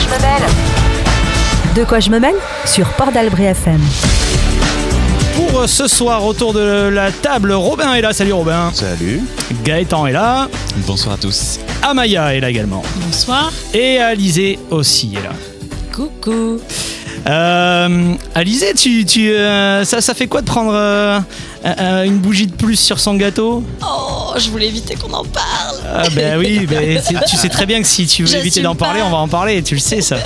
je me mêle? De quoi je me mêle sur Port d'Albret FM. Pour ce soir, autour de la table, Robin est là. Salut Robin. Salut. Gaëtan est là. Bonsoir à tous. Amaya est là également. Bonsoir. Et Alizé aussi est là. Coucou. Alizé, ça fait quoi de prendre une bougie de plus sur son gâteau? Oh, je voulais éviter qu'on en parle. Ah ben oui, tu sais très bien que si tu veux éviter d'en parler, on va en parler, tu le sais ça.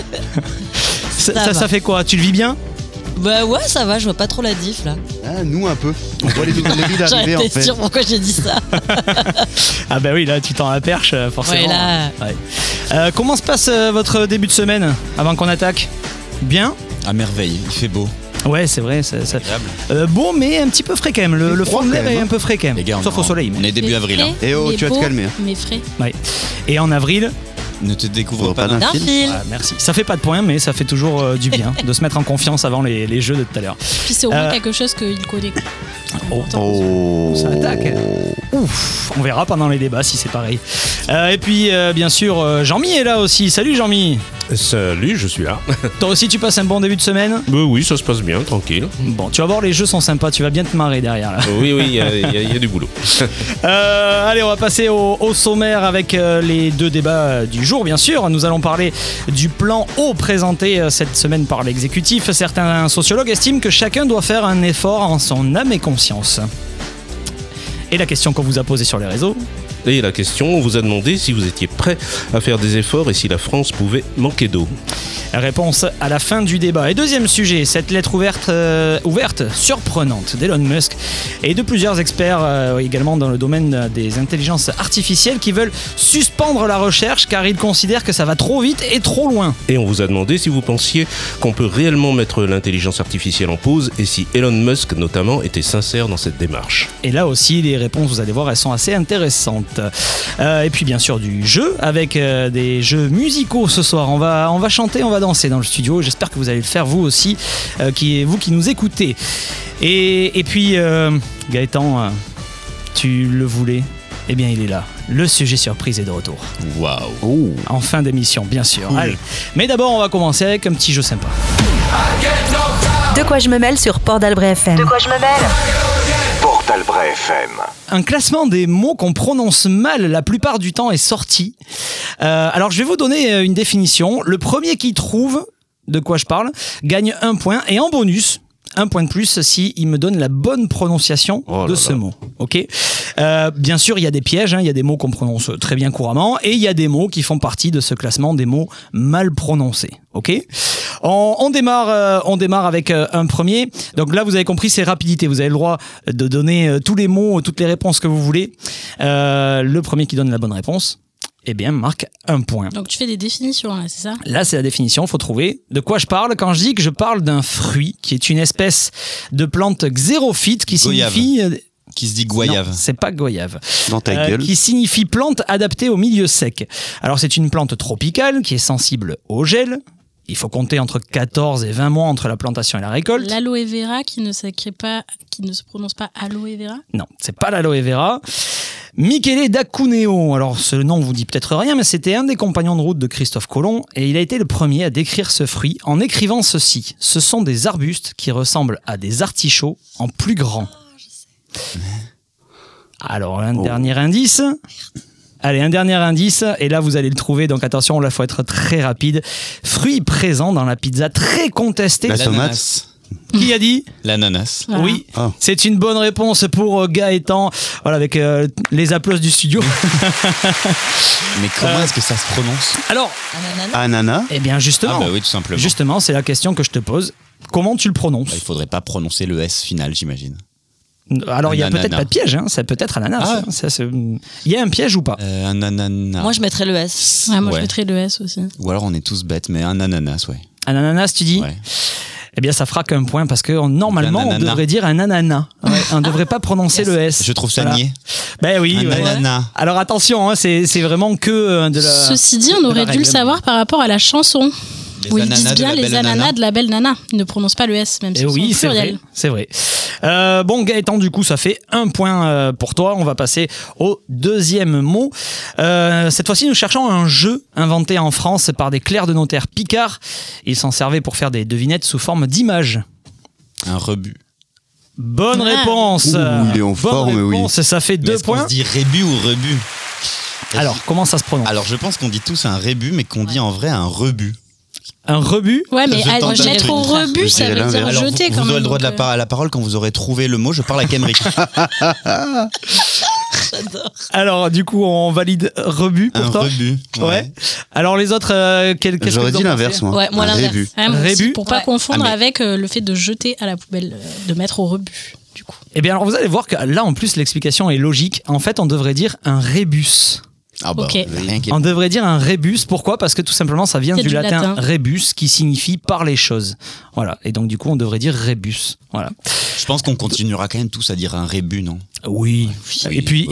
Ça fait quoi? Tu le vis bien? Bah ouais, ça va, je vois pas trop la diff là. Ah, nous un peu. On voit les nouvelles vies d'arriver en fait. J'étais sûr pourquoi j'ai dit ça. Ah bah oui, là tu tends la perche forcément. Ouais, là. Ouais. Comment se passe votre début de semaine avant qu'on attaque? Bien? À merveille, il fait beau. Ouais, c'est vrai. Beau, mais un petit peu frais quand même. Le front de l'air est un peu frais quand même. Les gars, sauf au soleil. On est début avril. Hein. Et oh, tu vas te calmer. Mais frais. Ouais. Et en avril. Ne te découvre pas D'un fil. Ah, merci. Ça fait pas de points, mais ça fait toujours du bien de se mettre en confiance avant les jeux de tout à l'heure. Puis c'est au moins quelque chose qu'il connaît. Oh. Ça attaque. Ouf, on verra pendant les débats si c'est pareil. Et puis, bien sûr, Jean-Mi est là aussi. Salut Jean-Mi. Salut, je suis là. Toi aussi, tu passes un bon début de semaine? Oui, ça se passe bien, tranquille. Bon, tu vas voir, les jeux sont sympas. Tu vas bien te marrer derrière là. Oui, il y a du boulot. Allez, on va passer au sommaire avec les deux débats du jour, bien sûr. Nous allons parler du plan eau présenté cette semaine par l'exécutif. Certains sociologues estiment que chacun doit faire un effort en son âme et conscience. Et la question qu'on vous a posée sur les réseaux. Et la question, on vous a demandé si vous étiez prêt à faire des efforts et si la France pouvait manquer d'eau. Réponse à la fin du débat. Et deuxième sujet, cette lettre ouverte, surprenante d'Elon Musk et de plusieurs experts également dans le domaine des intelligences artificielles qui veulent suspendre la recherche car ils considèrent que ça va trop vite et trop loin. Et on vous a demandé si vous pensiez qu'on peut réellement mettre l'intelligence artificielle en pause et si Elon Musk notamment était sincère dans cette démarche. Et là aussi, les réponses, vous allez voir, elles sont assez intéressantes. Et puis bien sûr du jeu avec des jeux musicaux ce soir. On va chanter, on va danser dans le studio. J'espère que vous allez le faire vous aussi, vous qui nous écoutez. Et puis Gaëtan, tu le voulais? Eh bien il est là. Le sujet surprise est de retour. Waouh. En fin d'émission, bien sûr. Allez. Mais d'abord, on va commencer avec un petit jeu sympa. De quoi je me mêle sur Port d'Albret FM. De quoi je me mêle? Port d'Albret FM. Un classement des mots qu'on prononce mal la plupart du temps est sorti. Alors je vais vous donner une définition. Le premier qui trouve de quoi je parle gagne 1 point et en bonus 1 point de plus si il me donne la bonne prononciation de ce mot. Ok. Bien sûr, il y a des pièges. Il y a des mots qu'on prononce très bien couramment et il y a des mots qui font partie de ce classement des mots mal prononcés. Ok. On démarre avec un premier. Donc là, vous avez compris, c'est rapidité. Vous avez le droit de donner tous les mots, toutes les réponses que vous voulez. Le premier qui donne la bonne réponse, eh bien, marque 1 point. Donc tu fais des définitions là, c'est ça? Là, c'est la définition. Il faut trouver de quoi je parle quand je dis que je parle d'un fruit qui est une espèce de plante xérophyte qui signifie... Qui se dit goyave. Non, c'est pas goyave. Dans ta gueule. Qui signifie plante adaptée au milieu sec. Alors, c'est une plante tropicale qui est sensible au gel. Il faut compter entre 14 et 20 mois entre la plantation et la récolte. L'aloe vera qui ne se prononce pas aloe vera? Non, c'est pas l'aloe vera. Michele d'Acuneo. Alors, ce nom vous dit peut-être rien, mais c'était un des compagnons de route de Christophe Colomb et il a été le premier à décrire ce fruit en écrivant ceci. Ce sont des arbustes qui ressemblent à des artichauts en plus grand. Alors, un dernier indice. Allez, un dernier indice, et là vous allez le trouver, donc attention, là il faut être très rapide. Fruit présent dans la pizza très contestée. La tomate. Qui a dit? L'ananas. Voilà. Oui, Ah. c'est une bonne réponse pour Gaëtan. Voilà, avec les applaudissements du studio. Mais comment est-ce que ça se prononce? Alors, Ananas. eh bien justement, Ah bah oui, tout simplement. justement, c'est la question que je te pose. Comment tu le prononces? Il faudrait pas prononcer le S final, j'imagine. Alors, il y a Ananas. peut-être pas de piège, ça peut être ananas. Ah. Il y a un piège ou pas? Un ananas. Moi je mettrais le S. Ouais, moi je Ouais. mettrais le S aussi. Ou alors on est tous bêtes, mais un ananas, ouais. Un ananas, tu dis? Ouais. Eh bien, ça fera qu'un point parce que normalement, on ananas. devrait dire un ananas. Ouais, on ne devrait pas prononcer le S. Je trouve ça Voilà. niais. Ben oui. Un ouais. ananas. Alors attention, c'est vraiment que de la. Ceci dit, on de la aurait dû règle. le savoir par rapport à la chanson. Oui, ils disent bien les ananas de la belle nana. Ils ne prononcent pas le S, même si oui, c'est pluriel. c'est vrai. Bon, Gaëtan, du coup, ça fait 1 point pour toi. On va passer au deuxième mot. Cette fois-ci, nous cherchons un jeu inventé en France par des clercs de notaire picards. Ils s'en servaient pour faire des devinettes sous forme d'images. Un rebut. Bonne réponse. Ouh, il est en forme, Bonne oui. réponse, ça fait 2 Est-ce qu'on points. se dit rébut ou rebut? Alors, comment ça se prononce? Alors, je pense qu'on dit tous un rébut, mais qu'on dit en vrai un rebut. Un rebut? Ouais, mais Je tente un mettre truc. au rebut, Je ça dirais veut dire l'inverse. Alors, jeter vous quand même. aurez le droit de donc, à la parole quand vous aurez trouvé le mot. Je parle à Kenrick. Alors, du coup, on valide rebut pour Un toi. rebut. Ouais. Alors, les autres, qu'est-ce que J'aurais vous dit en l'inverse, pensez? moi. Ouais, moi, Un l'inverse. rébut. Ah, moi aussi, Rébut. pour pas Ouais. confondre Ah, mais- avec le fait de jeter à la poubelle, de mettre au rebut, du coup. Eh bien, alors, vous allez voir que là, en plus, l'explication est logique. En fait, on devrait dire un rébus. Ah bah, Ok. rien qui est- On devrait dire un rébus. Pourquoi? Parce que tout simplement, ça vient C'est du du latin latin. rebus, qui signifie par les choses. Voilà. Et donc, du coup, on devrait dire rébus. Voilà. Je pense qu'on continuera quand même tous à dire un rébut, non? Oui. Oui, Et puis, oui.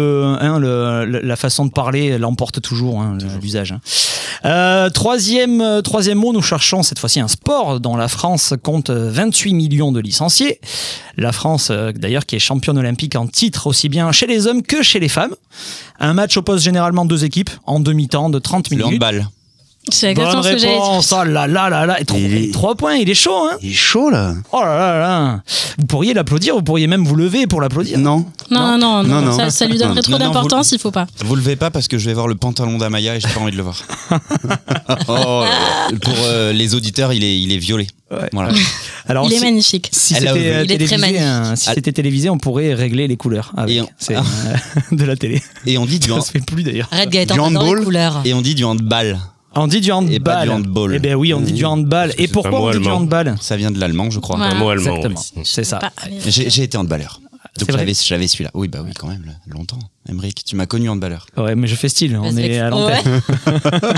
la façon de parler l'emporte toujours, l'usage. Troisième mot, nous cherchons cette fois-ci un sport dont la France compte 28 millions de licenciés. La France, d'ailleurs, qui est championne olympique en titre aussi bien chez les hommes que chez les femmes. Un match oppose généralement 2 équipes en demi-temps de 30 Le minutes. handball. C'est Bonne exactement ce que j'allais dire. réponse. Oh là là là là. Et Il est- 3 points, il est chaud, hein. Il est chaud, là. Oh là là là. Vous pourriez l'applaudir, vous pourriez même vous lever pour l'applaudir. Non. Non, Non. ça lui donnerait Non, trop non, d'importance, il faut pas. Vous levez pas parce que je vais voir le pantalon d'Amaya et j'ai pas envie de le voir. Oh, Pour les auditeurs, il est violet. Ouais. Voilà. Alors, Il est si- magnifique. Si Elle a c'était osé. Il est très télévisé, magnifique. si c'était télévisé, on pourrait régler les couleurs avec. Et on- C'est de la télé. Et on dit du, Ça se fait plus d'ailleurs. Arrête Gaëtan, Du t'adores les handball couleurs. et on dit du handball. On dit du handball. Et pas du handball. Eh bien oui, on dit du handball. Et c'est un pourquoi mot on dit du allemand. handball? Ça vient de l'allemand, je crois. Ouais. Un mot allemand. Exactement, ouais. c'est ça. Pas- J'ai été handballeur. Donc C'est vrai j'avais celui-là. Oui, bah oui, quand même, longtemps. Emmerich, tu m'as connu handballeur. Ouais, mais je fais style, on Respect. est à l'antenne. Ouais.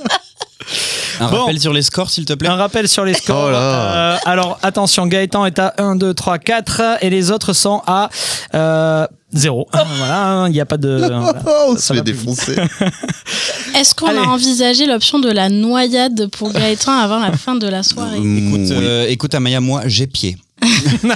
Un Bon. rappel sur les scores, s'il te plaît. Un rappel sur les scores. Oh là. Alors attention, Gaëtan est à 1, 2, 3, 4 et les autres sont à 0. Voilà, il n'y a pas de... voilà. on Ça se va fait plus vite. défoncer. Est-ce qu'on Allez. a envisagé l'option de la noyade pour Gaëtan avant la fin de la soirée? Écoute, Amaya, moi, j'ai pied. Elle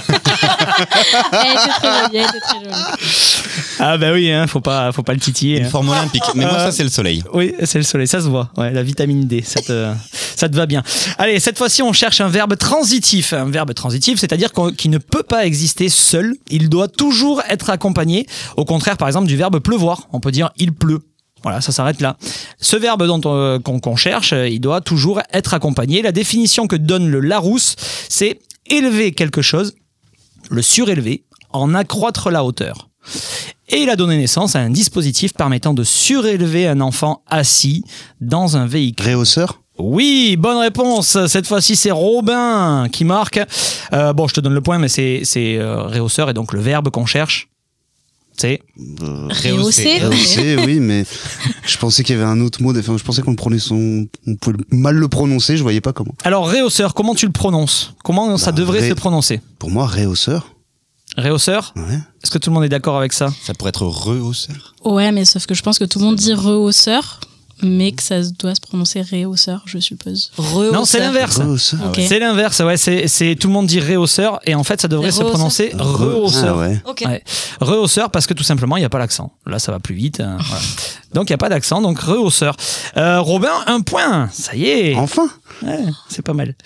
était très jolie, elle était très jolie. Ah bah oui, hein, faut pas le titiller. Une hein. forme olympique. Mais moi, ça, c'est le soleil. Oui, c'est le soleil, ça se voit. Ouais, la vitamine D, ça te va bien. Allez, cette fois-ci, on cherche un verbe transitif. Un verbe transitif, c'est-à-dire qu'il ne peut pas exister seul. Il doit toujours être accompagné. Au contraire, par exemple, du verbe pleuvoir. On peut dire il pleut. Voilà, ça s'arrête là. Ce verbe qu'on cherche, il doit toujours être accompagné. La définition que donne le Larousse, c'est élever quelque chose, le surélever, en accroître la hauteur. Et il a donné naissance à un dispositif permettant de surélever un enfant assis dans un véhicule. Réhausseur. Oui, bonne réponse. Cette fois-ci, c'est Robin qui marque. Bon, je te donne le point, mais c'est réhausseur et donc le verbe qu'on cherche, c'est... Rehausser. Réhaussé, oui, mais je pensais qu'il y avait un autre mot. Enfin, je pensais qu'on on pouvait mal le prononcer. Je voyais pas comment. Alors, réhausseur, comment tu le prononces? Comment ça devrait se prononcer? Pour moi, réhausseur. Réhausseur? Ouais. Est-ce que tout le monde est d'accord avec ça? Ça pourrait être rehausseur. Ouais, mais sauf que je pense que tout le monde dit rehausseur, mais que ça doit se prononcer réhausseur, je suppose. Non, c'est l'inverse. Réhausseur. Ok. C'est l'inverse, ouais. C'est tout le monde dit réhausseur et en fait, ça devrait se Rehausseur. prononcer rehausseur. Ah ouais. Ok. Ouais. Rehausseur parce que tout simplement, il n'y a pas l'accent. Là, ça va plus vite. Voilà. Donc, il n'y a pas d'accent, donc rehausseur. Robin, 1 point. Ça y est. Enfin. Ouais, c'est pas mal.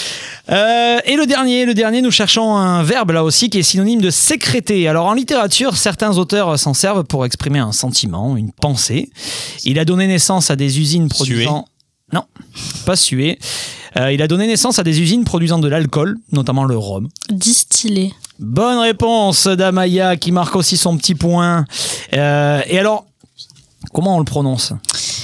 Et le dernier, nous cherchons un verbe là aussi qui est synonyme de sécréter. Alors en littérature, certains auteurs s'en servent pour exprimer un sentiment, une pensée. Il a donné naissance à des usines produisant... Non, pas suer. Il a donné naissance à des usines produisant de l'alcool, notamment le rhum. Distillé. Bonne réponse d'Amaya qui marque aussi son petit point. Et alors, comment on le prononce ?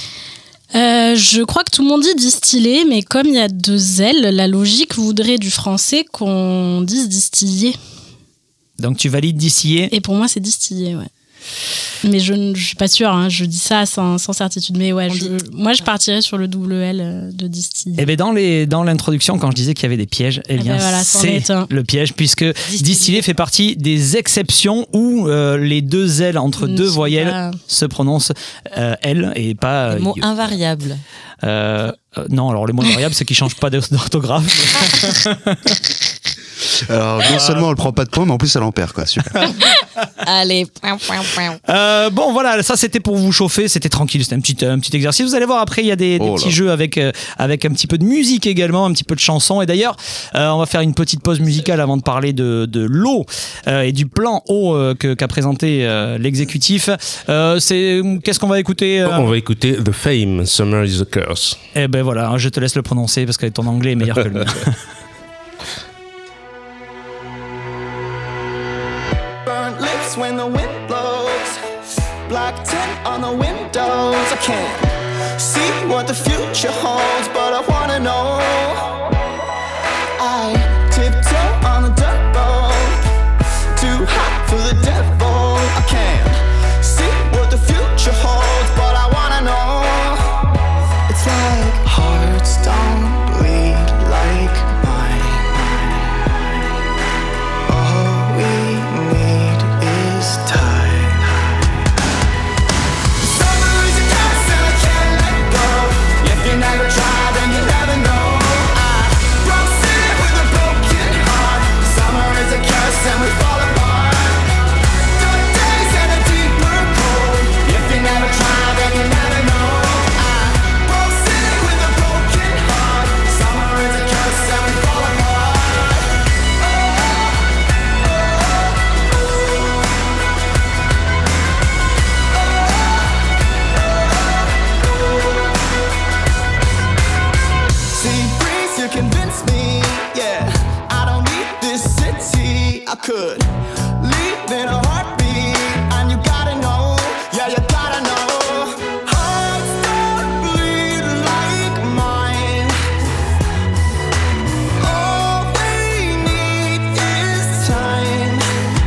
Je crois que tout le monde dit distillé, mais comme il y a 2 L, la logique voudrait du français qu'on dise distillé. Donc tu valides distiller. Et pour moi, c'est distillé, ouais. Mais je suis pas sûre, hein, je dis ça sans certitude. Mais ouais, moi je partirais sur le double L de Distillé. Et bien dans l'introduction, quand je disais qu'il y avait des pièges, voilà, c'est le piège, puisque Distillé fait partie des exceptions où les deux L entre deux voyelles se prononcent L et pas... Les mots invariables. Non, alors les mots invariables, c'est qu'ils ne changent pas d'orthographe. Alors non seulement elle prend pas de points, mais en plus elle en perd, quoi. Super. Allez. Bon voilà, ça c'était pour vous chauffer, c'était tranquille, c'était un petit exercice. Vous allez voir après, il y a des petits jeux avec un petit peu de musique également, un petit peu de chansons. Et d'ailleurs, on va faire une petite pause musicale avant de parler de l'eau et du plan eau qu'a présenté l'exécutif. Qu'est-ce qu'on va écouter On va écouter The Fame, Summer is a Curse. Eh ben voilà, je te laisse le prononcer parce que ton anglais est meilleur que le mien. When the wind blows, black tint on the windows. I can't see what the future holds, but I wanna know. I tiptoe on the dirt road, too hot for the devil. I can't see what the future holds, but I wanna know. It's like hearts don't bleed like mine. All we need is time. Summer is a curse and I can't let go. If you never try, then you never know. I broke city with a broken heart. Summer is a curse and we fall apart. Dark days and a deeper cold. If you never try, then you never know. I broke city with a broken heart. Summer is a curse and we fall apart. Sea breeze, you convince me, yeah. I don't need this city. I could leave in a heartbeat, and you gotta know, yeah, you gotta know. Hearts don't bleed like mine. All we need is time.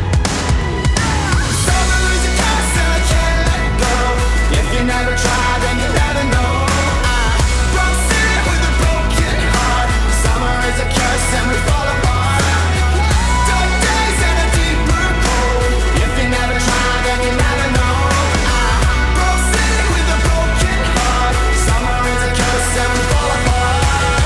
Summer is a curse and I can't let go. If you never try, then you never know. I broke city with a broken heart. Summer is a curse and we fall apart. Dark days and a deeper cold. If you never try, then you never know. I broke city with a broken heart. Summer is a curse and we fall apart.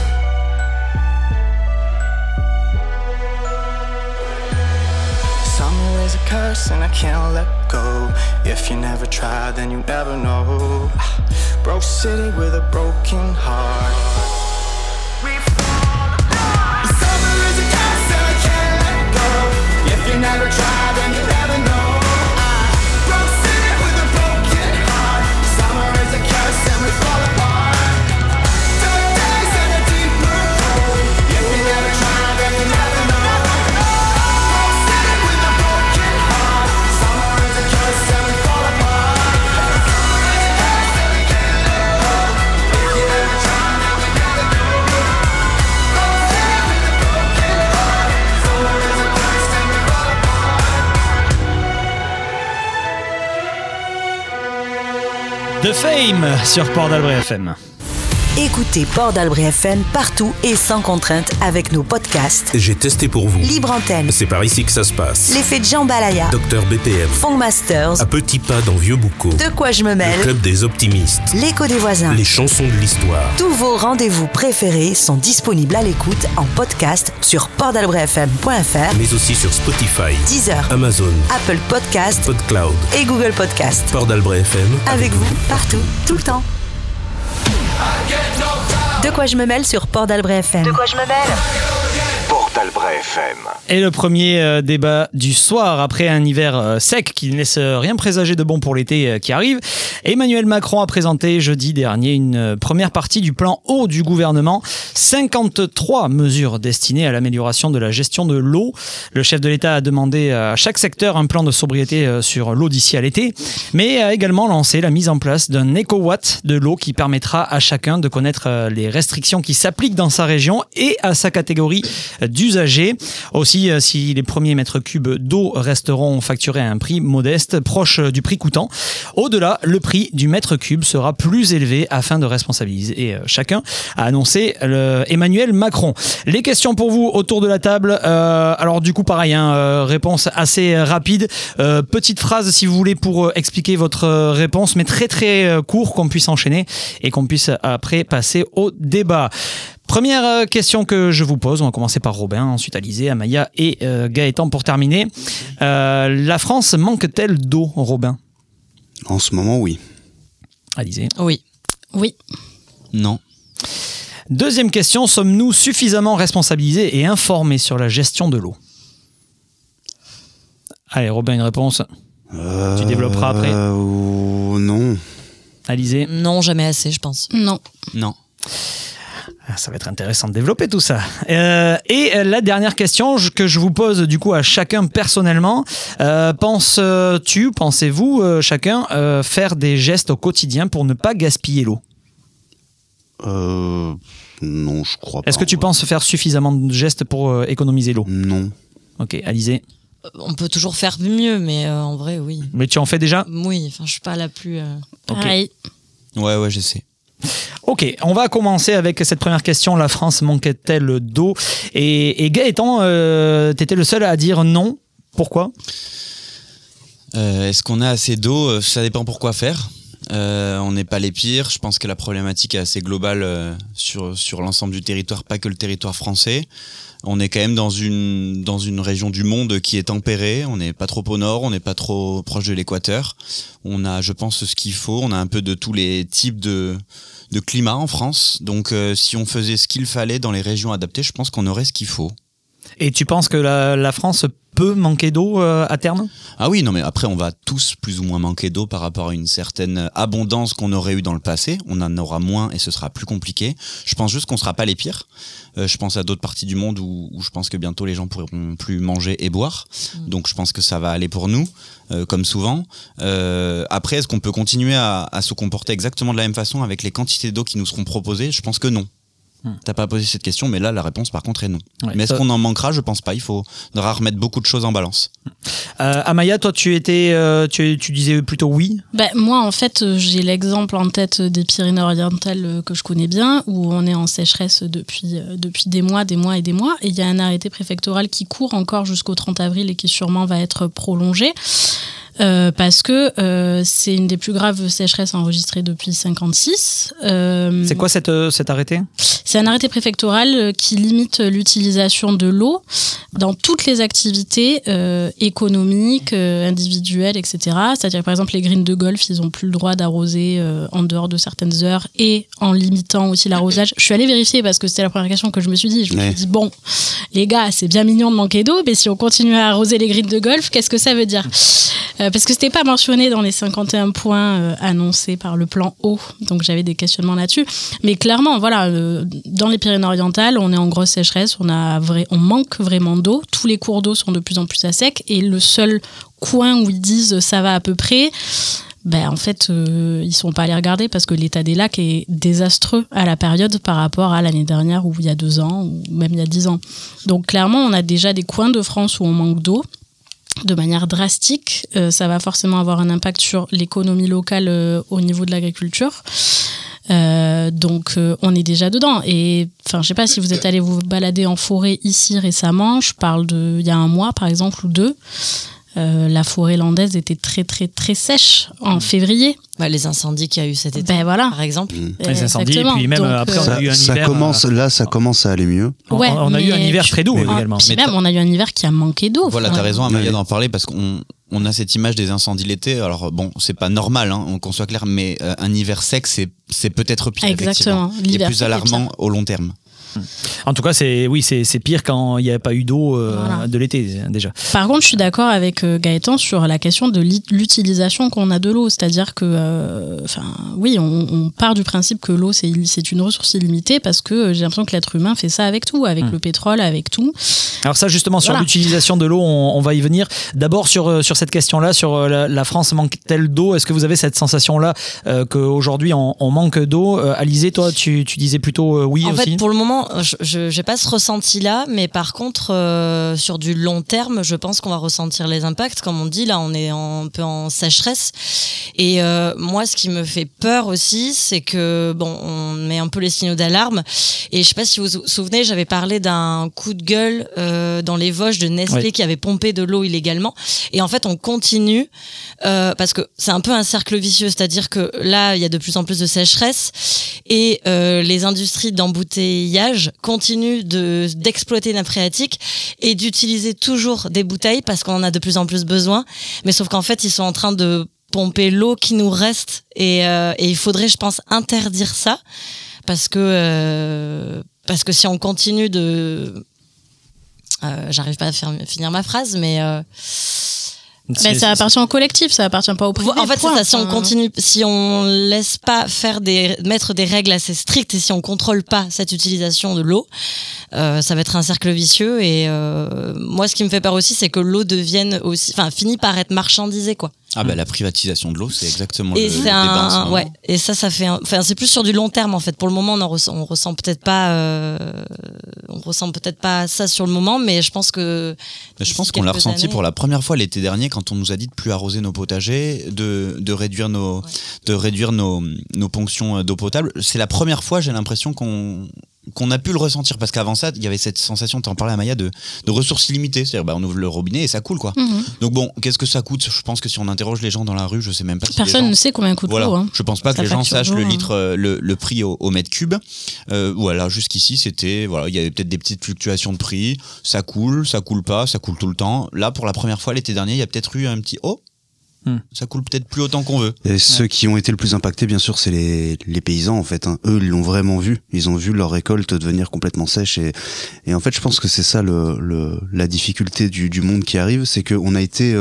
Summer is a curse and I can't let go. If you never try, then you never know. Broke city with a broken heart. Summer is a curse and I can't let go. If you never try, then you never know. I broke city with a broken heart. Summer is a curse and we fall apart. Dark days and a deeper cold. If you never try, then you never know. Broke city with a broken heart. Summer is a curse and we fall apart. If you never try, then you never know. Broke city with a broken heart. Summer is a curse and we fall apart. The Fame sur Port d'Albret FM. Écoutez Port d'Albret FM partout et sans contrainte avec nos podcasts. J'ai testé pour vous. Libre Antenne, C'est par ici que ça se passe. l'effet de Jean Balaya, Docteur BPM. Fong Masters, À petits pas dans Vieux Boucau. De quoi je me Le mêle, club des optimistes. l'écho des voisins. Les chansons de l'histoire. Tous vos rendez-vous préférés sont disponibles à l'écoute en podcast sur portdalbretfm.fr, Mais aussi sur Spotify, Deezer, Amazon, Apple Podcast PodCloud. et Google Podcast. Port d'Albret FM. Avec vous, partout, tout le temps. De quoi je me mêle sur Port d'Albret FM. De quoi je me mêle? Port d'Albret FM. Et le premier débat du soir, après un hiver sec qui ne laisse rien présager de bon pour l'été qui arrive, Emmanuel Macron a présenté jeudi dernier une première partie du plan eau du gouvernement. 53 mesures destinées à l'amélioration de la gestion de l'eau. Le chef de l'État a demandé à chaque secteur un plan de sobriété sur l'eau d'ici à l'été, mais a également lancé la mise en place d'un éco-watt de l'eau qui permettra à chacun de connaître les restrictions qui s'appliquent dans sa région et à sa catégorie usagers. Aussi, si les premiers mètres cubes d'eau resteront facturés à un prix modeste, proche du prix coûtant, au-delà, le prix du mètre cube sera plus élevé afin de responsabiliser chacun, a annoncé Emmanuel Macron. Les questions pour vous autour de la table. Alors du coup, pareil, réponse assez rapide. Petite phrase si vous voulez pour expliquer votre réponse, mais très très court, qu'on puisse enchaîner et qu'on puisse après passer au débat. Première question que je vous pose, on va commencer par Robin, ensuite Alizé, Amaya et Gaëtan pour terminer. La France manque-t-elle d'eau, Robin ? En ce moment, oui. Alizé ? Oui. Oui. Non. Deuxième question, sommes-nous suffisamment responsabilisés et informés sur la gestion de l'eau ? Allez, Robin, une réponse. Tu développeras après. Non. Alizé ? Non, jamais assez, je pense. Non. Non. Ça va être intéressant de développer tout ça. Et la dernière question que je vous pose du coup à chacun personnellement, pensez-vous chacun faire des gestes au quotidien pour ne pas gaspiller l'eau ? Non, je crois pas. Est-ce que tu penses faire suffisamment de gestes pour économiser l'eau ? Non. Ok, Alizé. On peut toujours faire mieux, mais en vrai, oui. Mais tu en fais déjà ? Oui, enfin, je suis pas la plus... Ok. Pareil. Ouais, je sais. Ok, on va commencer avec cette première question. La France manque-t-elle d'eau ? Et Gaëtan, t'étais le seul à dire non. Pourquoi ? Est-ce qu'on a assez d'eau ? Ça dépend pour quoi faire. On n'est pas les pires. Je pense que la problématique est assez globale sur l'ensemble du territoire, pas que le territoire français. On est quand même dans une région du monde qui est tempérée. On n'est pas trop au nord, on n'est pas trop proche de l'équateur. On a, je pense, ce qu'il faut. On a un peu de tous les types de climat en France. Donc, si on faisait ce qu'il fallait dans les régions adaptées, je pense qu'on aurait ce qu'il faut. Et tu penses que la France peut manquer d'eau à terme ? Ah oui, non mais après on va tous plus ou moins manquer d'eau par rapport à une certaine abondance qu'on aurait eu dans le passé. On en aura moins et ce sera plus compliqué. Je pense juste qu'on sera pas les pires. Je pense à d'autres parties du monde où je pense que bientôt les gens pourront plus manger et boire. Donc je pense que ça va aller pour nous, comme souvent. Après, est-ce qu'on peut continuer à se comporter exactement de la même façon avec les quantités d'eau qui nous seront proposées ? Je pense que non. T'as pas posé cette question, mais là la réponse par contre est non. Ouais, mais est-ce qu'on en manquera ? Je pense pas. Il faudra remettre beaucoup de choses en balance. Amaya, toi tu disais plutôt oui. Moi en fait j'ai l'exemple en tête des Pyrénées-Orientales que je connais bien, où on est en sécheresse depuis des mois et des mois, et il y a un arrêté préfectoral qui court encore jusqu'au 30 avril et qui sûrement va être prolongé. Parce que c'est une des plus graves sécheresses enregistrées depuis 1956. C'est quoi cet arrêté ? C'est un arrêté préfectoral qui limite l'utilisation de l'eau dans toutes les activités économiques, individuelles, etc. C'est-à-dire que par exemple les greens de golf, ils n'ont plus le droit d'arroser en dehors de certaines heures et en limitant aussi l'arrosage. Je suis allée vérifier parce que c'était la première question que je me suis dit. Je me suis dit, bon, les gars, c'est bien mignon de manquer d'eau, mais si on continue à arroser les greens de golf, qu'est-ce que ça veut dire ? Parce que c'était pas mentionné dans les 51 points annoncés par le plan eau, donc j'avais des questionnements là-dessus. Mais clairement, voilà, dans les Pyrénées-Orientales, on est en grosse sécheresse, on manque vraiment d'eau. Tous les cours d'eau sont de plus en plus à sec, et le seul coin où ils disent ça va à peu près, en fait, ils sont pas allés regarder parce que l'état des lacs est désastreux à la période par rapport à l'année dernière ou il y a 2 ans ou même il y a 10 ans. Donc clairement, on a déjà des coins de France où on manque d'eau de manière drastique. Ça va forcément avoir un impact sur l'économie locale au niveau de l'agriculture. Donc on est déjà dedans. Et enfin, je sais pas si vous êtes allé vous balader en forêt ici récemment. Je parle il y a 1 mois par exemple ou 2. La forêt landaise était très très très sèche en février. Les incendies qu'il y a eu cet été, par exemple. Les incendies, et puis même après on a eu un hiver. Ça commence à aller mieux. On a eu un hiver très doux également. Puis même on a eu un hiver qui a manqué d'eau. Voilà, t'as raison Amaya d'en parler parce qu'on a cette image des incendies l'été. Alors bon, c'est pas normal, qu'on soit clair, mais un hiver sec, c'est peut-être pire. Exactement. Il est plus alarmant au long terme. En tout cas, c'est pire quand il n'y a pas eu d'eau de l'été déjà. Par contre, je suis d'accord avec Gaëtan sur la question de l'utilisation qu'on a de l'eau. C'est-à-dire que, oui, on part du principe que l'eau, c'est une ressource illimitée parce que j'ai l'impression que l'être humain fait ça avec tout, avec le pétrole, avec tout. Alors ça, justement, sur l'utilisation de l'eau, on va y venir. D'abord, sur cette question-là, sur la France manque-t-elle d'eau ? Est-ce que vous avez cette sensation-là qu'aujourd'hui, on manque d'eau ? Alizé, toi, tu disais plutôt oui aussi ? En fait, pour le moment, Non, je j'ai pas ce ressenti-là, mais par contre, sur du long terme, je pense qu'on va ressentir les impacts. Comme on dit, là, on est un peu en sécheresse. Et moi, ce qui me fait peur aussi, c'est que, bon, on met un peu les signaux d'alarme. Et je sais pas si vous vous souvenez, j'avais parlé d'un coup de gueule dans les Vosges de Nestlé qui avait pompé de l'eau illégalement. Et en fait, on continue parce que c'est un peu un cercle vicieux, c'est-à-dire que là, il y a de plus en plus de sécheresse et les industries d'embouteillage continuent d'exploiter nappe phréatique et d'utiliser toujours des bouteilles parce qu'on en a de plus en plus besoin. Mais sauf qu'en fait, ils sont en train de pomper l'eau qui nous reste et il faudrait, je pense, interdire ça parce que si on continue j'arrive pas à finir ma phrase, mais ça appartient au collectif, ça appartient pas au privé. En fait, c'est ça. Si on continue, si on laisse pas mettre des règles assez strictes et si on contrôle pas cette utilisation de l'eau, ça va être un cercle vicieux. Et moi, ce qui me fait peur aussi, c'est que l'eau finit par être marchandisée, quoi. Ah bah la privatisation de l'eau, c'est exactement et le débat en ce moment. Ouais. Et ça fait c'est plus sur du long terme en fait. Pour le moment, on ressent peut-être pas ça sur le moment, mais je pense qu'on l'a ressenti pour la première fois l'été dernier quand on nous a dit de plus arroser nos potagers, de réduire nos ponctions d'eau potable. C'est la première fois, j'ai l'impression qu'on a pu le ressentir parce qu'avant ça il y avait cette sensation, t'en parlais à Maya, de ressources illimitées, c'est-à-dire on ouvre le robinet et ça coule quoi. Donc bon, qu'est-ce que ça coûte? Je pense que si on interroge les gens dans la rue, je sais même pas si personne ne sait combien coûte l'eau, hein. Je pense pas que les gens sachent le litre, le prix au mètre cube. Voilà, jusqu'ici c'était il y avait peut-être des petites fluctuations de prix, ça coule pas, ça coule tout le temps. Là pour la première fois l'été dernier, il y a peut-être eu un petit ça coule peut-être plus autant qu'on veut. Et ceux qui ont été le plus impactés, bien sûr, c'est les paysans, en fait. Hein. Eux, ils l'ont vraiment vu. Ils ont vu leur récolte devenir complètement sèche. Et en fait, je pense que c'est ça la difficulté du monde qui arrive. C'est qu'on a été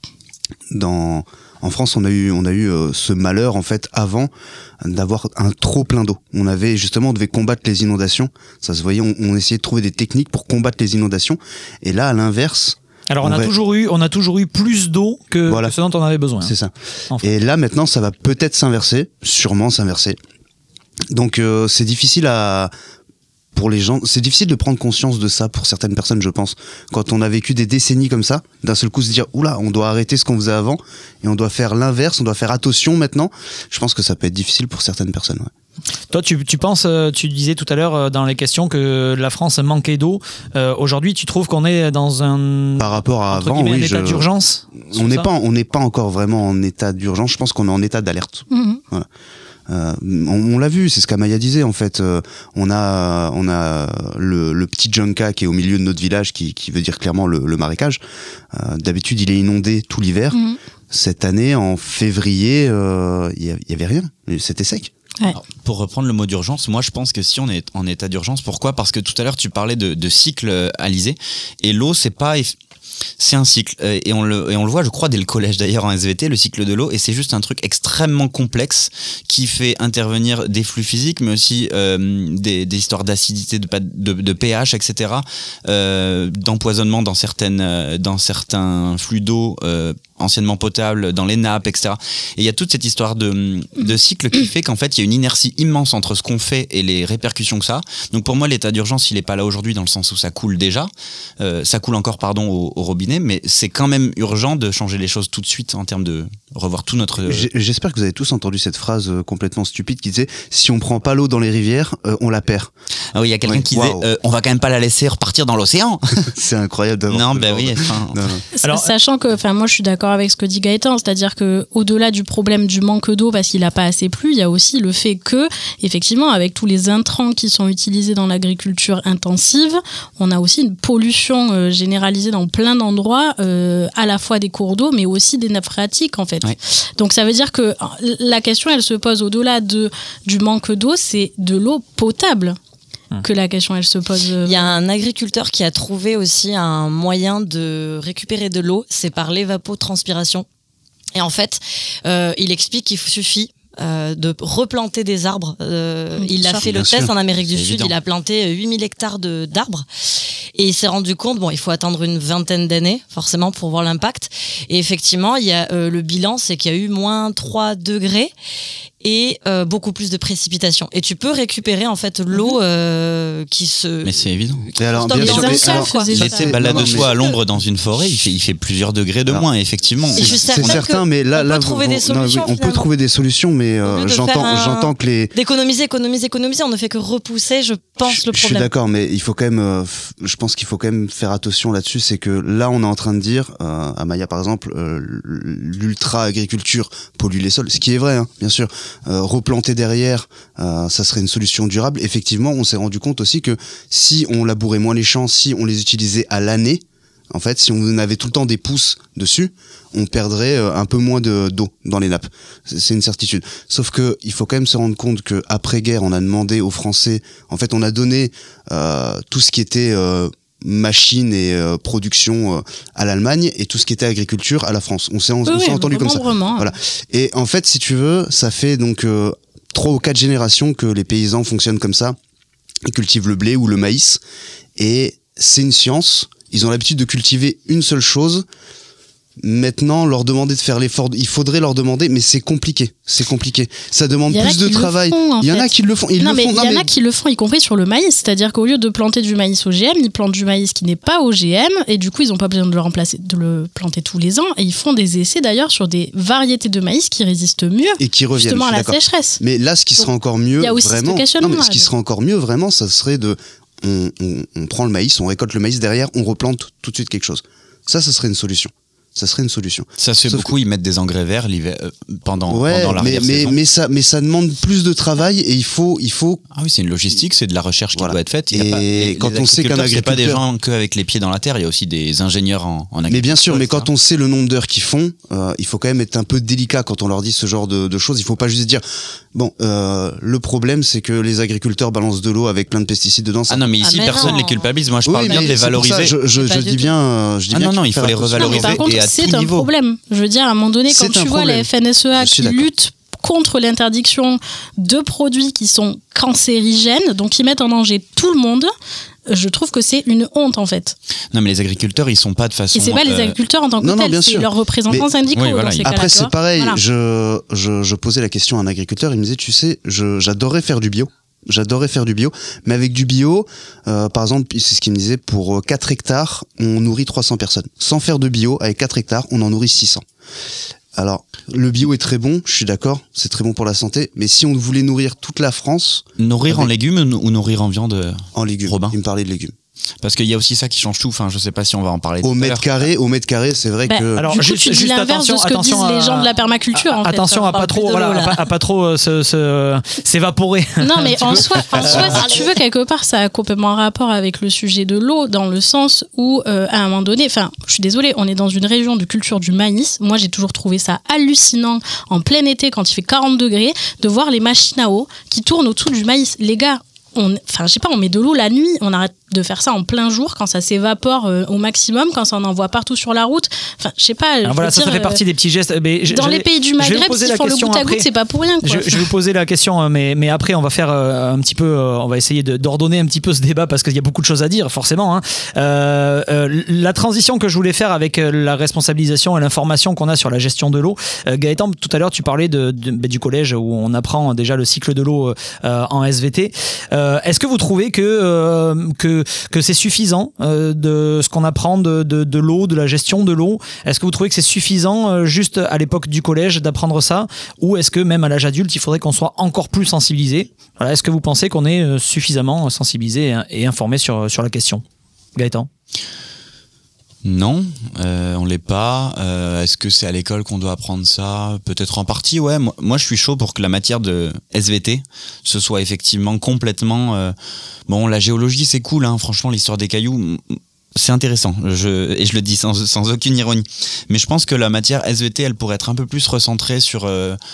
en France, on a eu ce malheur, en fait, avant d'avoir un trop plein d'eau. On devait combattre les inondations. Ça se voyait, on essayait de trouver des techniques pour combattre les inondations. Et là, à l'inverse, alors on a toujours eu plus d'eau que ce dont on avait besoin. C'est ça. En fait. Et là maintenant ça va peut-être sûrement s'inverser. Donc c'est difficile pour les gens, c'est difficile de prendre conscience de ça pour certaines personnes, je pense. Quand on a vécu des décennies comme ça, d'un seul coup se dire oula, on doit arrêter ce qu'on faisait avant et on doit faire l'inverse, on doit faire attention maintenant. Je pense que ça peut être difficile pour certaines personnes. Ouais. Toi, tu penses, tu disais tout à l'heure dans les questions que la France manquait d'eau. Aujourd'hui, tu trouves qu'on est dans par rapport à avant, un état d'urgence? On n'est pas encore vraiment en état d'urgence. Je pense qu'on est en état d'alerte. Voilà. On l'a vu, c'est ce qu'Amaya disait en fait. On a le petit Djonka qui est au milieu de notre village, qui veut dire clairement le marécage. D'habitude, il est inondé tout l'hiver. Cette année, en février, il y avait rien. C'était sec. Ouais. Alors, pour reprendre le mot d'urgence, moi je pense que si on est en état d'urgence, pourquoi ? Parce que tout à l'heure tu parlais de cycle Alizé, et l'eau c'est un cycle, et on le voit, je crois, dès le collège d'ailleurs en SVT, le cycle de l'eau, et c'est juste un truc extrêmement complexe qui fait intervenir des flux physiques, mais aussi des histoires d'acidité, de pH, etc., d'empoisonnement dans certains flux d'eau anciennement potables, dans les nappes, etc. Et il y a toute cette histoire de cycle qui fait qu'en fait il y a une inertie immense entre ce qu'on fait et les répercussions que ça a. Donc pour moi l'état d'urgence il est pas là aujourd'hui dans le sens où ça coule déjà, ça coule encore au robinet, mais c'est quand même urgent de changer les choses tout de suite en termes de revoir tout notre... J'espère que vous avez tous entendu cette phrase complètement stupide qui disait si on prend pas l'eau dans les rivières, on la perd. Ah oui, il y a quelqu'un qui disait on va quand même pas la laisser repartir dans l'océan. C'est incroyable d'avoir... Non, ben oui. Non. Alors, sachant que, moi je suis d'accord avec ce que dit Gaëtan, c'est-à-dire que au-delà du problème du manque d'eau parce qu'il n'a pas assez plu, il y a aussi le fait que, effectivement, avec tous les intrants qui sont utilisés dans l'agriculture intensive, on a aussi une pollution généralisée dans plein d'endroits, à la fois des cours d'eau, mais aussi des nappes phréatiques, en fait. Ouais. Donc ça veut dire que la question, elle se pose au-delà du manque d'eau, c'est de l'eau potable. Que la question elle se pose. Il y a un agriculteur qui a trouvé aussi un moyen de récupérer de l'eau, c'est par l'évapotranspiration. Et en fait, il explique qu'il suffit de replanter des arbres. Il a fait le test en Amérique du Sud, il a planté 8000 hectares d'arbres et il s'est rendu compte, il faut attendre une vingtaine d'années forcément pour voir l'impact. Et effectivement, il y a le bilan, c'est qu'il y a eu moins 3 degrés. et beaucoup plus de précipitations. Et tu peux récupérer en fait l'eau qui se. Mais c'est évident. Et alors, Dans bien les sûr, mais anciens, alors, quoi. L'été, balade-toi à l'ombre dans une forêt, il fait plusieurs degrés de Alors, moins, effectivement. Et je suis c'est certaine certain, que mais là, on peut là, trouver des non, solutions, oui, on peut finalement. trouver des solutions, mais Au lieu de faire j'entends que les. d'économiser, on ne fait que repousser, je pense, le Je suis problème. d'accord, mais il faut quand même, je pense qu'il faut quand même faire attention là-dessus. C'est que là, on est en train de dire, à Maya par exemple, l'ultra-agriculture pollue les sols, ce qui est vrai, hein, bien sûr. Replanter derrière, ça serait une solution durable. Effectivement, on s'est rendu compte aussi que si on labourait moins les champs, si on les utilisait à l'année, en fait, si on avait tout le temps des pousses dessus, on perdrait un peu moins d'eau dans les nappes. C'est une certitude. Sauf que il faut quand même se rendre compte que après guerre, on a demandé aux Français, en fait, on a donné tout ce qui était machines et production à l'Allemagne et tout ce qui était agriculture à la France. On s'est entendu comme ça. Vraiment. Voilà. Et en fait, si tu veux, ça fait donc 3 ou 4 générations que les paysans fonctionnent comme ça. Ils cultivent le blé ou le maïs. Et c'est une science. Ils ont l'habitude de cultiver une seule chose. Maintenant, leur demander de faire l'effort, il faudrait leur demander, mais c'est compliqué. C'est compliqué. Ça demande plus de travail. Il y en a qui le font. Il y en a qui le font, y compris sur le maïs. C'est-à-dire qu'au lieu de planter du maïs OGM, ils plantent du maïs qui n'est pas OGM, et du coup, ils n'ont pas besoin de le planter tous les ans. Et ils font des essais d'ailleurs sur des variétés de maïs qui résistent mieux, et qui reviennent, justement à la sécheresse. Mais là, ce qui serait encore mieux, il y a aussi vraiment, ce questionnement. ce qui serait encore mieux, vraiment, ça serait de, on prend le maïs, on récolte le maïs derrière, on replante tout de suite quelque chose. Ça serait une solution. Ça serait une solution. Ça se fait beaucoup, ils mettent des engrais verts l'hiver, pendant l'arrière-saison. Mais ça demande plus de travail et il faut. Ah oui, c'est une logistique, c'est de la recherche qui doit être faite. Et quand on sait qu'un agriculteur, c'est pas des gens qu'avec les pieds dans la terre, il y a aussi des ingénieurs en agriculture. Mais bien sûr, mais quand on sait le nombre d'heures qu'ils font, il faut quand même être un peu délicat quand on leur dit ce genre de choses. Il faut pas juste dire, bon, le problème c'est que les agriculteurs balancent de l'eau avec plein de pesticides dedans. Ah non, mais ici personne les culpabilise. Moi, je parle bien de les valoriser. Je dis bien. Non, il faut les revaloriser. C'est un problème. Je veux dire, à un moment donné, quand tu vois les FNSEA qui luttent contre l'interdiction de produits qui sont cancérigènes, donc qui mettent en danger tout le monde, je trouve que c'est une honte en fait. Non, mais les agriculteurs, ils sont pas de façon. Et c'est pas les agriculteurs en tant que tels, c'est leurs représentants syndicaux. Oui, voilà, dans ces cas-là, après, c'est pareil. Voilà. Je posais la question à un agriculteur, il me disait, tu sais, j'adorerais faire du bio. Mais avec du bio, par exemple, c'est ce qu'il me disait, pour 4 hectares, on nourrit 300 personnes. Sans faire de bio, avec 4 hectares, on en nourrit 600. Alors, le bio est très bon, je suis d'accord, c'est très bon pour la santé, mais si on voulait nourrir toute la France... Nourrir en légumes ou nourrir en viande, En légumes, Robin. il me parlait de légumes. Parce qu'il y a aussi ça qui change tout. Enfin, je sais pas si on va en parler. Au mètre carré, c'est vrai que. Alors, du coup, tu dis l'inverse de ce que disent les gens de la permaculture. En fait, attention à pas trop, s'évaporer. Non, mais en soi, si tu veux, quelque part, ça a complètement un rapport avec le sujet de l'eau, dans le sens où, à un moment donné, enfin, je suis désolée, on est dans une région de culture du maïs. Moi, j'ai toujours trouvé ça hallucinant en plein été, quand il fait 40 degrés, de voir les machines à eau qui tournent autour du maïs. Les gars, on met de l'eau la nuit, on arrête de faire ça en plein jour quand ça s'évapore au maximum, quand ça en envoie partout sur la route. Enfin, je sais pas. Alors voilà, ça fait partie des petits gestes. Mais dans les pays du Maghreb, s'ils font le goutte à goutte, c'est pas pour rien. Quoi. Je vais vous poser la question, mais après, on va faire un petit peu, on va essayer d'ordonner un petit peu ce débat parce qu'il y a beaucoup de choses à dire, forcément. Hein. La transition que je voulais faire avec la responsabilisation et l'information qu'on a sur la gestion de l'eau. Gaëtan, tout à l'heure, tu parlais du collège où on apprend déjà le cycle de l'eau en SVT. Est-ce que vous trouvez que c'est suffisant de ce qu'on apprend de l'eau, de la gestion de l'eau? Est-ce que vous trouvez que c'est suffisant juste à l'époque du collège d'apprendre ça? Ou est-ce que même à l'âge adulte, il faudrait qu'on soit encore plus sensibilisé? Voilà, est-ce que vous pensez qu'on est suffisamment sensibilisé et informé sur la question? Gaëtan? Non, on l'est pas. Est-ce que c'est à l'école qu'on doit apprendre ça? Peut-être en partie, ouais. Moi, je suis chaud pour que la matière de SVT, ce soit effectivement complètement... Bon, la géologie, c'est cool, hein. Franchement, l'histoire des cailloux... C'est intéressant, et je le dis sans aucune ironie. Mais je pense que la matière SVT, elle pourrait être un peu plus recentrée sur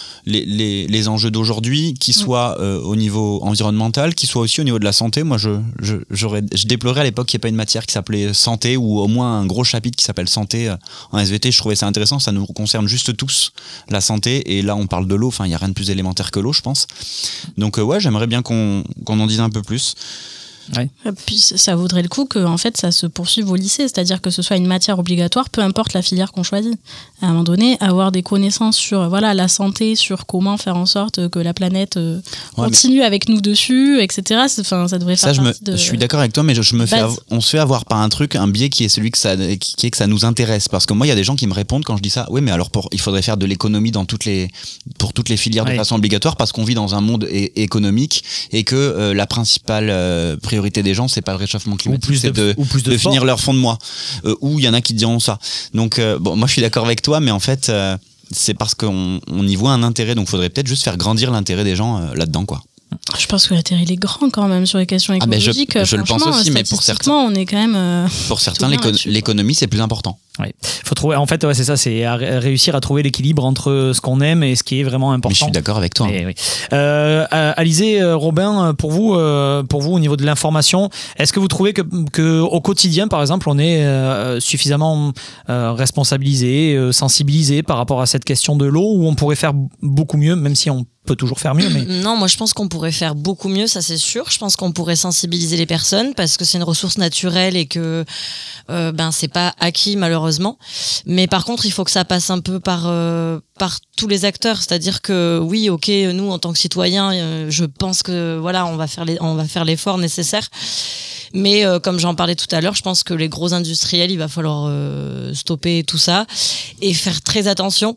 les enjeux d'aujourd'hui, qui soient au niveau environnemental, qui soient aussi au niveau de la santé. Moi, je déplorais à l'époque qu'il n'y ait pas une matière qui s'appelait santé, ou au moins un gros chapitre qui s'appelle santé en SVT. Je trouvais ça intéressant, ça nous concerne juste tous, la santé. Et là, on parle de l'eau, enfin, il n'y a rien de plus élémentaire que l'eau, je pense. Donc ouais, j'aimerais bien qu'on en dise un peu plus. Ouais. Et puis ça vaudrait le coup que en fait ça se poursuive au lycée, c'est-à-dire que ce soit une matière obligatoire, peu importe la filière qu'on choisit. À un moment donné, avoir des connaissances sur la santé, sur comment faire en sorte que la planète continue avec nous dessus, etc. Ça devrait faire partie je suis d'accord avec toi, mais on se fait avoir par un biais qui est celui que ça nous intéresse. Parce que moi, il y a des gens qui me répondent quand je dis ça. Oui, mais alors il faudrait faire de l'économie pour toutes les filières de façon obligatoire parce qu'on vit dans un monde économique et que la principale priorité des gens, c'est pas le réchauffement climatique, c'est de finir leur fond de mois. Ou il y en a qui diront ça. Donc, moi, je suis d'accord avec toi, mais en fait, c'est parce qu'on y voit un intérêt. Donc, il faudrait peut-être juste faire grandir l'intérêt des gens là-dedans, quoi. Je pense que l'intérêt il est grand quand même sur les questions écologiques. Je le pense aussi, mais pour certains, on est quand même. Pour certains, l'économie c'est plus important. Ouais. Faut trouver. En fait, c'est ça, c'est réussir à trouver l'équilibre entre ce qu'on aime et ce qui est vraiment important. Mais je suis d'accord avec toi. Oui. Alizé, Robin, pour vous, au niveau de l'information, est-ce que vous trouvez que au quotidien, par exemple, on est suffisamment responsabilisé, sensibilisé par rapport à cette question de l'eau, ou on pourrait faire beaucoup mieux, même si on peut toujours faire mieux, mais... Non, moi je pense qu'on pourrait faire beaucoup mieux, ça c'est sûr. Je pense qu'on pourrait sensibiliser les personnes parce que c'est une ressource naturelle et que c'est pas acquis malheureusement. Mais par contre, il faut que ça passe un peu par tous les acteurs, c'est-à-dire que oui, ok, nous en tant que citoyens, je pense que on va faire l'effort nécessaire. Mais comme j'en parlais tout à l'heure, je pense que les gros industriels, il va falloir stopper tout ça et faire très attention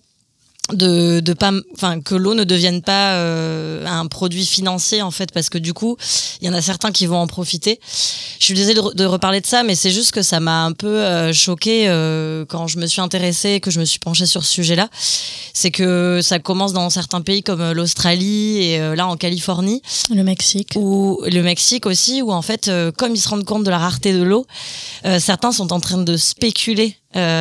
que l'eau ne devienne pas un produit financier en fait, parce que du coup il y en a certains qui vont en profiter. Je suis désolée de reparler de ça, mais c'est juste que ça m'a un peu choquée quand je me suis intéressée et que je me suis penchée sur ce sujet-là. C'est que ça commence dans certains pays comme l'Australie et là en Californie, le Mexique aussi, où en fait comme ils se rendent compte de la rareté de l'eau, certains sont en train de spéculer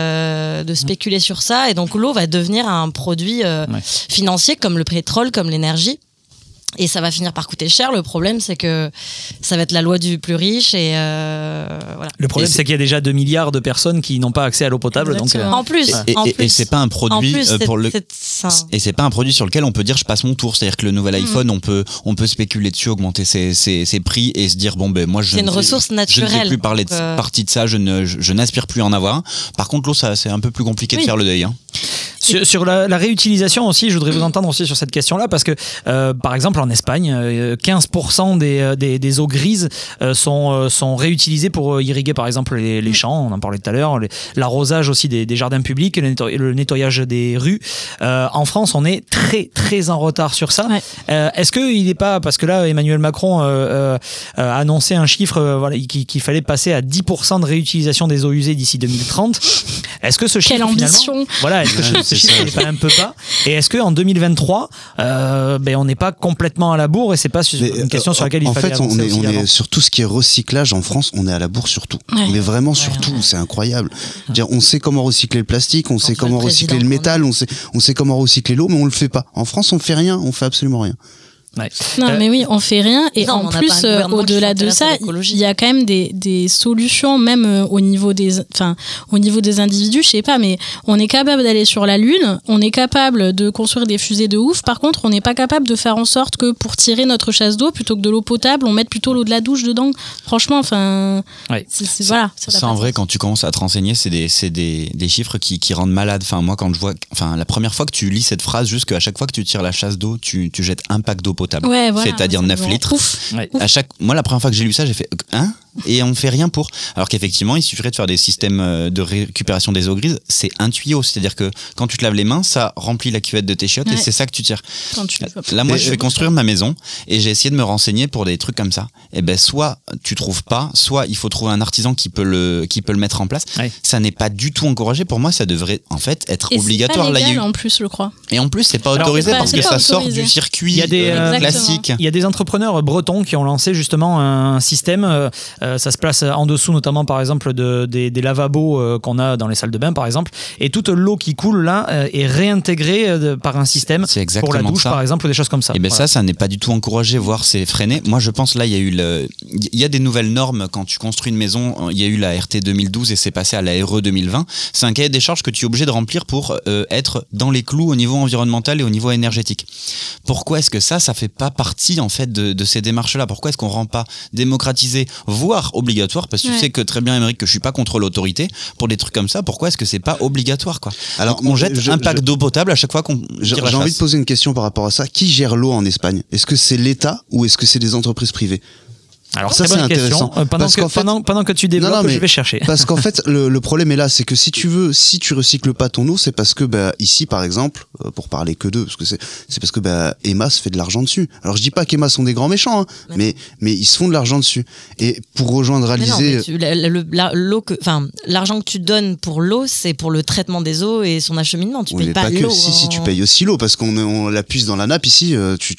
sur ça, et donc l'eau va devenir un produit financier comme le pétrole, comme l'énergie, et ça va finir par coûter cher. Le problème, c'est que ça va être la loi du plus riche, et voilà. Le problème, c'est qu'il y a déjà 2 milliards de personnes qui n'ont pas accès à l'eau potable. Donc, en plus, et c'est pas un produit et c'est pas un produit sur lequel on peut dire je passe mon tour. C'est-à-dire que le nouvel iPhone, on peut spéculer dessus, augmenter ses prix et se dire moi je ne vais plus parler de partie de ça, je n'aspire plus à en avoir. Par contre, l'eau, ça c'est un peu plus compliqué de faire le deuil. Sur la réutilisation aussi, je voudrais vous entendre aussi sur cette question-là, parce que par exemple en Espagne, 15% des eaux grises sont réutilisées pour irriguer par exemple les champs, on en parlait tout à l'heure, l'arrosage aussi des jardins publics, le nettoyage des rues. En France, on est très très en retard sur ça. Est-ce qu'il n'est pas, parce que là Emmanuel Macron a annoncé un chiffre qu'il fallait passer à 10% de réutilisation des eaux usées d'ici 2030. Est-ce que ce chiffre, quelle ambition, est-ce que ce chiffre n'est pas un peu bas, et est-ce qu'en 2023 on n'est pas complètement à la bourre, et c'est pas une question sur laquelle il fallait avancer? En fait, on est sur tout ce qui est recyclage en France, on est à la bourre sur tout. Mais vraiment sur tout, c'est incroyable. On sait comment recycler le plastique, on sait comment recycler le métal, on sait comment recycler l'eau, mais on le fait pas. En France, on fait rien, on fait absolument rien. Non, mais oui, on fait rien, et en plus au-delà de ça, il y a quand même des solutions, même au niveau des individus. Je sais pas, mais on est capable d'aller sur la Lune, on est capable de construire des fusées de ouf. Par contre, on n'est pas capable de faire en sorte que pour tirer notre chasse d'eau, plutôt que de l'eau potable, on mette plutôt l'eau de la douche dedans. Franchement, voilà. Ça, en vrai, quand tu commences à te renseigner, c'est des chiffres qui rendent malade. Moi, quand je vois, la première fois que tu lis cette phrase, juste qu'à chaque fois que tu tires la chasse d'eau, tu jettes un pack d'eau potable, c'est-à-dire 9 litres. Moi, la première fois que j'ai lu ça, j'ai fait et on fait rien pour. Alors qu'effectivement, il suffirait de faire des systèmes de récupération des eaux grises. C'est un tuyau, c'est-à-dire que quand tu te laves les mains, ça remplit la cuvette de tes chiottes, et c'est ça que tu tires. Là, moi, je vais construire ma maison et j'ai essayé de me renseigner pour des trucs comme ça. Et soit tu trouves pas, soit il faut trouver un artisan qui peut le mettre en place. Ça n'est pas du tout encouragé. Pour moi, ça devrait en fait être obligatoire. C'est pas légal, en plus, je crois. Et en plus, c'est pas autorisé parce que ça sort du circuit classique. Il y a des entrepreneurs bretons qui ont lancé justement un système Ça se place en dessous, notamment par exemple des lavabos qu'on a dans les salles de bain, par exemple. Et toute l'eau qui coule là est réintégrée par un système pour la douche, par exemple, ou des choses comme ça. Et bien ça n'est pas du tout encouragé, voire c'est freiné. Moi, je pense là, il y a des nouvelles normes quand tu construis une maison. Il y a eu la RT 2012 et c'est passé à la RE 2020. C'est un cahier des charges que tu es obligé de remplir pour être dans les clous au niveau environnemental et au niveau énergétique. Pourquoi est-ce que ça fait pas partie en fait de ces démarches-là? Pourquoi est-ce qu'on rend pas démocratisé, voire obligatoire? Parce que tu sais que très bien, Émeric, que je suis pas contre l'autorité pour des trucs comme ça. Pourquoi est-ce que c'est pas obligatoire, quoi? Alors, on jette un pack d'eau potable à chaque fois qu'on j'ai tire la envie chasse. de poser une question par rapport à ça. Qui gère l'eau en Espagne? Est-ce que c'est l'État ou est-ce que c'est des entreprises privées? Alors ça, c'est c'est intéressant. Pendant que tu développes, je vais chercher. Parce qu'en fait, le problème est là, c'est que si tu recycles pas ton eau, c'est parce que ici, par exemple, pour parler que d'eux, parce que c'est parce que Emma se fait de l'argent dessus. Alors je dis pas qu'Emma sont des grands méchants, hein, mais ils se font de l'argent dessus. Et pour rejoindre Alizé, l'argent que tu donnes pour l'eau, c'est pour le traitement des eaux et son acheminement. Tu payes pas l'eau. Si tu payes aussi l'eau parce qu'on la puise dans la nappe ici.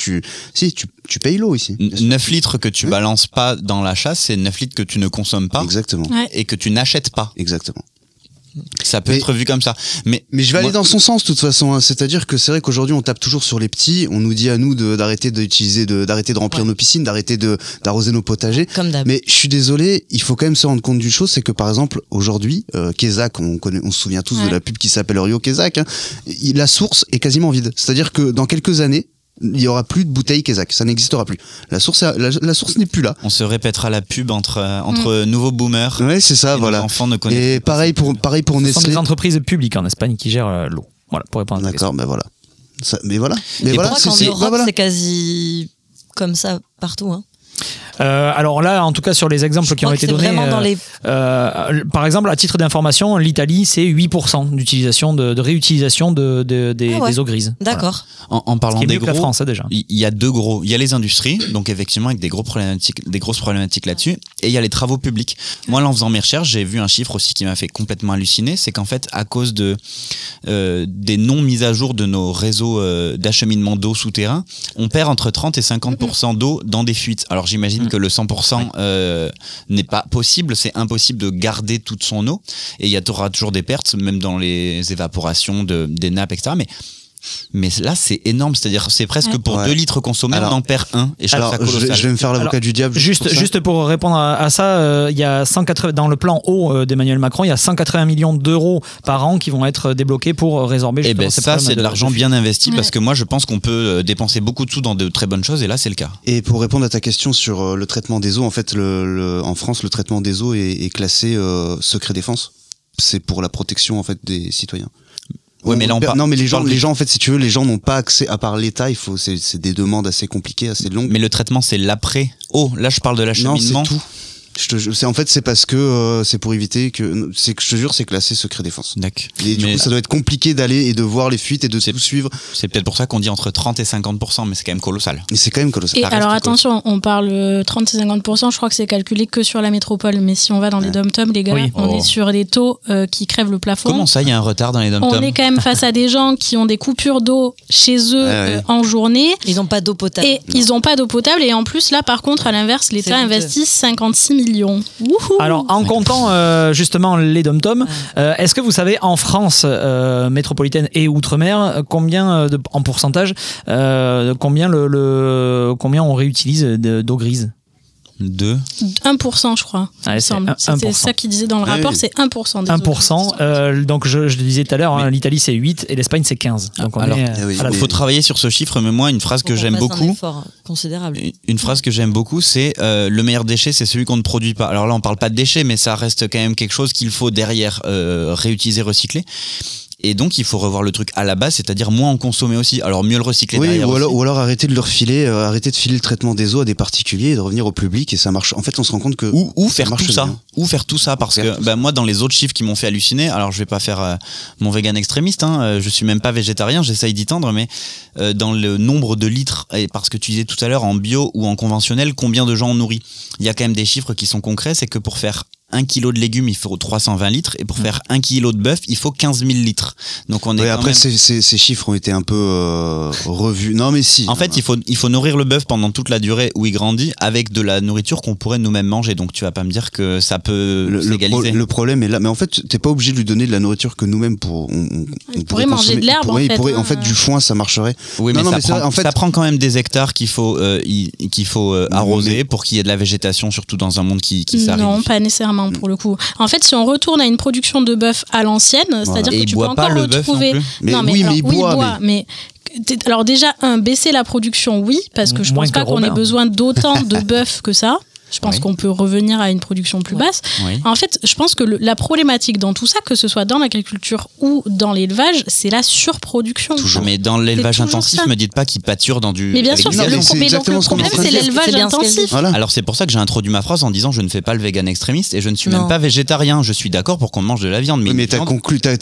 Tu payes l'eau ici. 9 litres que tu balances pas dans la chasse, c'est 9 litres que tu ne consommes pas. Exactement. Et que tu n'achètes pas. Exactement. Ça peut être vu comme ça. Mais je vais aller dans son sens de toute façon. Hein. C'est-à-dire que c'est vrai qu'aujourd'hui on tape toujours sur les petits. On nous dit à nous d'arrêter de remplir nos piscines, d'arrêter d'arroser nos potagers. Comme d'hab. Mais je suis désolé, il faut quand même se rendre compte d'une chose, c'est que par exemple aujourd'hui, Kézak, on se souvient tous de la pub qui s'appelle Rio Kézak. Hein, la source est quasiment vide. C'est-à-dire que dans quelques années, il n'y aura plus de bouteilles Kézak, ça n'existera plus. La source n'est plus là. On se répétera la pub entre nouveaux boomers. Ouais, c'est ça, voilà. Les enfants ne connaissent et pareil pour Ce Nestlé. sont des entreprises publiques en Espagne qui gèrent l'eau. Voilà, pour répondre à ta question. D'accord, voilà. Mais voilà. Mais voilà, qu'en Europe, c'est quasi comme ça partout. Hein. Alors là, en tout cas, sur les exemples qui ont été donnés, par exemple, à titre d'information, l'Italie, c'est 8% d'utilisation, de réutilisation des eaux grises. D'accord. Voilà. En parlant des gros, la France, déjà. Il y a deux gros. Il y a les industries, donc effectivement avec des grosses problématiques là-dessus, et il y a les travaux publics. Moi, là, en faisant mes recherches, j'ai vu un chiffre aussi qui m'a fait complètement halluciner, c'est qu'en fait, à cause des non mises à jour de nos réseaux d'acheminement d'eau souterrain, on perd entre 30 et 50% d'eau dans des fuites. Alors j'imagine que le 100% n'est pas possible, c'est impossible de garder toute son eau, et il y aura toujours des pertes, même dans les évaporations des nappes, etc. Mais là, c'est énorme, c'est-à-dire c'est presque pour 2 litres consommés, on en perd 1. Et je vais me faire l'avocat du diable. Juste pour répondre à ça, il y a 180 dans le plan eau d'Emmanuel Macron, il y a 180 millions d'euros par an qui vont être débloqués pour résorber. Et ça, c'est de l'argent bien investi, parce que moi, je pense qu'on peut dépenser beaucoup de sous dans de très bonnes choses, et là, c'est le cas. Et pour répondre à ta question sur le traitement des eaux, en fait, en France, le traitement des eaux est classé secret défense. C'est pour la protection en fait des citoyens. Ouais, mais là non, mais les gens en fait, si tu veux, les gens n'ont pas accès à part l'État. C'est des demandes assez compliquées, assez longues. Mais le traitement, c'est l'après. Oh, là, je parle de l'acheminement. Non, c'est tout. C'est parce que c'est pour éviter que je te jure, c'est classé secret défense. D'accord. Et du coup, ça doit être compliqué d'aller et de voir les fuites et de tout suivre. C'est peut-être pour ça qu'on dit entre 30 et 50%, mais c'est quand même colossal. Mais c'est quand même colossal. Et alors attention, on parle 30 et 50%, je crois que c'est calculé que sur la métropole, mais si on va dans les dom-toms, les gars, on est sur des taux qui crèvent le plafond. Comment ça, il y a un retard dans les dom-toms? On est quand même face à des gens qui ont des coupures d'eau chez eux en journée. Ils n'ont pas d'eau potable. Et ils n'ont pas d'eau potable, et en plus, là, par contre, à l'inverse, l'État investit 56 millions. Alors, en comptant justement les dom-toms, est-ce que vous savez, en France métropolitaine et outre-mer, combien en pourcentage, combien on réutilise d'eau grise? 1%, je crois. C'était ça qu'il disait dans le rapport, c'est 1%. 1%. Donc je le disais tout à l'heure, l'Italie c'est 8 et l'Espagne c'est 15. Donc il faut travailler sur ce chiffre, mais moi une phrase que j'aime beaucoup. Un effort considérable. Une phrase que j'aime beaucoup, c'est le meilleur déchet, c'est celui qu'on ne produit pas. Alors là, on parle pas de déchets, mais ça reste quand même quelque chose qu'il faut derrière réutiliser, recycler. Et donc, il faut revoir le truc à la base, c'est-à-dire moins en consommer aussi. Alors, mieux le recycler derrière. Ou alors arrêter de leur filer, arrêter de filer le traitement des eaux à des particuliers et de revenir au public, et ça marche. En fait, on se rend compte que. Ou faire tout ça. Ou faire tout ça, parce que moi, dans les autres chiffres qui m'ont fait halluciner, alors je vais pas faire mon vegan extrémiste, je suis même pas végétarien, j'essaye d'y tendre, mais dans le nombre de litres, et parce que tu disais tout à l'heure, en bio ou en conventionnel, combien de gens on nourrit? Il y a quand même des chiffres qui sont concrets, c'est que pour faire 1 kilo de légumes, il faut 320 litres, et pour faire 1 kilo de bœuf, il faut 15 000 litres. Donc on est après, ces chiffres ont été un peu revus. Non, mais si. En fait, il faut nourrir le bœuf pendant toute la durée où il grandit avec de la nourriture qu'on pourrait nous-mêmes manger. Donc tu vas pas me dire que ça peut s'égaliser. Le problème est là. Mais en fait, t'es pas obligé de lui donner de la nourriture que nous-mêmes il pourrait manger de l'herbe, en fait, du foin, ça marcherait. Oui, mais ça prend quand même des hectares qu'il faut arroser pour qu'il y ait de la végétation, surtout dans un monde qui s'arrive. Non, pas nécessairement pour le coup. En fait, si on retourne à une production de bœuf à l'ancienne, c'est-à-dire que tu peux encore retrouver. Mais il boit. Mais alors déjà, baisser la production, oui, parce que je pense pas qu'on ait besoin d'autant de bœuf que ça. Je pense qu'on peut revenir à une production plus basse. Oui. En fait, je pense que la problématique dans tout ça, que ce soit dans l'agriculture ou dans l'élevage, c'est la surproduction. Toujours. Mais dans l'élevage intensif, me dites pas qu'ils pâturent dans du... Mais bien sûr, le problème, c'est l'élevage intensif. Voilà. Alors c'est pour ça que j'ai introduit ma phrase en disant je ne fais pas le vegan extrémiste et je ne suis même pas végétarien. Je suis d'accord pour qu'on mange de la viande. Mais t'as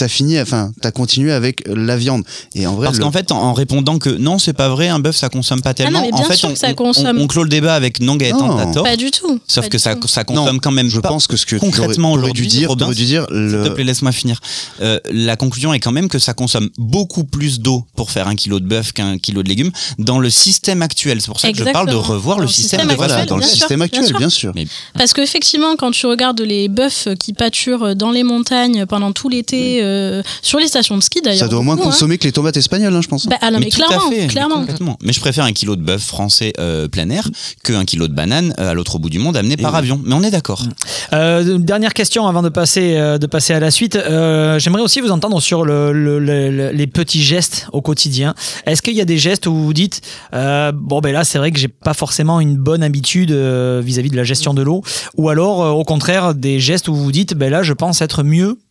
continué avec la viande. Et en vrai, parce qu'en fait, en répondant que non, c'est pas vrai, un bœuf ça consomme pas tellement. En fait, on clôt le débat avec non Gaëtan, t'as tort. Pas du tout. Sauf que ça consomme quand même. Je pense que ce que concrètement tu aurais dû dire, Robin, s'il te plaît, laisse-moi finir. La conclusion est quand même que ça consomme beaucoup plus d'eau pour faire 1 kilo de bœuf qu'un kilo de légumes dans le système actuel. C'est pour ça que je parle de revoir le système actuel. Dans le système actuel, bien sûr. Parce qu'effectivement, quand tu regardes les bœufs qui pâturent dans les montagnes pendant tout l'été, sur les stations de ski d'ailleurs. Ça doit moins consommer que les tomates espagnoles, je pense. Mais clairement. Mais je préfère 1 kilo de bœuf français plein air que 1 kilo de banane à l'autre bout du monde amené par avion. Mais on est d'accord. Dernière question avant de passer à la suite. J'aimerais aussi vous entendre sur les petits gestes au quotidien. Est-ce qu'il y a des gestes où vous dites là c'est vrai que j'ai pas forcément une bonne habitude vis-à-vis de la gestion de l'eau, ou alors au contraire des gestes où vous vous dites là je pense être mieux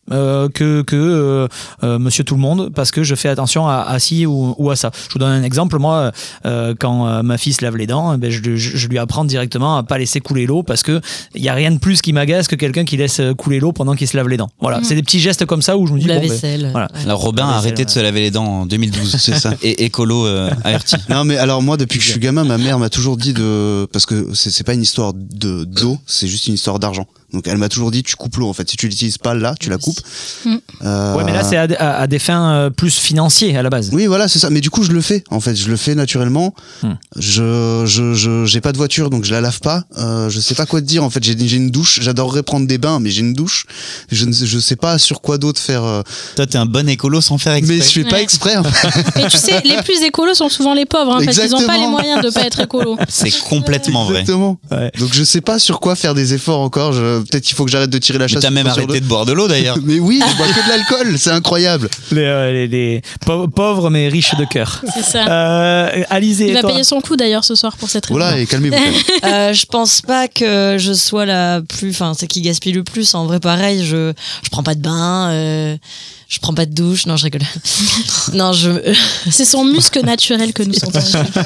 que monsieur tout le monde parce que je fais attention à ci ou à ça. Je vous donne un exemple. Moi, quand ma fille se lave les dents, je lui apprends directement à pas laisser couler l'eau parce que il y a rien de plus qui m'agace que quelqu'un qui laisse couler l'eau pendant qu'il se lave les dents. Voilà, c'est des petits gestes comme ça où je me dis la vaisselle. Voilà. Alors Robin a arrêté de se laver les dents en 2012, c'est ça. Et écolo averti. Non mais alors moi depuis que je suis gamin, ma mère m'a toujours dit parce que c'est pas une histoire d'eau, c'est juste une histoire d'argent. Donc elle m'a toujours dit tu coupes l'eau en fait, si tu l'utilises pas là, tu la coupes. Ouais mais là c'est à des fins plus financiers à la base. Oui voilà c'est ça, mais du coup je le fais en fait, je le fais naturellement. J'ai pas de voiture donc je la lave pas. Je sais pas quoi te dire en fait, j'ai une douche, j'adorerais prendre des bains mais j'ai une douche. Je sais pas sur quoi d'autre faire. Toi t'es un bon écolo sans faire exprès. Mais je fais pas exprès. En fait. Mais tu sais les plus écolos sont souvent les pauvres parce qu'ils ont pas les moyens de pas être écolo. C'est complètement vrai. Exactement. Ouais. Donc je sais pas sur quoi faire des efforts encore. Peut-être qu'il faut que j'arrête de tirer la chasse. Mais t'as même arrêté de boire de l'eau d'ailleurs. Mais oui, je bois que de l'alcool, c'est incroyable. Les pauvres mais riches de cœur. C'est ça. Alizé, il va toi payer son coup d'ailleurs ce soir pour cette réunion. Voilà, et calmez-vous. Je pense pas que je sois la plus, c'est qui gaspille le plus. En vrai, pareil, je prends pas de bain. Je prends pas de douche, non je rigole. Non c'est son muscle naturel que nous sentons.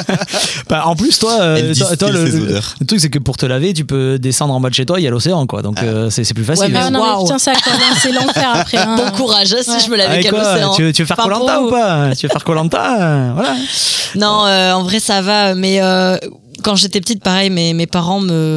En plus toi le truc c'est que pour te laver tu peux descendre en bas de chez toi, il y a l'océan quoi, donc c'est plus facile. Ouais, mais non, mais putain ça c'est l'enfer après. Bon courage si je me lavais qu'à l'océan. Tu veux faire Koh-Lanta ou pas? Tu veux faire Koh-Lanta voilà. Non en vrai ça va, mais quand j'étais petite, pareil, mes parents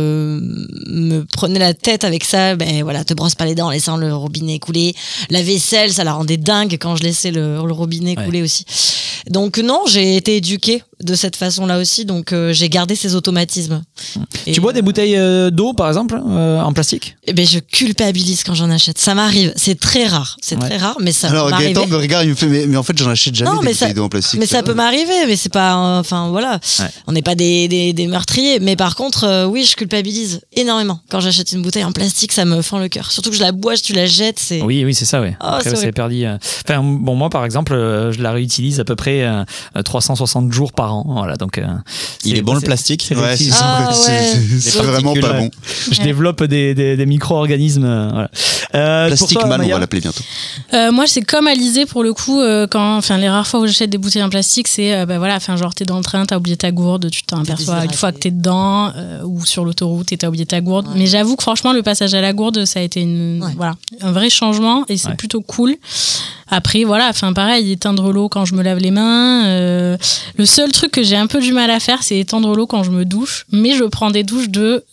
me prenaient la tête avec ça. Te brosse pas les dents en laissant le robinet couler. La vaisselle, ça la rendait dingue quand je laissais le robinet couler aussi. Donc non, j'ai été éduquée de cette façon-là aussi. Donc j'ai gardé ces automatismes. Tu bois des bouteilles d'eau, par exemple, en plastique? Je culpabilise quand j'en achète. Ça m'arrive. C'est très rare. C'est très rare, mais ça Alors, peut m'arriver. Alors Gaëtan me regarde, il me fait mais en fait j'en achète jamais des bouteilles d'eau en plastique. Mais ça peut m'arriver, mais c'est pas... voilà. Ouais. On n'est pas des meurtriers. Mais par contre, oui, je culpabilise énormément. Quand j'achète une bouteille en plastique, ça me fend le cœur. Surtout que je la bois, tu la jettes. Oui, c'est ça, oui. Après, c'est perdu. Moi, par exemple, je la réutilise à peu près 360 jours par an. Voilà, donc, il est bon le plastique. C'est vraiment pas bon. Je développe des micro-organismes. Voilà. Plastic Man, on va l'appeler bientôt. Moi, c'est comme Alizé pour le coup. Les rares fois où j'achète des bouteilles en plastique, c'est genre t'es dans le train, t'as oublié ta gourde, tu t'en aperçois une fois que t'es dedans, ou sur l'autoroute et t'as oublié ta gourde. Ouais. Mais j'avoue que franchement, le passage à la gourde, ça a été un vrai changement et c'est plutôt cool. Après, pareil, éteindre l'eau quand je me lave les mains. Le seul truc que j'ai un peu du mal à faire, c'est éteindre l'eau quand je me douche. Mais je prends des douches de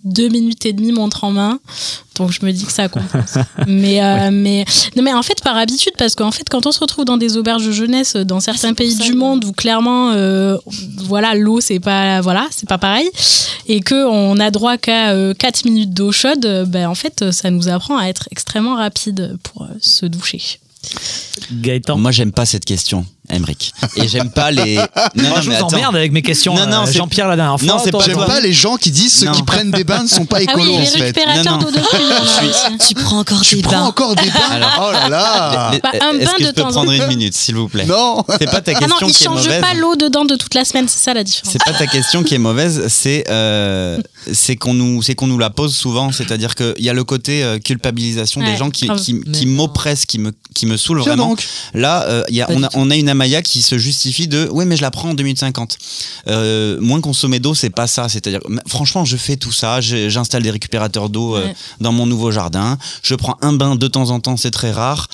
2 minutes et demie montre en main. Donc je me dis que ça compense. mais en fait par habitude, parce qu'en fait quand on se retrouve dans des auberges de jeunesse dans certains pays du monde où clairement l'eau c'est pas pareil et que on a droit qu'à 4 minutes d'eau chaude, en fait ça nous apprend à être extrêmement rapide pour se doucher. Gaëtan. Moi, j'aime pas cette question, Emric. Et j'aime pas les. Moi, je vous emmerde avec mes questions. Jean-Pierre, la dernière fois. Non, c'est pas J'aime pas les gens qui disent ceux qui prennent des bains ne sont pas écolos, les en fait. récupérateurs d'eau de vie. Tu prends encore Tu des prends bains. encore des bains. Alors, oh là là. Un Est-ce bain que de je peux temps en prendre temps. une minute, s'il vous plaît? Non. C'est pas ta Ah question non, ils qui est changent mauvaise. pas l'eau dedans de toute la semaine, c'est ça la différence. C'est pas ta question qui est mauvaise, c'est qu'on nous la pose souvent. C'est-à-dire qu'il y a le côté culpabilisation des gens qui m'oppressent, qui me saoulent Tiens vraiment. donc. Là, on a une Amaya qui se justifie de oui, mais je la prends en 2 minutes 50. Moins consommer d'eau, c'est pas ça. C'est-à-dire, franchement, je fais tout ça. J'installe des récupérateurs d'eau dans mon nouveau jardin. Je prends un bain de temps en temps, c'est très rare.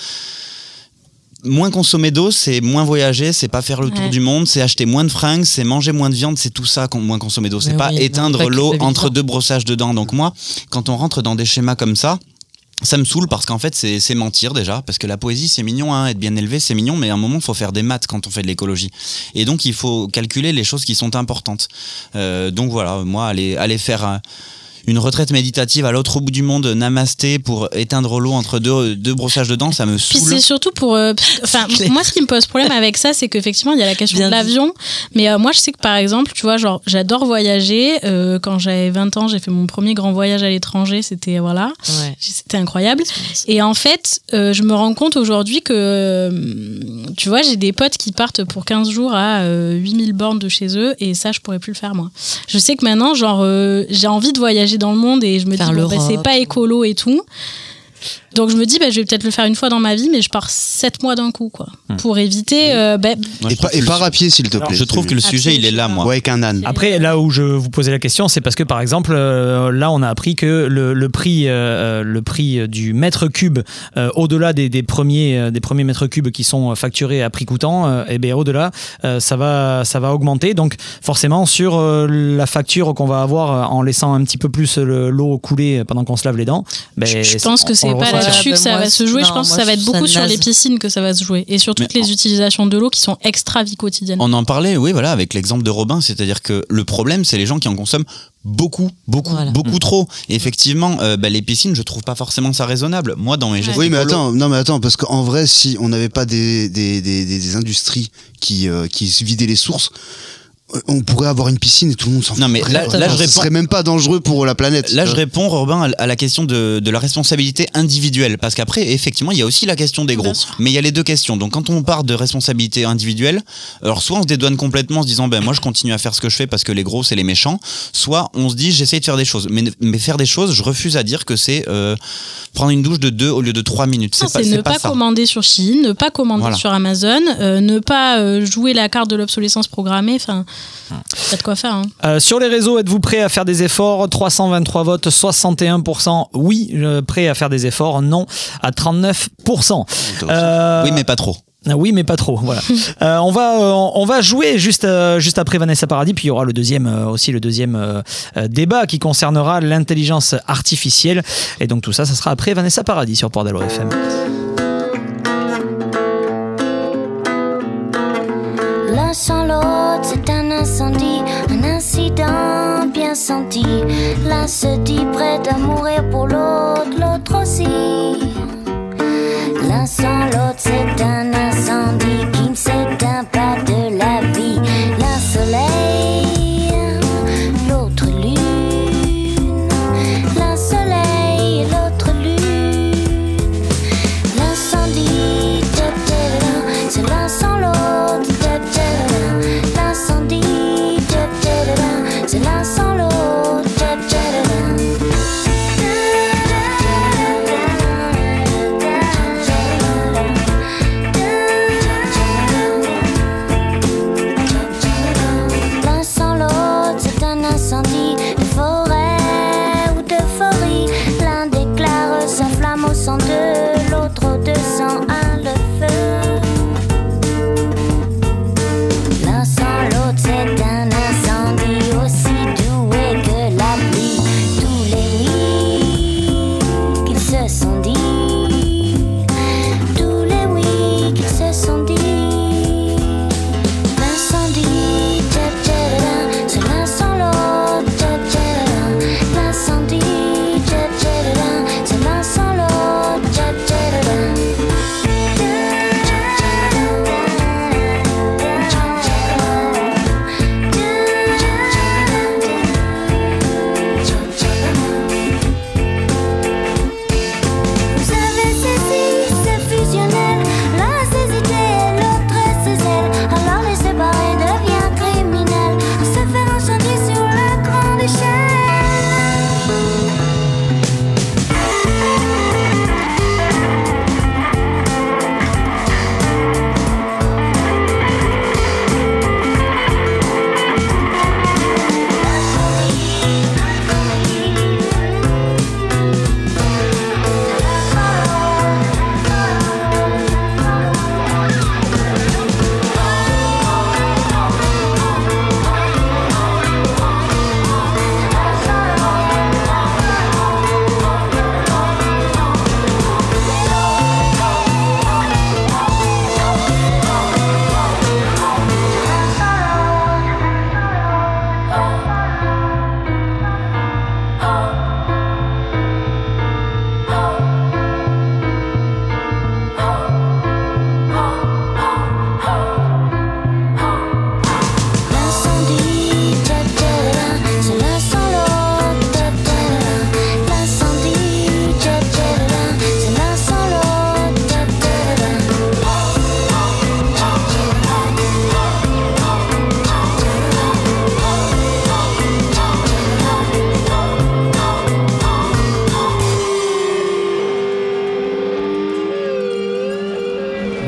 Moins consommer d'eau, c'est moins voyager, c'est pas faire le tour du monde, c'est acheter moins de fringues, c'est manger moins de viande, c'est tout ça, moins consommer d'eau. C'est pas éteindre l'eau entre 2 brossages de dents. Donc moi, quand on rentre dans des schémas comme ça me saoule parce qu'en fait c'est mentir déjà, parce que la poésie c'est mignon, hein, être bien élevé c'est mignon, mais à un moment il faut faire des maths quand on fait de l'écologie, et donc il faut calculer les choses qui sont importantes. Donc voilà, moi aller faire une retraite méditative à l'autre bout du monde, namasté, pour éteindre l'eau entre deux brossages de dents, ça me saoule. Puis c'est surtout pour... moi, ce qui me pose problème avec ça, c'est qu'effectivement, il y a la question de l'avion. Mais moi, je sais que, par exemple, tu vois, genre, j'adore voyager. Quand j'avais 20 ans, j'ai fait mon premier grand voyage à l'étranger. C'était, c'était incroyable. Et en fait, je me rends compte aujourd'hui que, tu vois, j'ai des potes qui partent pour 15 jours à 8000 bornes de chez eux. Et ça, je pourrais plus le faire, moi. Je sais que maintenant, genre, j'ai envie de voyager dans le monde et je me dis c'est pas écolo et tout, donc je me dis je vais peut-être le faire une fois dans ma vie, mais je pars 7 mois d'un coup quoi, pour éviter et par à pied s'il te plaît. Je trouve que le sujet il est là, moi. Ouais, avec un âne. Après, là où je vous posais la question, c'est parce que par exemple là on a appris que le prix du mètre cube au-delà des premiers mètres cubes qui sont facturés à prix coûtant, et bien au-delà ça va augmenter, donc forcément sur la facture qu'on va avoir en laissant un petit peu plus l'eau couler pendant qu'on se lave les dents, je pense que c'est pas là-dessus que ça va se jouer. Je pense que ça va être beaucoup sur les piscines que ça va se jouer, et sur toutes les utilisations de l'eau qui sont extra vie quotidienne. On en parlait, oui, voilà, avec l'exemple de Robin, c'est-à-dire que le problème, c'est les gens qui en consomment beaucoup trop. Et effectivement, les piscines, je trouve pas forcément ça raisonnable. Moi, dans mes gestes oui, mais attends, parce qu'en vrai, si on n'avait pas des industries qui se vidaient les sources, on pourrait avoir une piscine et tout le monde s'en fout. Non, mais là je réponds. Ce serait même pas dangereux pour la planète. Là, je réponds, Robin, à la question de la responsabilité individuelle. Parce qu'après, effectivement, il y a aussi la question des gros. Mais il y a les deux questions. Donc, quand on part de responsabilité individuelle, alors soit on se dédouane complètement en se disant, moi, je continue à faire ce que je fais parce que les gros, c'est les méchants. Soit on se dit, j'essaye de faire des choses. Mais faire des choses, je refuse à dire que c'est prendre une douche de 2 au lieu de 3 minutes. Non, c'est ne pas commander sur Chine, ne pas commander sur Amazon, ne pas jouer la carte de l'obsolescence programmée. Enfin, t'as de quoi faire. Sur les réseaux, êtes-vous prêt à faire des efforts? 323 votes, 61%. Oui, prêt à faire des efforts. Non, à 39%. Oui, mais pas trop. Oui, mais pas trop. Voilà. On va jouer juste après Vanessa Paradis, puis il y aura le deuxième débat qui concernera l'intelligence artificielle. Et donc tout ça sera après Vanessa Paradis sur Port d'Albret FM. L'un sans l'autre, c'est un incendie, un incident bien senti. L'un se dit prêt à mourir pour l'autre, l'autre aussi. L'un sans l'autre, c'est un incendie qui ne s'éteint pas de la vie. L'un soleil, l'autre lune. L'un soleil et l'autre lune. L'incendie, c'est l'un sans l'autre. L'incendie, c'est l'un sans l'autre. L'un sans l'autre, c'est un incendie de forêt ou d'euphorie. L'un déclare sa flamme au 102, l'autre au 201 le feu. L'un sans l'autre, c'est un incendie aussi doué que la pluie. Tous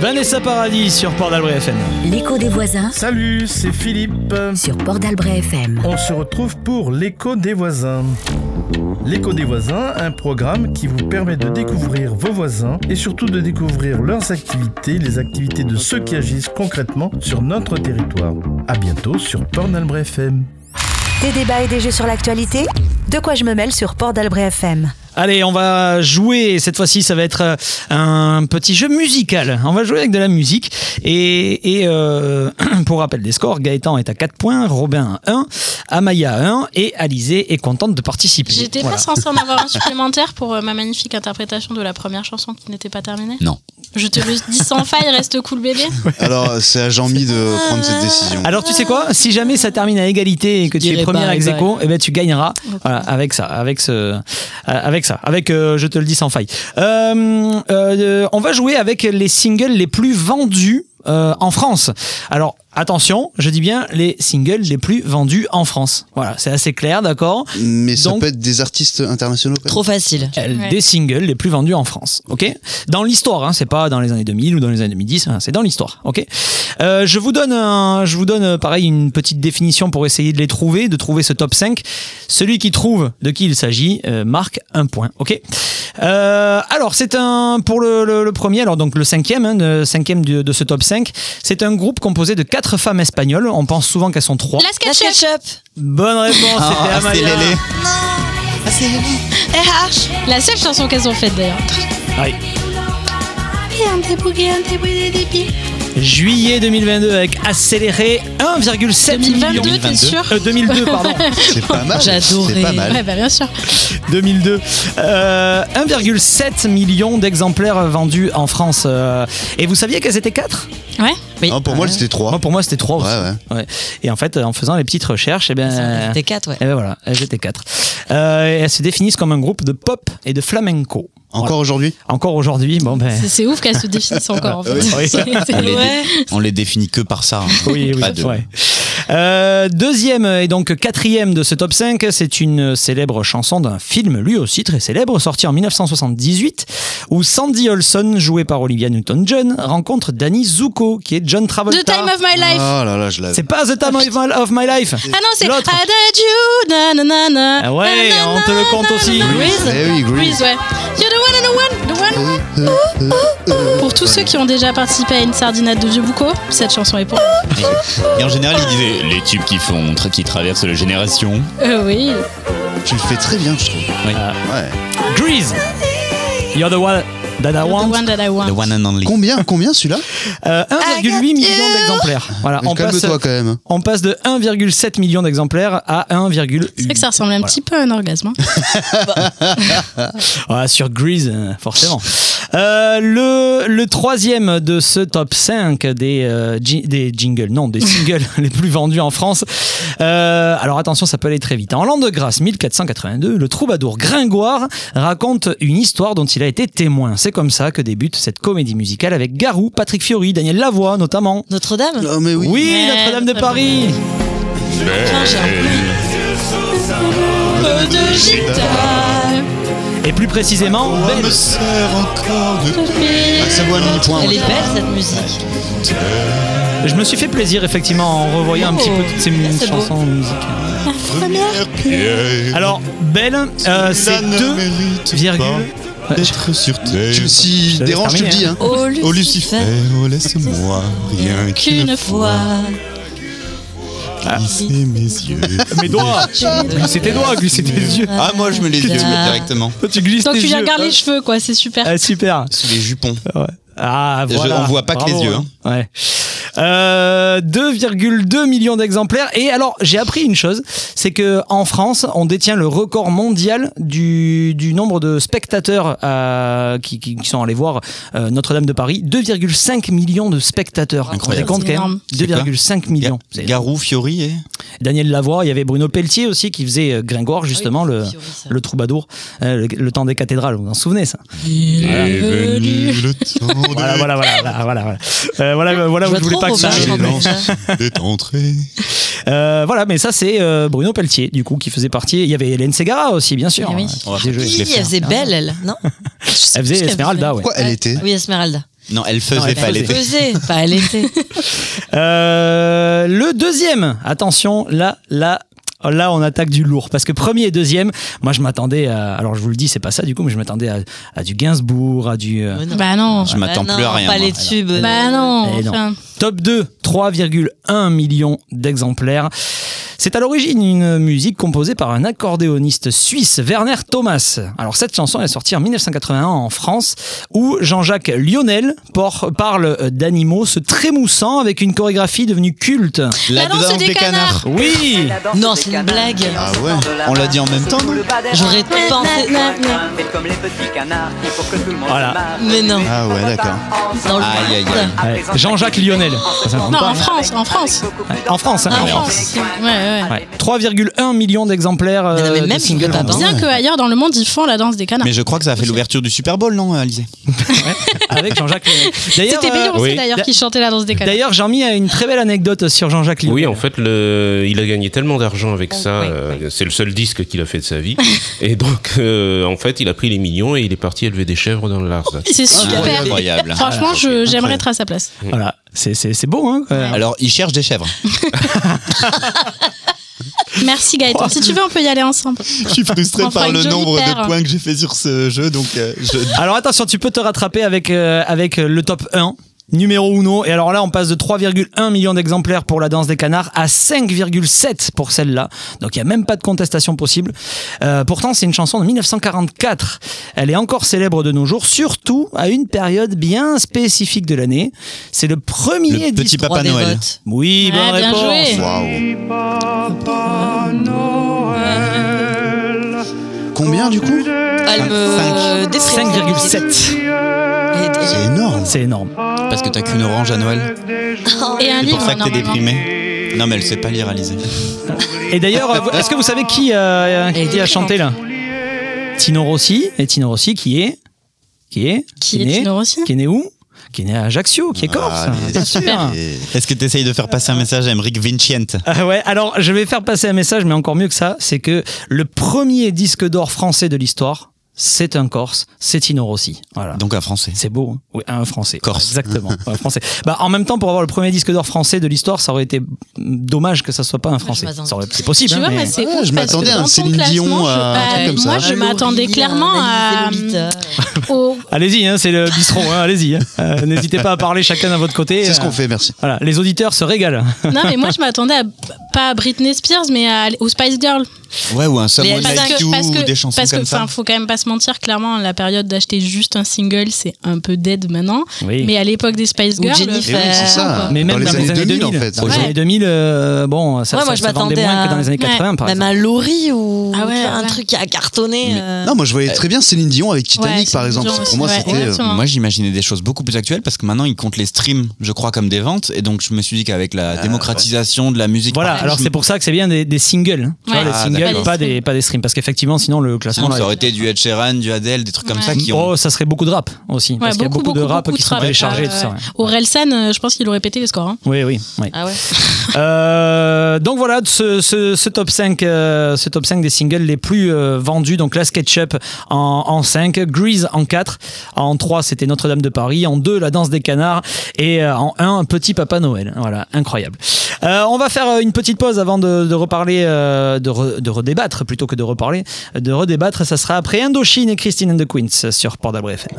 Vanessa Paradis sur Port d'Albret FM. L'écho des voisins Salut, c'est Philippe. sur Port d'Albret FM. On se retrouve pour l'écho des voisins. L'écho des voisins, un programme qui vous permet de découvrir vos voisins et surtout de découvrir leurs activités, les activités de ceux qui agissent concrètement sur notre territoire. À bientôt sur Port d'Albret FM. Des débats et des jeux sur l'actualité. De quoi je me mêle sur Port d'Albret FM. Allez, on va jouer. Cette fois-ci, ça va être un petit jeu musical. On va jouer avec de la musique. Et pour rappel des scores, Gaëtan est à 4 points, Robin à 1, Amaya à 1 et Alizé est contente de participer. J'étais pas censée en avoir un supplémentaire pour ma magnifique interprétation de la première chanson qui n'était pas terminée. Non. Je te le dis sans faille, reste cool bébé. Alors, c'est à Jean-Mi de prendre cette décision. Alors, tu sais quoi ? Si jamais ça termine à égalité et que tu es première ex aequo, eh ben, tu gagneras. Okay. Voilà, avec ça, avec je te le dis sans faille. On va jouer avec les singles les plus vendus en France. Alors, attention, je dis bien les singles les plus vendus en France. Voilà, c'est assez clair, d'accord ? Mais ça peut être des artistes internationaux. Trop facile. Des singles les plus vendus en France, ok ? Dans l'histoire, hein, c'est pas dans les années 2000 ou dans les années 2010, hein, c'est dans l'histoire, ok ? Je vous donne pareil une petite définition pour essayer de les trouver, de trouver ce top 5. Celui qui trouve de qui il s'agit marque un point, ok ? Alors, c'est pour le premier, alors donc le cinquième, hein, de ce top 5, c'est un groupe composé de 4 femmes espagnoles. On pense souvent qu'elles sont 3. La SketchUp. Bonne réponse, c'était Amaya. C'est Lélé. RH. La seule chanson qu'elles ont faite d'ailleurs. Oui. Juillet 2022 avec Accéléré, 1,7 million. 2022, t'es sûr 2002, pardon. C'est pas mal. J'adorais. C'est pas mal. Ouais, bah bien sûr. 2002. 1,7 million d'exemplaires vendus en France. Et vous saviez qu'elles étaient 4 ? Ouais. Oui. Non, pour moi, c'était 3. Moi, pour moi, c'était 3 aussi. Ouais. Et en fait, en faisant les petites recherches, Elles étaient 4, ouais. Et ben voilà, elles étaient 4. Et elles se définissent comme un groupe de pop et de flamenco. Encore aujourd'hui ? Encore aujourd'hui, bon ben. C'est ouf qu'elles se définissent encore en fait. On les définit que par ça. Hein. Oui, Pas de... ouais. Deuxième et donc quatrième de ce top 5, c'est une célèbre chanson d'un film, lui aussi très célèbre, sorti en 1978, où Sandy Olson, jouée par Olivia Newton-John, rencontre Danny Zuko, qui est John Travolta. The Time of My Life. Oh là là, je l'avais. C'est pas The Time of My Life. Ah non, c'est l'autre. I Did You, na na na na. Ah ouais, on te le compte aussi. Grease. Eh oui, Grease. Grease, ouais. You're the one and the one. Pour tous ceux qui ont déjà participé à une sardinade de vieux boucau, cette chanson est pour Et en général, il disait les tubes qui traversent les générations. oui. Tu le fais très bien, je trouve. Oui. Ouais. Grease. You're the one that I want. The one that I want. The one and only. Combien celui-là ? 1,8 million d'exemplaires. Voilà, Calme-toi quand même. On passe de 1,7 million d'exemplaires à 1,8. C'est vrai que ça ressemble un petit peu à un orgasme. Voilà, sur Grease, forcément. Le troisième de ce top 5 des jingles, non, des singles les plus vendus en France. Alors attention, ça peut aller très vite. En l'an de grâce 1482, le troubadour Gringoire raconte une histoire dont il a été témoin. C'est comme ça que débute cette comédie musicale avec Garou, Patrick Fiori, Daniel Lavoie notamment. Notre-Dame. Oh, mais oui. Oui, Notre-Dame de Paris. De gitane. Et plus précisément, Belle. Ah, ça vaut un demi-point. Elle est belle cette musique. Je me suis fait plaisir effectivement en revoyant un petit peu toutes ces c'est chansons beau. musicales. Alors, Belle, c'est 2, D'être sur terre. Si dérange, tu le dis. Hein. Oh Lucifer, laisse-moi rien Qu'une fois. glisser mes yeux. Mes doigts. Glisser tes doigts, glisser tes yeux. Ah, moi je mets les yeux directement. Toi, tu glisses Donc tes tu yeux. regardes les cheveux quoi, c'est super. Ah, super. Sous les jupons. Ouais. Ah, voilà. On voit pas que les yeux. Hein. Ouais. 2,2 millions d'exemplaires. Et alors, j'ai appris une chose, c'est que en France, on détient le record mondial du nombre de spectateurs qui sont allés voir Notre-Dame de Paris. 2,5 millions de spectateurs. Incroyable. Vous vous rendez compte quand même 2,5 millions. Garou, Fiori et Daniel Lavoie, il y avait Bruno Pelletier aussi qui faisait Gringoire justement, le troubadour, le temps des cathédrales, vous vous en souvenez ça? Est venu le temps. Voilà où je voulais pas que ça est entré. Voilà, mais ça c'est Bruno Pelletier du coup qui faisait partie. Il y avait Hélène Ségara aussi bien sûr. Oui. Elle Elle faisait belle elle, non? Elle faisait Esmeralda, ouais. Quoi, elle était? Oui, Esmeralda. Non, elle faisait, Non, elle pas l'été. Faisait, pas elle était. Le deuxième, attention, là, on attaque du lourd. Parce que premier et deuxième, moi je m'attendais à. Alors je vous le dis, c'est pas ça du coup, mais je m'attendais à du Gainsbourg, à du. Bah non. Je m'attends plus à rien. Pas moi. les tubes. Bah non. Eh non. Enfin, Top 2, 3,1 millions d'exemplaires. C'est à l'origine une musique composée par un accordéoniste suisse, Werner Thomas. Alors cette chanson est sortie en 1981 en France, où Jean-Jacques Lionel parle d'animaux se trémoussant avec une chorégraphie devenue culte. La danse des canards. Oui. Non, c'est une blague. Ah ouais. On l'a dit en même temps, non? J'aurais pensé. Voilà. Mais non. Ah ouais, d'accord. Dans le Aïe, aïe, aïe. Ouais. Jean-Jacques Lionel. Ça compte non, pas. en France. Ouais, en France. Hein. Ah, En en France. France. Ouais. Ouais. 3,1 millions d'exemplaires Mais non, mais de même, singles. je voudrais pas Bien qu'ailleurs dans le monde, ils font la danse des canards. Mais je crois que ça a fait l'ouverture du Super Bowl, non, Alizé? Avec Jean-Jacques Lionel. D'ailleurs, C'était Beyoncé oui. d'ailleurs qui chantait la danse des canards. D'ailleurs, Jean-Mi a une très belle anecdote sur Jean-Jacques Lionel. Oui, en fait, il a gagné tellement d'argent avec ça. oui. C'est le seul disque qu'il a fait de sa vie. Et donc, en fait, il a pris les millions et il est parti élever des chèvres dans le Larzac. C'est super. Incroyable. Franchement, j'aimerais être à sa place. Voilà, c'est beau, hein. Alors, il cherche des chèvres. Merci Gaëtan. Si tu veux, on peut y aller ensemble. Je suis frustré On fera par une le jolie nombre paire. de points que j'ai fait sur ce jeu, donc Alors attention, tu peux te rattraper avec le top 1. Numéro 1, et alors là on passe de 3,1 millions d'exemplaires pour la danse des canards à 5,7 pour celle-là, donc il n'y a même pas de contestation possible. Pourtant c'est une chanson de 1944, elle est encore célèbre de nos jours, surtout à une période bien spécifique de l'année. C'est le premier Le petit disque. Papa Des Noël. votes. Oui, Ah, bonne bien réponse. joué. Combien du coup? Elle me déprime. 5,7. C'est énorme. C'est énorme. Parce que t'as qu'une orange à Noël. Et un C'est livre, pour ça que t'es normalement. déprimé. Non, mais elle sait pas lire, Alizé. Et d'ailleurs, est-ce que vous savez qui a chanté là? Tino Rossi. Et Tino Rossi qui est Qui est Tino Rossi? Qui est né où? Qui est né à Ajaccio, qui est corse. mais Bien sûr. Est-ce que t'essayes de faire passer un message à Emmerich Vincent? Ouais, alors je vais faire passer un message, mais encore mieux que ça, c'est que le premier disque d'or français de l'histoire, c'est un Corse, c'est Tino Rossi. Voilà. Donc un Français. C'est beau, hein. Oui, un Français. Corse. Exactement, un Français. Bah, en même temps, pour avoir le premier disque d'or français de l'histoire, ça aurait été dommage que ça soit pas un Français. m'attendais. Ça aurait été possible. Tu hein, vois, mais- moi, c'est Ouais, ouf je parce m'attendais que à un dans ton Céline classement, Dion, un truc comme moi, ça. je m'attendais clairement à au- Allez-y, hein, c'est le bistrot, hein, allez-y. Hein. N'hésitez pas à parler chacun à votre côté. C'est ce qu'on fait, merci. Voilà, les auditeurs se régalent. Non, mais moi, je m'attendais pas à Britney Spears, mais aux Spice Girls. Ouais, ou un Someone Parce Like You, ou des chansons parce que, comme ça. enfin, faut quand même pas se mentir, clairement, la période d'acheter juste un single, c'est un peu dead maintenant. Oui. Mais à l'époque des Spice Ou Girls, Jennifer. Et oui, c'est ça. Mais même dans les années 2000, en fait. Dans les Ouais. années 2000, bon, ça, Ouais, ça, moi, je ça vendait m'attendais moins à- que dans les années 80, par Même exemple. un Laurie ou Ah ouais, un ouais. truc qui a cartonné. Non, moi je voyais très bien Céline Dion avec Titanic Ouais, par exemple. Céline Dion Pour moi aussi, c'était. ouais, exactement. Moi, j'imaginais des choses beaucoup plus actuelles parce que maintenant, ils comptent les streams, je crois, comme des ventes. Et donc, je me suis dit qu'avec la démocratisation de la musique. Voilà, partout, alors je c'est me- pour ça que c'est bien des singles. Hein. Tu Ouais. vois, les Ah, singles, d'accord. pas des streams. Parce qu'effectivement, sinon le classement. Sinon, ça là, aurait été du Ed Sheeran, du Adele, des trucs comme Ouais. ça qui ont. Oh, ça serait beaucoup de rap aussi. Ouais, parce qu'il y a beaucoup de rap qui de sont rap. téléchargés, tout ça. Ouais. Orelsan, je pense qu'il aurait pété les scores. Hein. Oui, oui. oui. Ah ouais. Donc voilà, ce top 5, ce top 5 des singles les plus vendus. Donc la SketchUp en 5, Grease en 4, en 3 c'était Notre-Dame de Paris, en 2 La Danse des Canards et en 1 Petit Papa Noël. Voilà, incroyable. On va faire une petite pause avant de reparler, de redébattre plutôt que de reparler, de redébattre. Ça sera après Indochine et Christine and the Queens sur Port d'Albret FM.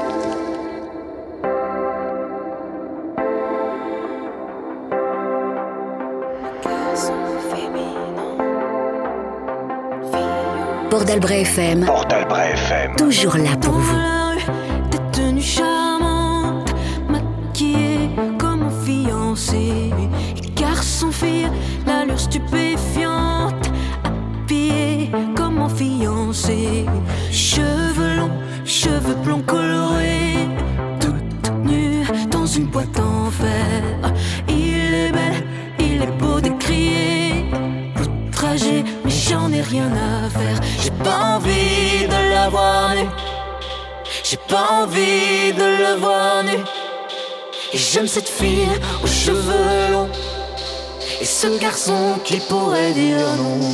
Port d'Albret FM, Port d'Albret FM. toujours là pour vous. Des tenues charmantes, maquillées comme un fiancé. Et garçon-fille, l'allure stupéfiante, habillée comme un fiancé. Cheveux longs, cheveux blonds colorés, toute nue dans une boîte en fer. Il est bel, il est beau d'écrier. Outragé, mais j'en ai rien à faire. J'ai pas envie de la voir nue. J'ai pas envie de le voir nu. Et j'aime cette fille aux cheveux longs et ce garçon qui pourrait dire non.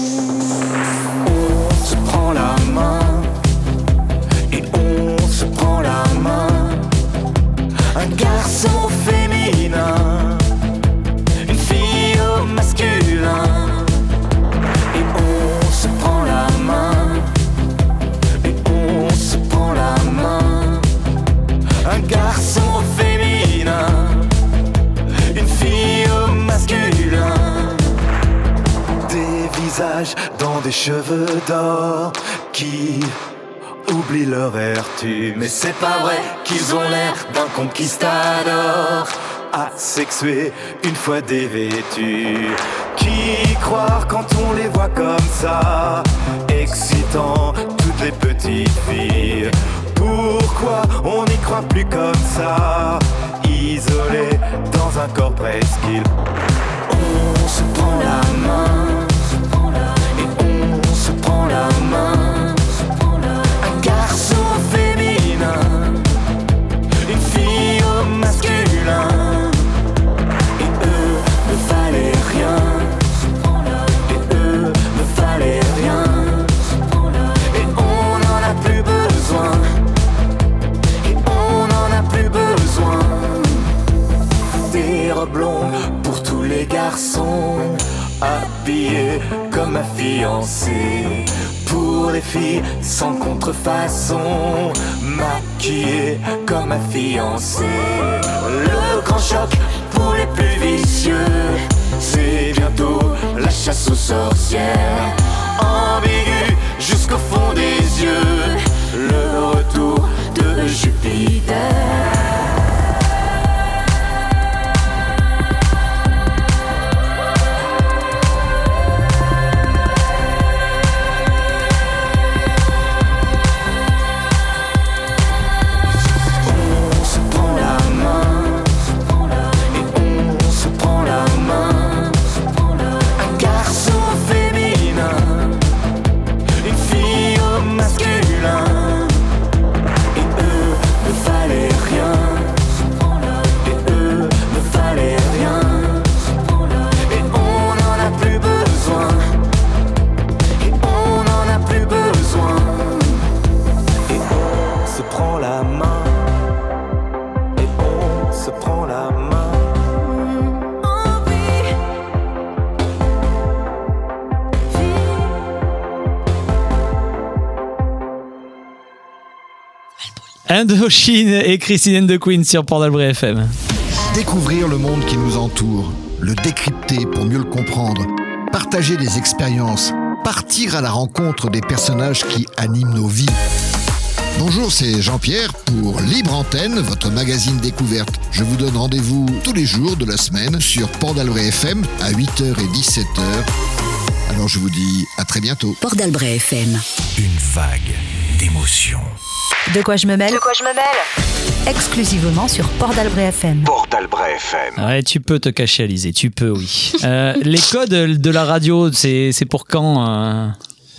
On se prend la main et on se prend la main. cheveux d'or qui oublient leur vertu. Mais c'est pas vrai qu'ils ont l'air d'un conquistador asexué une fois dévêtus. Qui croire quand on les voit comme ça, excitant toutes les petites filles? Pourquoi on n'y croit plus comme ça, isolé dans un corps presqu'île? On se prend la main et on se prend la main. Un garçon féminin, une fille au masculin. Et eux ne valaient rien. Et eux ne valaient rien. Et on n'en a plus besoin. Et on n'en a plus besoin. Des robes longues pour tous les garçons, habillés comme ma fiancée. Pour les filles sans contrefaçon, maquillées comme ma fiancée. Le grand choc pour les plus vicieux, c'est bientôt la chasse aux sorcières. Ambigu jusqu'au fond des yeux, le retour de Jupiter. Indochine et Christine and the Queen sur Port d'Albret FM. Découvrir le monde qui nous entoure, le décrypter pour mieux le comprendre, partager des expériences, partir à la rencontre des personnages qui animent nos vies. Bonjour, c'est Jean-Pierre pour Libre Antenne, votre magazine découverte. Je vous donne rendez-vous tous les jours de la semaine sur Port d'Albret FM à 8h et 17h. Alors je vous dis à très bientôt. Port d'Albret FM. Une vague d'émotions. De quoi je me mêle? Exclusivement sur Port d'Albret FM. Port d'Albret FM. Ouais, tu peux te cacher, Alizé, tu peux, oui. Les codes de la radio, c'est pour quand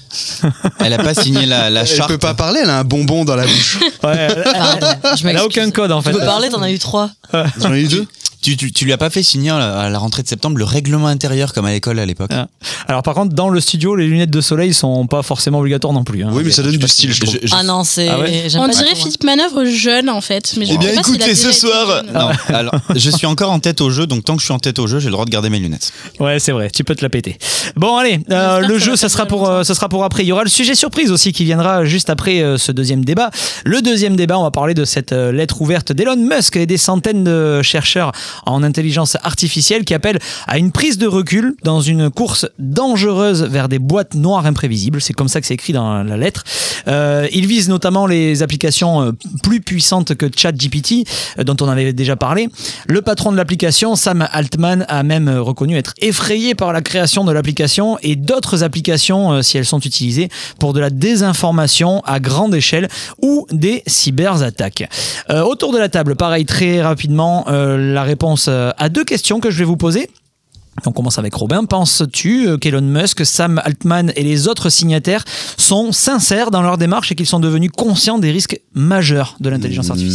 Elle a pas signé la charte. Elle peut pas parler, elle a un bonbon dans la bouche. Ouais, elle a aucun code en fait. Tu peux parler, t'en as eu 3. J'en ai eu 2. Tu lui as pas fait signer à la rentrée de septembre le règlement intérieur comme à l'école à l'époque. Alors par contre dans le studio les lunettes de soleil sont pas forcément obligatoires non plus. Oui mais ça donne du style je trouve. Ah non c'est. Ah ouais. On dirait Philippe Manœuvre jeune en fait. Mais eh bien écoutez ce soir. Non, alors je suis encore en tête au jeu donc tant que je suis en tête au jeu j'ai le droit de garder mes lunettes. Ouais c'est vrai tu peux te la péter. Bon allez le jeu ça sera pour après. Il y aura le sujet surprise aussi qui viendra juste après ce deuxième débat. Le deuxième débat on va parler de cette lettre ouverte d'Elon Musk et des centaines de chercheurs en intelligence artificielle qui appelle à une prise de recul dans une course dangereuse vers des boîtes noires imprévisibles. C'est comme ça que c'est écrit dans la lettre. Il vise notamment les applications plus puissantes que ChatGPT, dont on avait déjà parlé. Le patron de l'application, Sam Altman, a même reconnu être effrayé par la création de l'application et d'autres applications, si elles sont utilisées, pour de la désinformation à grande échelle ou des cyberattaques. Autour de la table, pareil, très rapidement, la réponse à 2 questions que je vais vous poser. On commence avec Robin. Penses-tu qu'Elon Musk, Sam Altman et les autres signataires sont sincères dans leur démarche et qu'ils sont devenus conscients des risques majeurs de l'intelligence artificielle ?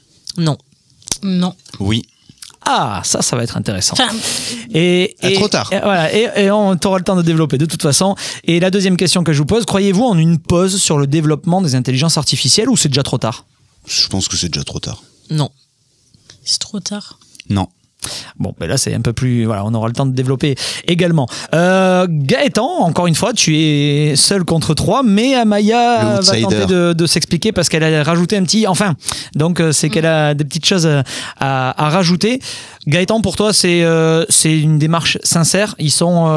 Non. Oui. Ah, ça va être intéressant. Enfin, trop tard. Et on aura le temps de développer de toute façon. Et la deuxième question que je vous pose, croyez-vous en une pause sur le développement des intelligences artificielles ou c'est déjà trop tard ? Je pense que c'est déjà trop tard. Non. c'est trop tard. Non. Bon, ben là c'est un peu plus, voilà, on aura le temps de développer également. Gaëtan, encore une fois, tu es seul contre 3, mais Amaya va tenter de s'expliquer parce qu'elle a rajouté un petit, enfin, donc c'est qu'elle a des petites choses à rajouter. Gaëtan, pour toi, c'est une démarche sincère. Ils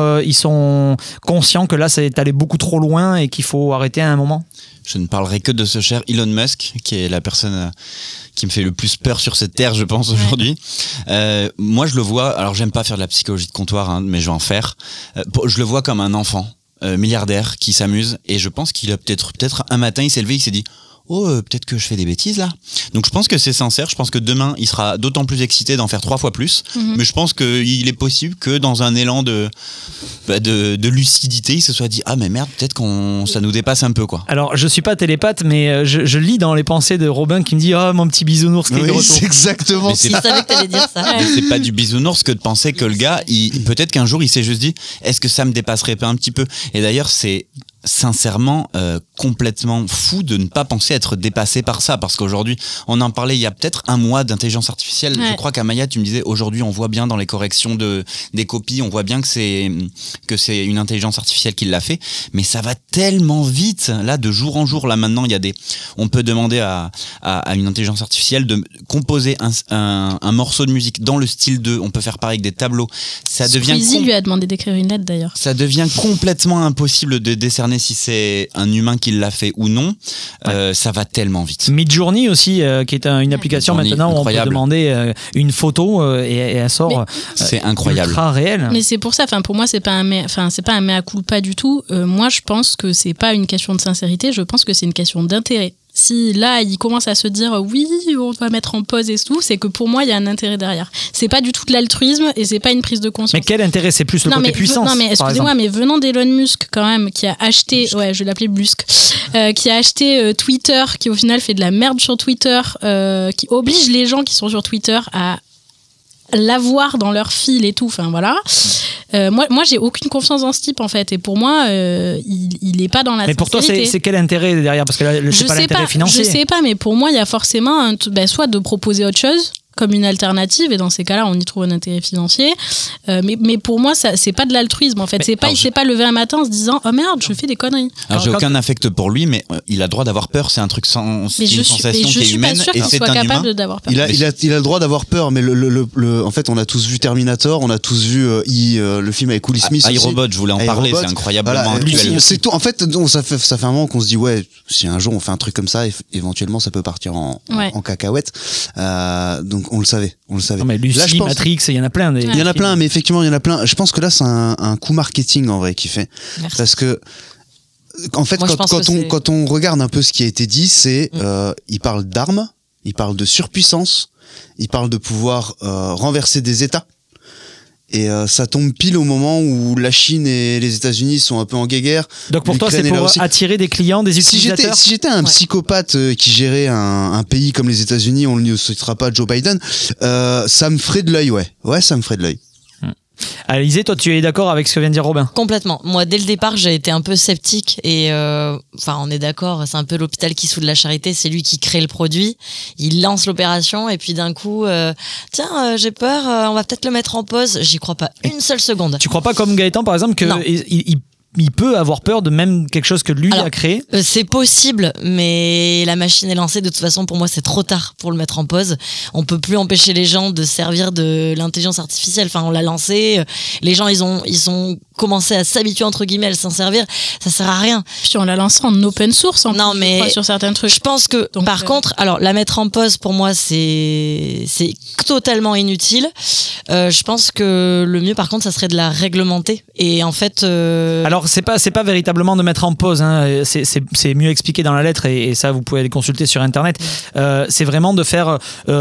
sont conscients que là, c'est allé beaucoup trop loin et qu'il faut arrêter à un moment. Je ne parlerai que de ce cher Elon Musk, qui est la personne qui me fait le plus peur sur cette terre, je pense, aujourd'hui. Moi, je le vois, alors j'aime pas faire de la psychologie de comptoir, hein, mais je vais en faire. Je le vois comme un enfant milliardaire qui s'amuse, et je pense qu'il a peut-être un matin, il s'est levé, il s'est dit peut-être que je fais des bêtises là. Donc je pense que c'est sincère, je pense que demain il sera d'autant plus excité d'en faire 3 fois plus, mais je pense qu'il est possible que dans un élan de lucidité, il se soit dit mais merde, peut-être ça nous dépasse un peu quoi. Alors je suis pas télépathe, mais je lis dans les pensées de Robin qui me dit mon petit bisounours qui est de retour. C'est exactement ça. Il savait que t'allais dire ça. Mais c'est pas du bisounours que de penser que le gars, peut-être qu'un jour il s'est juste dit est-ce que ça me dépasserait pas un petit peu. Et d'ailleurs c'est sincèrement complètement fou de ne pas penser être dépassé par ça, parce qu'aujourd'hui on en parlait il y a peut-être un mois d'intelligence artificielle. Je crois qu'Amaya tu me disais aujourd'hui on voit bien dans les corrections des copies, on voit bien que c'est une intelligence artificielle qui l'a fait, mais ça va tellement vite là, de jour en jour. Là maintenant on peut demander à une intelligence artificielle de composer un morceau de musique dans le style 2, on peut faire pareil avec des tableaux. Squeezie lui a demandé d'écrire une lettre d'ailleurs. Ça devient complètement impossible de décerner si c'est un humain qui l'a fait ou non. Ça va tellement vite. Midjourney aussi, qui est une application maintenant où on peut demander une photo et elle sort. C'est incroyable. Ultra réel. Mais c'est pour ça, pour moi, c'est pas un mea culpa du tout. Moi, je pense que c'est pas une question de sincérité, je pense que c'est une question d'intérêt. Si là il commence à se dire oui on va mettre en pause et tout, c'est que pour moi il y a un intérêt derrière. C'est pas du tout de l'altruisme et c'est pas une prise de conscience. Mais quel intérêt? C'est plus le côté puissance. Non mais excusez-moi, mais venant d'Elon Musk quand même, qui a acheté, je vais l'appeler Musk, qui a acheté Twitter, qui au final fait de la merde sur Twitter, qui oblige les gens qui sont sur Twitter à l'avoir dans leur fil et tout, enfin voilà. Moi j'ai aucune confiance dans ce type en fait, et pour moi il est pas dans la sincérité. Mais pour toi c'est quel intérêt derrière? Parce que là c'est pas l'intérêt financier. Je sais pas, mais pour moi il y a forcément soit de proposer autre chose comme une alternative, et dans ces cas-là on y trouve un intérêt financier, mais pour moi ça, c'est pas de l'altruisme en fait. Il s'est pas levé un matin en se disant oh merde je fais des conneries. Alors j'ai aucun affect pour lui, mais il a le droit d'avoir peur, c'est un truc c'est une sensation qui est humaine, et c'est un humain. D'avoir peur. Il a le droit d'avoir peur, mais en fait on a tous vu Terminator, on a tous vu le film avec Will Smith. iRobot, je voulais en parler, c'est incroyablement actuel. C'est tout. En fait ça fait un moment qu'on se dit si un jour on fait un truc comme ça, éventuellement ça peut partir en cacahuète. Donc on le savait. Non, mais Lucie, là, Matrix, il y en a plein. Il y en a plein, mais effectivement, il y en a plein. Je pense que là, c'est un coup marketing en vrai qui fait. Merci. Parce que, en fait, quand on regarde un peu ce qui a été dit, c'est, il parle d'armes, il parle de surpuissance, il parle de pouvoir renverser des États. Et ça tombe pile au moment où la Chine et les États-Unis sont un peu en guerre. Donc pour toi, c'est pour attirer des clients, des utilisateurs. Si j'étais un psychopathe qui gérait un pays comme les États-Unis, on ne citera pas Joe Biden, ça me ferait de l'œil, ouais, ça me ferait de l'œil. Alizé, toi, tu es d'accord avec ce que vient de dire Robin? Complètement. Moi, dès le départ, j'ai été un peu sceptique et on est d'accord, c'est un peu l'hôpital qui soude la charité, c'est lui qui crée le produit, il lance l'opération et puis d'un coup, j'ai peur, on va peut-être le mettre en pause. J'y crois pas une seule seconde. Tu crois pas comme Gaëtan, par exemple, que il peut avoir peur de même quelque chose que lui a créé? C'est possible, mais la machine est lancée. De toute façon, pour moi, c'est trop tard pour le mettre en pause. On peut plus empêcher les gens de servir de l'intelligence artificielle. Enfin, on l'a lancé. Les gens, ils ont commencé à s'habituer entre guillemets à s'en servir. Ça sert à rien. Puis on l'a lancé en open source. Mais sur certains trucs. Je pense que, par contre, la mettre en pause pour moi, c'est totalement inutile. Je pense que le mieux, par contre, ça serait de la réglementer. Et en fait, alors c'est pas véritablement de mettre en pause, hein. C'est mieux expliqué dans la lettre et ça vous pouvez aller consulter sur internet. C'est vraiment de faire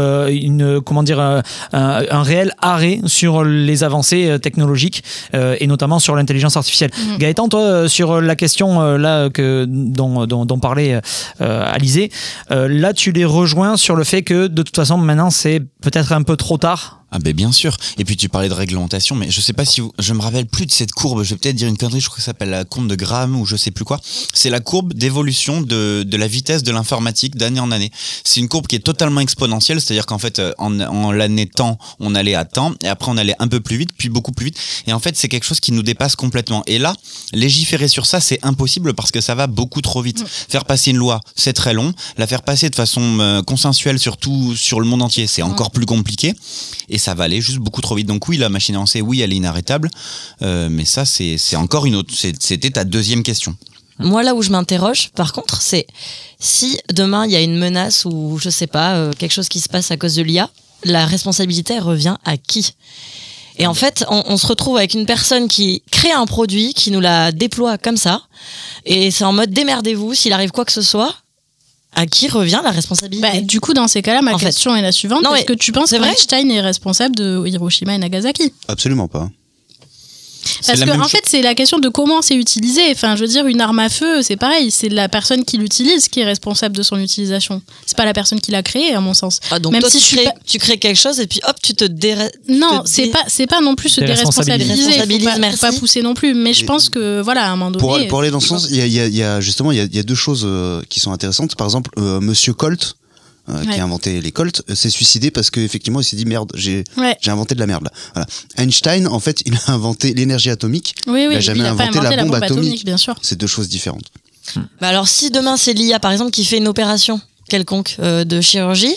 un réel arrêt sur les avancées technologiques et notamment sur l'intelligence artificielle. Gaëtan, toi sur la question dont parlait Alizé, là tu les rejoins sur le fait que de toute façon maintenant c'est peut-être un peu trop tard Ah ben bien sûr. Et puis tu parlais de réglementation, mais je sais pas si je me rappelle plus de cette courbe. Je vais peut-être dire une connerie. Je crois que ça s'appelle la courbe de Graham ou je sais plus quoi. C'est la courbe d'évolution de la vitesse de l'informatique d'année en année. C'est une courbe qui est totalement exponentielle, c'est-à-dire qu'en fait en l'année temps, on allait à temps et après on allait un peu plus vite, puis beaucoup plus vite. Et en fait c'est quelque chose qui nous dépasse complètement. Et là, légiférer sur ça, c'est impossible parce que ça va beaucoup trop vite. Faire passer une loi, c'est très long. La faire passer de façon consensuelle surtout sur le monde entier, c'est encore plus compliqué. Et ça va aller juste beaucoup trop vite. Donc oui, la machine à avancer, oui, elle est inarrêtable. Mais ça, c'est encore une autre. C'était ta deuxième question. Moi, là où je m'interroge, par contre, c'est si demain il y a une menace ou je sais pas, quelque chose qui se passe à cause de l'IA, la responsabilité revient à qui ? Et en fait, on se retrouve avec une personne qui crée un produit, qui nous la déploie comme ça, et c'est en mode démerdez-vous, s'il arrive quoi que ce soit. À qui revient la responsabilité ? Du coup, dans ces cas-là, ma question est la suivante. Est-ce que tu penses qu'Einstein est responsable de Hiroshima et Nagasaki ? Absolument pas. Parce que en fait, c'est la question de comment c'est utilisé. Enfin, je veux dire, une arme à feu, c'est pareil. C'est la personne qui l'utilise qui est responsable de son utilisation. C'est pas la personne qui l'a créé, à mon sens. Ah, donc même toi, si tu crées quelque chose et puis hop, tu te Non, c'est pas non plus se déresponsabiliser. Faut pas pousser non plus. Mais je pense que voilà, à un moment donné. Pour aller dans ce sens, il y a deux choses qui sont intéressantes. Par exemple, Monsieur Colt. Qui a inventé les Colts, s'est suicidé parce qu'effectivement il s'est dit merde, j'ai inventé de la merde là. Voilà. Einstein, en fait, il a inventé l'énergie atomique. Oui, il n'a jamais inventé la bombe atomique. Bien sûr. C'est deux choses différentes. Bah alors si demain c'est l'IA par exemple qui fait une opération quelconque de chirurgie,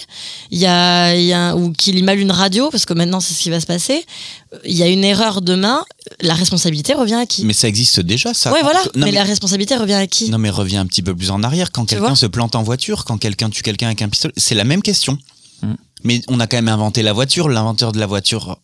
ou qu'il limale une radio, parce que maintenant c'est ce qui va se passer, il y a une erreur demain, la responsabilité revient à qui ? Mais ça existe déjà, ça. Ouais, voilà. Mais la responsabilité revient à qui ? Non, mais revient un petit peu plus en arrière. Quand quelqu'un se plante en voiture, quand quelqu'un tue quelqu'un avec un pistolet, c'est la même question. Mais on a quand même inventé la voiture. L'inventeur de la voiture,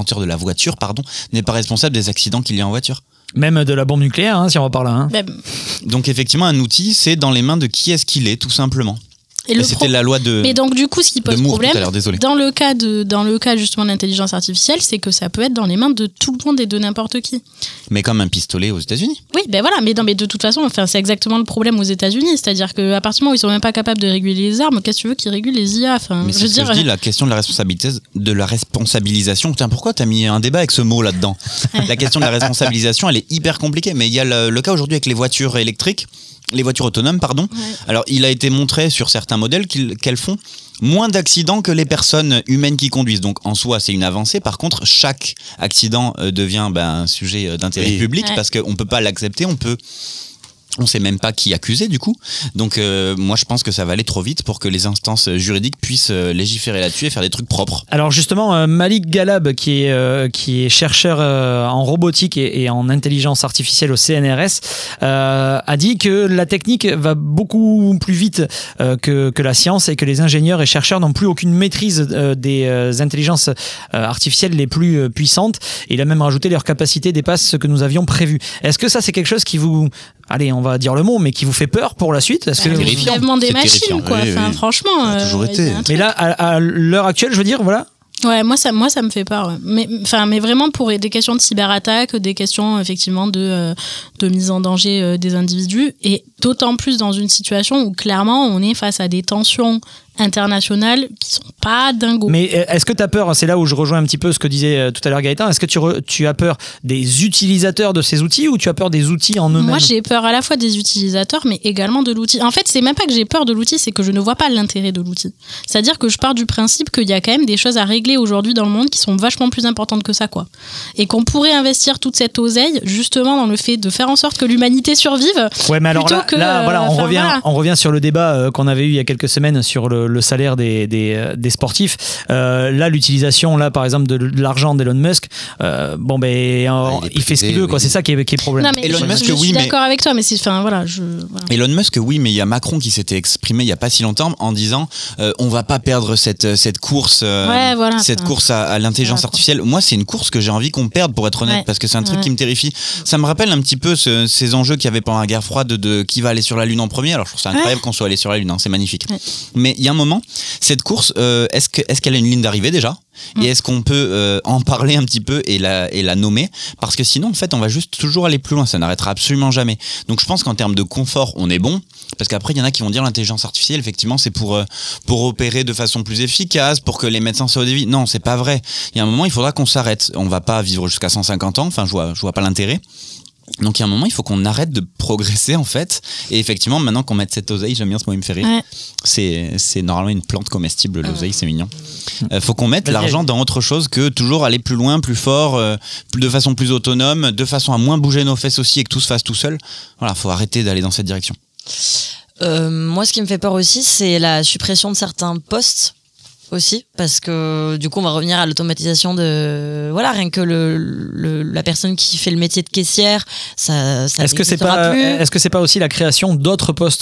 n'est pas responsable des accidents qu'il y a en voiture. Même de la bombe nucléaire, si on va par là. Donc effectivement, un outil, c'est dans les mains de qui est-ce qu'il est, tout simplement. Et c'était la loi de. Mais donc du coup, ce qui pose problème, dans le cas justement de l'intelligence artificielle, c'est que ça peut être dans les mains de tout le monde et de n'importe qui. Mais comme un pistolet aux États-Unis. Oui, ben voilà. Mais de toute façon, c'est exactement le problème aux États-Unis, c'est-à-dire qu'à partir du moment où ils sont même pas capables de réguler les armes, qu'est-ce que tu veux qu'ils régulent les IA ? Mais c'est ce que je dis, la question de la responsabilisation. Tiens, pourquoi t'as mis un débat avec ce mot là-dedans ? La question de la responsabilisation, elle est hyper compliquée. Mais il y a le cas aujourd'hui avec les voitures électriques. Les voitures autonomes, pardon. Ouais. Alors, il a été montré sur certains modèles qu'elles font moins d'accidents que les personnes humaines qui conduisent. Donc, en soi, c'est une avancée. Par contre, chaque accident devient un sujet d'intérêt public parce qu'on peut pas l'accepter. On sait même pas qui accuser du coup. Donc moi je pense que ça va aller trop vite pour que les instances juridiques puissent légiférer là-dessus et faire des trucs propres. Alors justement Malik Galab qui est chercheur en robotique et en intelligence artificielle au CNRS a dit que la technique va beaucoup plus vite que la science et que les ingénieurs et chercheurs n'ont plus aucune maîtrise des intelligences artificielles les plus puissantes. Et il a même rajouté leur capacité dépasse ce que nous avions prévu. Est-ce que ça c'est quelque chose qui vous... Allez, on va dire le mot, mais qui vous fait peur pour la suite. Est-ce que l'enlèvement des machines, quoi. Enfin, franchement, ça a toujours été. Mais là, à l'heure actuelle, je veux dire, voilà. Ouais, moi ça me fait peur. Ouais. Mais vraiment pour des questions de cyberattaque, des questions effectivement de mise en danger des individus, et d'autant plus dans une situation où clairement on est face à des tensions internationales qui sont pas dingos. Mais est-ce que tu as peur, c'est là où je rejoins un petit peu ce que disait tout à l'heure Gaëtan, est-ce que tu as peur des utilisateurs de ces outils ou tu as peur des outils en eux-mêmes ? Moi j'ai peur à la fois des utilisateurs mais également de l'outil. En fait c'est même pas que j'ai peur de l'outil, c'est que je ne vois pas l'intérêt de l'outil. C'est-à-dire que je pars du principe qu'il y a quand même des choses à régler aujourd'hui dans le monde qui sont vachement plus importantes que ça, quoi. Et qu'on pourrait investir toute cette oseille justement dans le fait de faire en sorte que l'humanité survive. Ouais, mais alors là, voilà, on revient sur le débat qu'on avait eu il y a quelques semaines sur le salaire des sportifs. Là, l'utilisation, là, par exemple, de l'argent d'Elon Musk, il fait ce qu'il veut, quoi. C'est ça qui est problème. Non, mais Elon Musk, je suis d'accord avec toi, mais voilà. Elon Musk, oui, mais il y a Macron qui s'était exprimé il y a pas si longtemps en disant on va pas perdre cette course, course à l'intelligence artificielle. Moi, c'est une course que j'ai envie qu'on perde, pour être honnête, parce que c'est un truc qui me terrifie. Ça me rappelle un petit peu ces enjeux qu'il y avait pendant la guerre froide de qui va aller sur la Lune en premier. Alors je trouve ça incroyable qu'on soit allé sur la Lune, hein, c'est magnifique. Mais il y a un moment, cette course, est-ce qu'elle a une ligne d'arrivée déjà ? Et est-ce qu'on peut en parler un petit peu et la nommer ? Parce que sinon, en fait, on va juste toujours aller plus loin. Ça n'arrêtera absolument jamais. Donc, je pense qu'en termes de confort, on est bon. Parce qu'après, il y en a qui vont dire l'intelligence artificielle, effectivement, c'est pour opérer de façon plus efficace, pour que les médecins soient au débit. Non, c'est pas vrai. Il y a un moment, il faudra qu'on s'arrête. On va pas vivre jusqu'à 150 ans. Enfin, je vois pas l'intérêt. Donc il y a un moment, il faut qu'on arrête de progresser en fait. Et effectivement, maintenant qu'on met cette oseille, j'aime bien ce mot, il me fait rire. C'est normalement une plante comestible, l'oseille, c'est mignon. Faut qu'on mette l'argent dans autre chose que toujours aller plus loin, plus fort, de façon plus autonome, de façon à moins bouger nos fesses aussi et que tout se fasse tout seul. Voilà, faut arrêter d'aller dans cette direction. Moi, ce qui me fait peur aussi, c'est la suppression de certains postes. Aussi, parce que du coup on va revenir à l'automatisation de rien que la personne qui fait le métier de caissière, ça est-ce que c'est pas aussi la création d'autres postes ?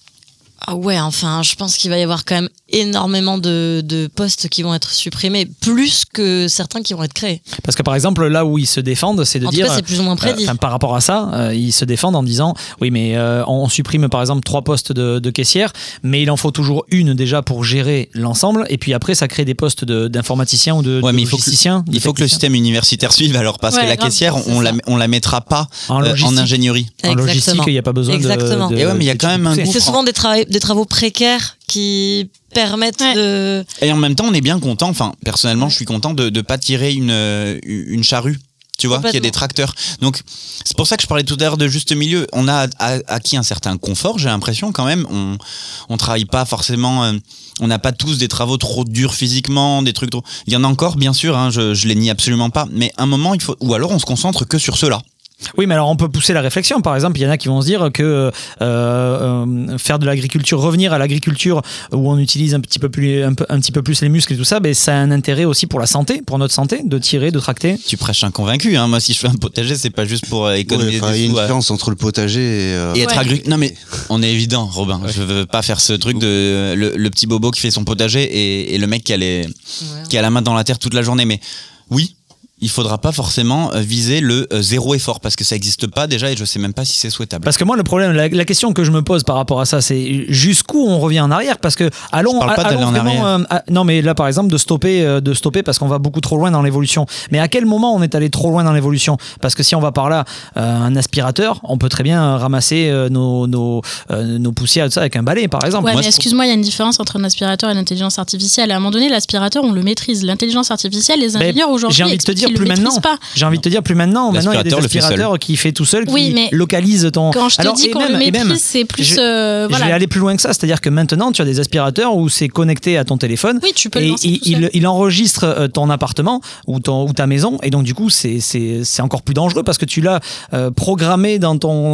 Ah ouais, enfin, je pense qu'il va y avoir quand même énormément de postes qui vont être supprimés, plus que certains qui vont être créés. Parce que par exemple, là où ils se défendent, c'est de en dire... En tout cas, c'est plus ou moins prédit. Par rapport à ça, ils se défendent en disant, oui, mais on supprime par exemple 3 postes de caissière, mais il en faut toujours une déjà pour gérer l'ensemble, et puis après, ça crée des postes d'informaticiens ou de logisticiens. Il faut que le système universitaire suive, alors, parce que la caissière, on la mettra pas en ingénierie. En logistique, il n'y a pas besoin de... Et ouais, mais il y a quand même un gouffre. C'est souvent des travaux précaires qui permettent de... Et en même temps, on est bien content, enfin, personnellement, je suis content de ne pas tirer une charrue. Tu vois, qu'il y a des tracteurs. Donc, c'est pour ça que je parlais tout à l'heure de juste milieu. On a acquis un certain confort, j'ai l'impression, quand même. On travaille pas forcément... on n'a pas tous des travaux trop durs physiquement, des trucs trop... Il y en a encore, bien sûr, hein, je les nie absolument pas. Mais à un moment, il faut... Ou alors, on se concentre que sur ceux-là. Oui, mais alors on peut pousser la réflexion. Par exemple, il y en a qui vont se dire que faire de l'agriculture, revenir à l'agriculture où on utilise un petit peu plus les muscles et tout ça, ben, ça a un intérêt aussi pour la santé, pour notre santé, de tirer, de tracter. Tu prêches un convaincu, hein. Moi, si je fais un potager, c'est pas juste pour économiser des sous. Il y a une différence entre le potager et être agriculteur. Non, mais on est évident, Robin. Je veux pas faire ce truc de le petit bobo qui fait son potager et le mec qui a la main dans la terre toute la journée. Mais oui. Il faudra pas forcément viser le zéro effort parce que ça n'existe pas déjà et je sais même pas si c'est souhaitable. Parce que moi le problème, la question que je me pose par rapport à ça, c'est jusqu'où on revient en arrière, parce que allons pas d'aller en arrière. Non mais là par exemple de stopper parce qu'on va beaucoup trop loin dans l'évolution. Mais à quel moment on est allé trop loin dans l'évolution ? Parce que si on va par là, un aspirateur, on peut très bien ramasser nos poussières et tout ça avec un balai par exemple. Ouais, mais excuse-moi, il y a une différence entre un aspirateur et l'intelligence artificielle. À un moment donné, l'aspirateur on le maîtrise. L'intelligence artificielle, les ingénieurs aujourd'hui, j'ai envie de te dire plus maintenant. J'ai envie de te dire plus maintenant. Maintenant, il y a des aspirateurs qui fait tout seul, qui localisent ton. Quand je te dis qu'on le maîtrise, c'est plus. Je vais aller plus loin que ça. C'est-à-dire que maintenant, tu as des aspirateurs où c'est connecté à ton téléphone. Oui, tu peux et le il enregistre ton appartement ou ta maison. Et donc, du coup, c'est encore plus dangereux parce que tu l'as programmé dans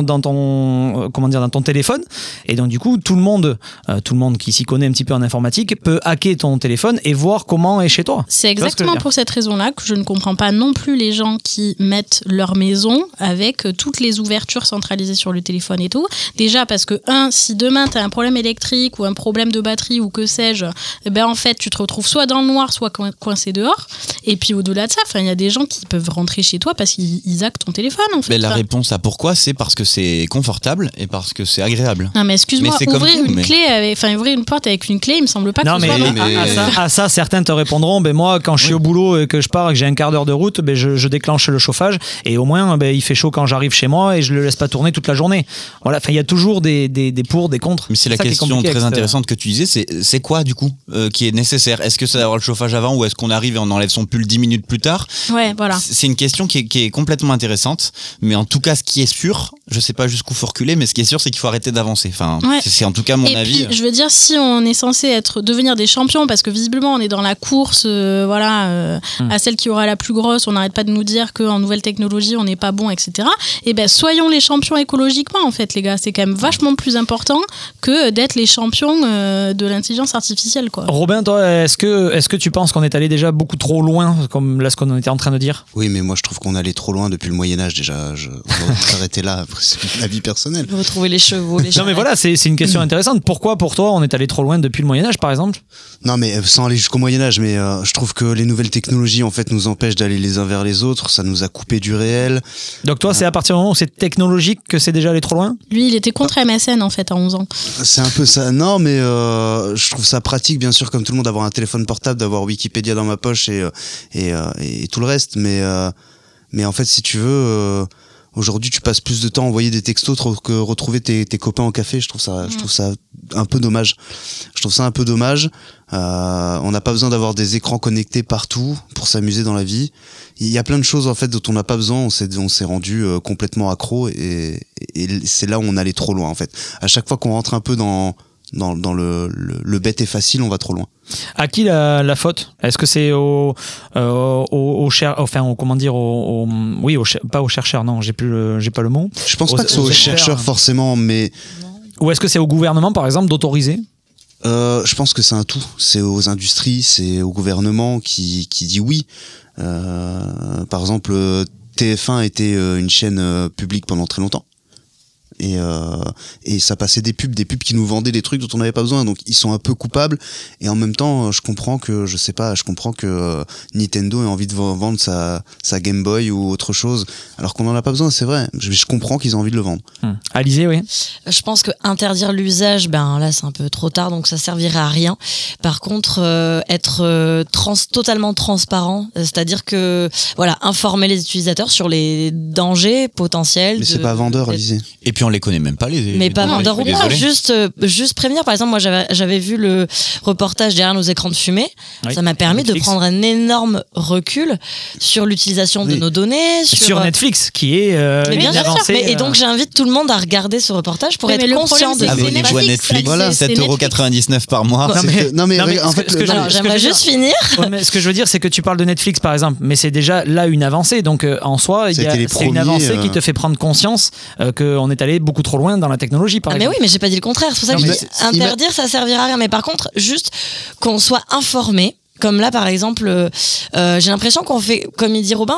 ton téléphone. Et donc, du coup, tout le monde qui s'y connaît un petit peu en informatique peut hacker ton téléphone et voir comment est chez toi. C'est exactement pour cette raison-là que je ne comprends pas non plus les gens qui mettent leur maison avec toutes les ouvertures centralisées sur le téléphone et tout. Déjà parce que si demain tu as un problème électrique ou un problème de batterie ou que sais-je, ben en fait tu te retrouves soit dans le noir, soit coincé dehors. Et puis au-delà de ça, il y a des gens qui peuvent rentrer chez toi parce qu'ils hackent ton téléphone en fait. Mais la réponse à pourquoi, c'est parce que c'est confortable et parce que c'est agréable. Non mais excuse-moi, ouvrir une porte avec une clé, il me semble pas que ce soit... À ça, certains te répondront, moi quand je suis au boulot et que je pars et que j'ai un quart d'heure de route, je déclenche le chauffage et au moins il fait chaud quand j'arrive chez moi et je le laisse pas tourner toute la journée. Voilà, il y a toujours des pour, des contre. Mais c'est la question très intéressante que tu disais, c'est quoi du coup qui est nécessaire ? Est-ce que c'est d'avoir le chauffage avant ou est-ce qu'on arrive et on enlève son pull 10 minutes plus tard ? Ouais, voilà. C'est une question qui est complètement intéressante, mais en tout cas ce qui est sûr, je sais pas jusqu'où faut reculer, mais ce qui est sûr c'est qu'il faut arrêter d'avancer. Enfin, c'est en tout cas mon avis. Et puis, je veux dire, si on est censé devenir des champions, parce que visiblement on est dans la course à celle qui aura la plus grosse, on n'arrête pas de nous dire qu'en nouvelle technologie on n'est pas bon, etc. Et ben soyons les champions écologiquement en fait les gars, c'est quand même vachement plus important que d'être les champions de l'intelligence artificielle quoi. Robin, toi, est-ce que tu penses qu'on est allé déjà beaucoup trop loin comme là ce qu'on était en train de dire ? Oui, mais moi je trouve qu'on allait trop loin depuis le Moyen-Âge déjà. On va s'arrêter là. c'est mon avis personnel. Retrouver les chevaux, les Non, charrettes. mais voilà, c'est une question intéressante. Pourquoi, pour toi, on est allé trop loin depuis le Moyen-Âge, par exemple? Non, mais sans aller jusqu'au Moyen-Âge, mais je trouve que les nouvelles technologies, en fait, nous empêchent d'aller les uns vers les autres. Ça nous a coupé du réel. Donc, toi, c'est à partir du moment où c'est technologique que c'est déjà allé trop loin? Lui, il était contre MSN en fait à 11 ans. C'est un peu ça. Non, mais je trouve ça pratique, bien sûr, comme tout le monde, d'avoir un téléphone portable, d'avoir Wikipédia dans ma poche et tout le reste. Mais en fait, si tu veux, aujourd'hui, tu passes plus de temps à envoyer des textos que retrouver tes copains au café. Je trouve ça un peu dommage. Je trouve ça un peu dommage. On n'a pas besoin d'avoir des écrans connectés partout pour s'amuser dans la vie. Il y a plein de choses en fait dont on n'a pas besoin. On s'est rendu complètement accro et c'est là où on allait trop loin en fait. À chaque fois qu'on rentre un peu dans le bête et facile, on va trop loin. À qui la faute? Est-ce que c'est pas aux chercheurs, non, j'ai pas le mot. Je pense pas que ce soit aux chercheurs forcément, mais. Ou est-ce que c'est au gouvernement, par exemple, d'autoriser? Je pense que c'est un tout. C'est aux industries, c'est au gouvernement qui dit oui. Par exemple, TF1 était une chaîne publique pendant très longtemps. Et ça passait des pubs qui nous vendaient des trucs dont on n'avait pas besoin, donc ils sont un peu coupables. Et en même temps, je comprends que Nintendo ait envie de vendre sa Game Boy ou autre chose, alors qu'on n'en a pas besoin, c'est vrai. Je comprends qu'ils ont envie de le vendre. Alizé, oui. Je pense que interdire l'usage, là c'est un peu trop tard, donc ça servirait à rien. Par contre, être totalement transparent, c'est-à-dire que informer les utilisateurs sur les dangers potentiels. Mais c'est pas vendeur, Alizé. Et puis on les connaît même pas les. Mais pas vendeur ou pas, juste prévenir. Par exemple, moi j'avais vu le reportage derrière nos écrans de fumée. Oui. Ça m'a permis Netflix. De prendre un énorme recul sur l'utilisation de nos données. Sur Netflix, qui est une avancée. Et donc j'invite tout le monde à regarder ce reportage pour être conscient de. Abonnez-vous à Netflix, voilà. 7,99€ par mois. Non mais en fait, j'aimerais juste finir. Ce que je veux dire, c'est que tu parles de Netflix par exemple, mais c'est déjà là une avancée. Donc en soi, c'est une avancée qui te fait prendre conscience qu'on est allé beaucoup trop loin dans la technologie, par exemple. Mais oui, mais j'ai pas dit le contraire. C'est pour ça que je dis interdire, ça servira à rien. Mais par contre, juste qu'on soit informé. Comme là, par exemple, j'ai l'impression qu'on fait, comme il dit Robin,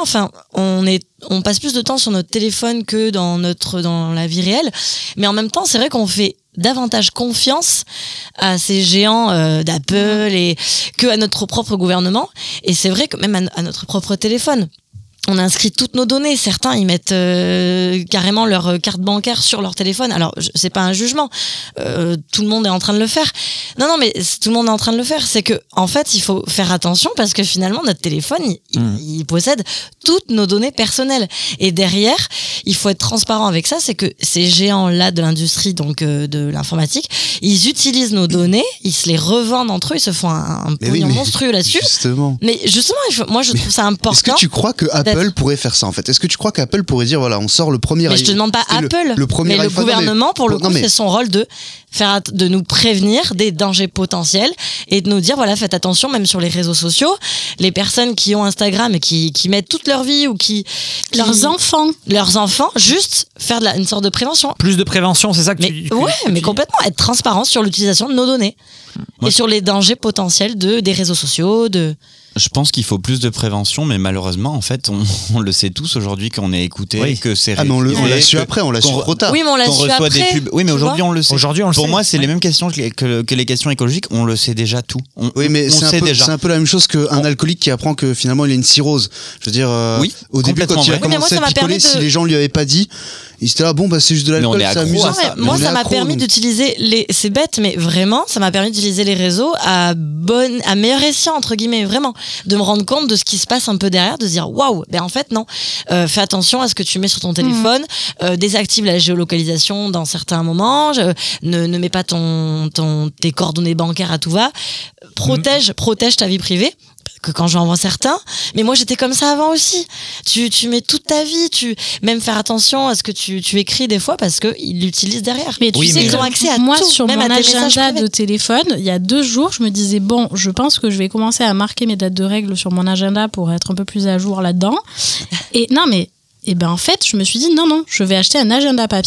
on passe plus de temps sur notre téléphone que dans la vie réelle. Mais en même temps, c'est vrai qu'on fait davantage confiance à ces géants d'Apple que à notre propre gouvernement. Et c'est vrai que même à notre propre téléphone. On inscrit toutes nos données. Certains, ils mettent carrément leur carte bancaire sur leur téléphone. Alors, c'est pas un jugement. Tout le monde est en train de le faire. Non, mais tout le monde est en train de le faire. C'est que, en fait, il faut faire attention parce que finalement, notre téléphone, il possède toutes nos données personnelles. Et derrière, il faut être transparent avec ça. C'est que ces géants-là de l'industrie, donc de l'informatique, ils utilisent nos données, ils se les revendent entre eux, ils se font un pognon monstrueux là-dessus. Justement. Mais justement, moi, je trouve ça important. Est-ce que tu crois que Apple pourrait faire ça en fait? Est-ce que tu crois qu'Apple pourrait dire voilà, on sort le premier Mais je te demande pas Apple, le premier mais iPhone, le gouvernement pour le coup c'est son rôle de nous prévenir des dangers potentiels et de nous dire voilà, faites attention même sur les réseaux sociaux, les personnes qui ont Instagram et qui mettent toute leur vie ou qui leurs enfants juste faire une sorte de prévention. Plus de prévention, c'est ça que mais complètement être transparent sur l'utilisation de nos données et sur les dangers potentiels des réseaux sociaux Je pense qu'il faut plus de prévention, mais malheureusement, en fait, on le sait tous aujourd'hui qu'on est écouté, que c'est mais on l'a su après, on l'a su trop tard. Oui, mais on l'a su après. Des pubs. Oui, mais aujourd'hui, on le sait. Pour moi, c'est les mêmes questions que les questions écologiques. On le sait déjà tout. Oui, mais c'est un peu la même chose qu'un alcoolique qui apprend que finalement il a une cirrhose. Je veux dire, au début, quand il a commencé à picoler, si les gens lui avaient pas dit, il s'était là, bon, c'est juste de l'alcool, c'est amusant. Moi, ça m'a permis d'utiliser c'est bête, mais vraiment, ça m'a permis d'utiliser les réseaux à meilleur escient, entre guillemets, vraiment. De me rendre compte de ce qui se passe un peu derrière, de se dire waouh, en fait non, fais attention à ce que tu mets sur ton téléphone, désactive la géolocalisation dans certains moments, ne mets pas tes coordonnées bancaires à tout va, protège ta vie privée. Que quand j'en vois certains, mais moi j'étais comme ça avant aussi. Tu mets toute ta vie, même faire attention à ce que tu écris des fois parce qu'ils l'utilisent derrière. Mais tu sais, ils ont accès à moi tout, sur même mon à tes agenda de téléphone, il y a 2 jours, je me disais bon, je pense que je vais commencer à marquer mes dates de règles sur mon agenda pour être un peu plus à jour là-dedans. Et en fait, je me suis dit non, je vais acheter un agenda papier.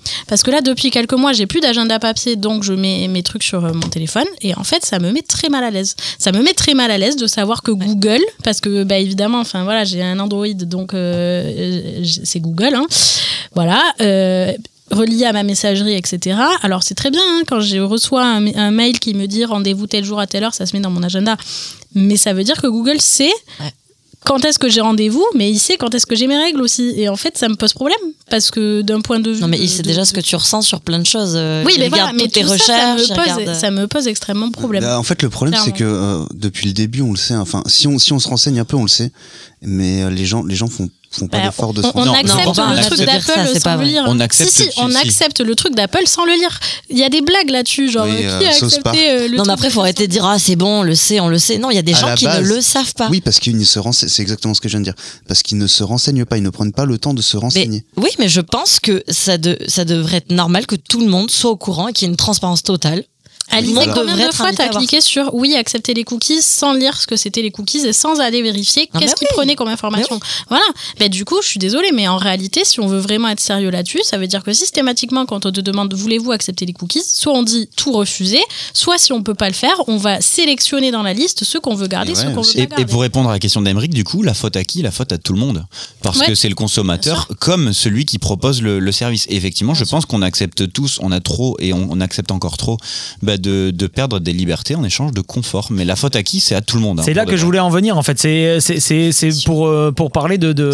Parce que là, depuis quelques mois, j'ai plus d'agenda papier, donc je mets mes trucs sur mon téléphone. Et en fait, ça me met très mal à l'aise. Ça me met très mal à l'aise de savoir que Google, parce que bah, évidemment, enfin voilà, j'ai un Android, donc c'est Google. Hein. Voilà. Relié à ma messagerie, etc. Alors c'est très bien, hein, quand je reçois un mail qui me dit rendez-vous tel jour à telle heure, ça se met dans mon agenda. Mais ça veut dire que Google sait quand est-ce que j'ai rendez-vous, mais il sait quand est-ce que j'ai mes règles aussi. Et en fait, ça me pose problème. Parce que d'un point de vue... Non, mais il sait déjà ce que tu ressens sur plein de choses. Oui, mais il voilà, regarde mais toutes tes tout recherches. ça me pose extrêmement problème. En fait, le problème, c'est que depuis le début, on le sait. Enfin, si on se renseigne un peu, on le sait. Mais les gens font pas d'effort de se on accepte le truc d'Apple sans le lire. On accepte on accepte le truc d'Apple sans le lire. Il y a des blagues là-dessus, genre qui a accepté le non, truc. mais après, faut arrêter de dire ah c'est bon, on le sait. Non, il y a des gens qui ne le savent pas. Oui, parce qu'ils ne se renseignent. C'est exactement ce que je viens de dire. Parce qu'ils ne se renseignent pas, ils ne prennent pas le temps de se renseigner. Oui, mais je pense que ça devrait être normal que tout le monde soit au courant et qu'il y ait une transparence totale. Alizé, combien de fois t'as cliqué sur oui, accepter les cookies sans lire ce que c'était les cookies et sans aller vérifier qu'est-ce qu'ils prenaient comme information. Voilà. Ben, du coup, je suis désolée, mais en réalité, si on veut vraiment être sérieux là-dessus, ça veut dire que systématiquement, quand on te demande voulez-vous accepter les cookies, soit on dit tout refuser, soit si on peut pas le faire, on va sélectionner dans la liste ceux qu'on veut garder, ceux qu'on veut pas garder. Et pour répondre à la question d'Aymeric, du coup, la faute à qui ? La faute à tout le monde. Parce que c'est le consommateur comme celui qui propose le service. Et effectivement, je pense qu'on accepte tous, on a trop et on accepte encore trop de perdre des libertés en échange de confort. Mais la faute à qui ? C'est à tout le monde. C'est là que je voulais en venir, en fait. C'est pour parler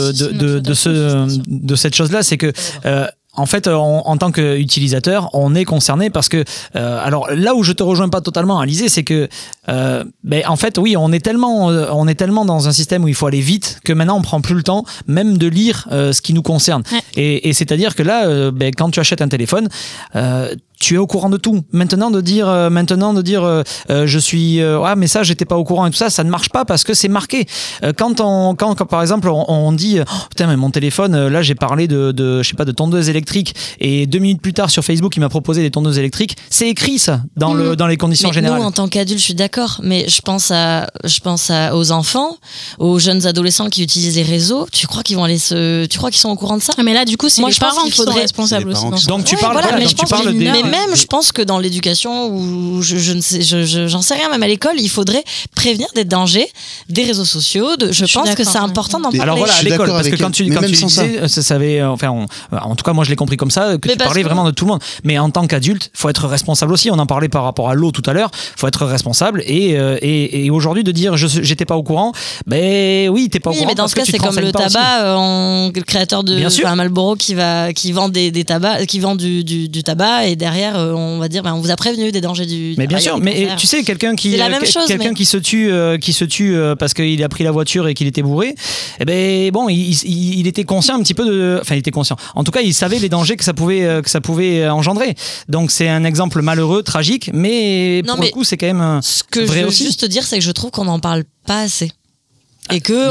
de cette chose-là, c'est que en fait, en tant qu'utilisateur, on est concerné parce que, alors là où je te rejoins pas totalement, Alizé, c'est que, en fait, oui, on est tellement dans un système où il faut aller vite que maintenant on prend plus le temps même de lire ce qui nous concerne. Et c'est-à-dire que là, quand tu achètes un téléphone, tu es au courant de tout. Maintenant de dire je suis mais ça j'étais pas au courant et tout ça, ça ne marche pas parce que c'est marqué. Quand par exemple on dit putain mais mon téléphone là j'ai parlé de je sais pas de tondeuse électrique et 2 minutes plus tard sur Facebook il m'a proposé des tondeuses électriques, c'est écrit ça dans les conditions générales. Nous en tant qu'adultes, je suis d'accord, mais je pense aux enfants, aux jeunes adolescents qui utilisent les réseaux, tu crois qu'ils sont au courant de ça? Mais là du coup c'est les parents qui sont responsables aussi. Donc tu parles même je pense que dans l'éducation ou j'en sais rien, même à l'école, il faudrait prévenir des dangers des réseaux sociaux. Je pense que c'est important d'en parler. Alors voilà, à l'école, parce que quand tu disais, ça avait, en tout cas moi je l'ai compris comme ça, que tu parlais vraiment de tout le monde. Mais en tant qu'adulte, faut être responsable aussi. On en parlait par rapport à l'eau tout à l'heure. Faut être responsable et aujourd'hui de dire j'étais pas au courant, oui t'es pas au courant. Mais dans ce cas c'est comme le tabac, le créateur de Marlboro qui vend des tabacs, qui vend du tabac et derrière on va dire on vous a prévenu des dangers du mais bien sûr, mais tu sais quelqu'un qui se tue parce qu'il a pris la voiture et qu'il était bourré, il était conscient un petit peu il était conscient. En tout cas, il savait les dangers que ça pouvait engendrer. Donc c'est un exemple malheureux, tragique, mais le coup c'est quand même ce que vrai je veux aussi. juste dire, c'est que je trouve qu'on n'en parle pas assez. Et que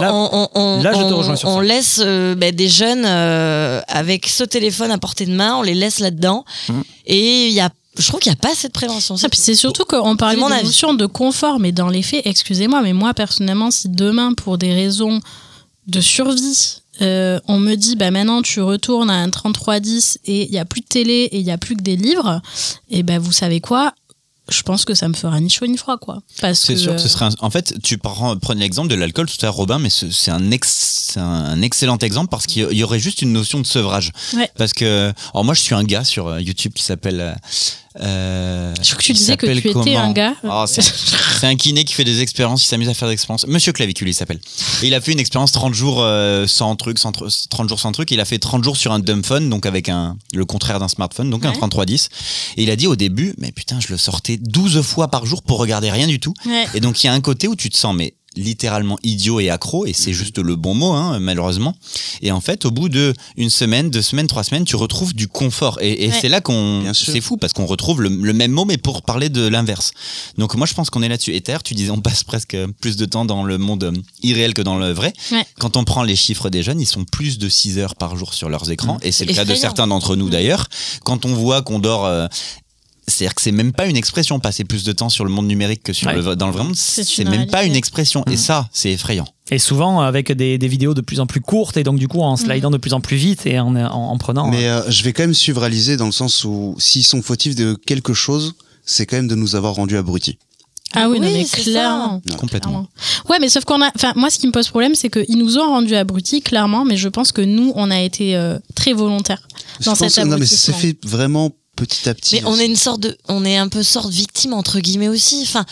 on laisse des jeunes avec ce téléphone à portée de main, on les laisse là-dedans. Et je trouve qu'il n'y a pas assez de prévention. Puis c'est surtout qu'on parlait de notion de confort, mais dans les faits, excusez-moi, mais moi personnellement, si demain, pour des raisons de survie, on me dit maintenant tu retournes à un 3310 et il n'y a plus de télé et il n'y a plus que des livres, et vous savez quoi, je pense que ça me fera ni chaud ni froid, quoi. C'est sûr que ce serait en fait, tu prenais l'exemple de l'alcool tout à l'heure, Robin, mais c'est un excellent exemple parce qu'il y aurait juste une notion de sevrage. Parce que, alors moi je suis un gars sur YouTube qui s'appelle je crois que tu disais que tu étais un gars. C'est un kiné qui fait des expériences, il s'amuse à faire des expériences. Monsieur Clavicule, il s'appelle. Et il a fait une expérience 30 jours sans truc, 30 jours sans truc. Il a fait 30 jours sur un dumbphone, donc avec le contraire d'un smartphone, donc un 3310. Et il a dit au début, mais putain, je le sortais 12 fois par jour pour regarder rien du tout. Et donc il y a un côté où tu te sens littéralement idiot et accro, et c'est juste le bon mot, malheureusement. Et en fait, au bout de 1 semaine, 2 semaines, 3 semaines, tu retrouves du confort. Et c'est là c'est fou, parce qu'on retrouve le même mot, mais pour parler de l'inverse. Donc moi, je pense qu'on est là-dessus. Et d'ailleurs, tu disais, on passe presque plus de temps dans le monde irréel que dans le vrai. Quand on prend les chiffres des jeunes, ils sont plus de 6 heures par jour sur leurs écrans, et c'est le cas de certains d'entre nous d'ailleurs. Quand on voit qu'on dort... c'est-à-dire que c'est même pas une expression, passer plus de temps sur le monde numérique que dans le vrai monde, c'est même pas une expression. Et ça, c'est effrayant. Et souvent avec des vidéos de plus en plus courtes et donc du coup en slidant de plus en plus vite et en prenant. Mais je vais quand même suivre Alizé dans le sens où s'ils sont fautifs de quelque chose, c'est quand même de nous avoir rendus abrutis. Ah oui, non, Oui, mais c'est clairement. Complètement. Ouais, mais sauf moi, ce qui me pose problème, c'est qu'ils nous ont rendus abrutis, clairement, mais je pense que nous, on a été très volontaires dans cet abrutissement. Non, mais ça s'est fait vraiment petit à petit. Mais on est un peu victime entre guillemets aussi. Enfin,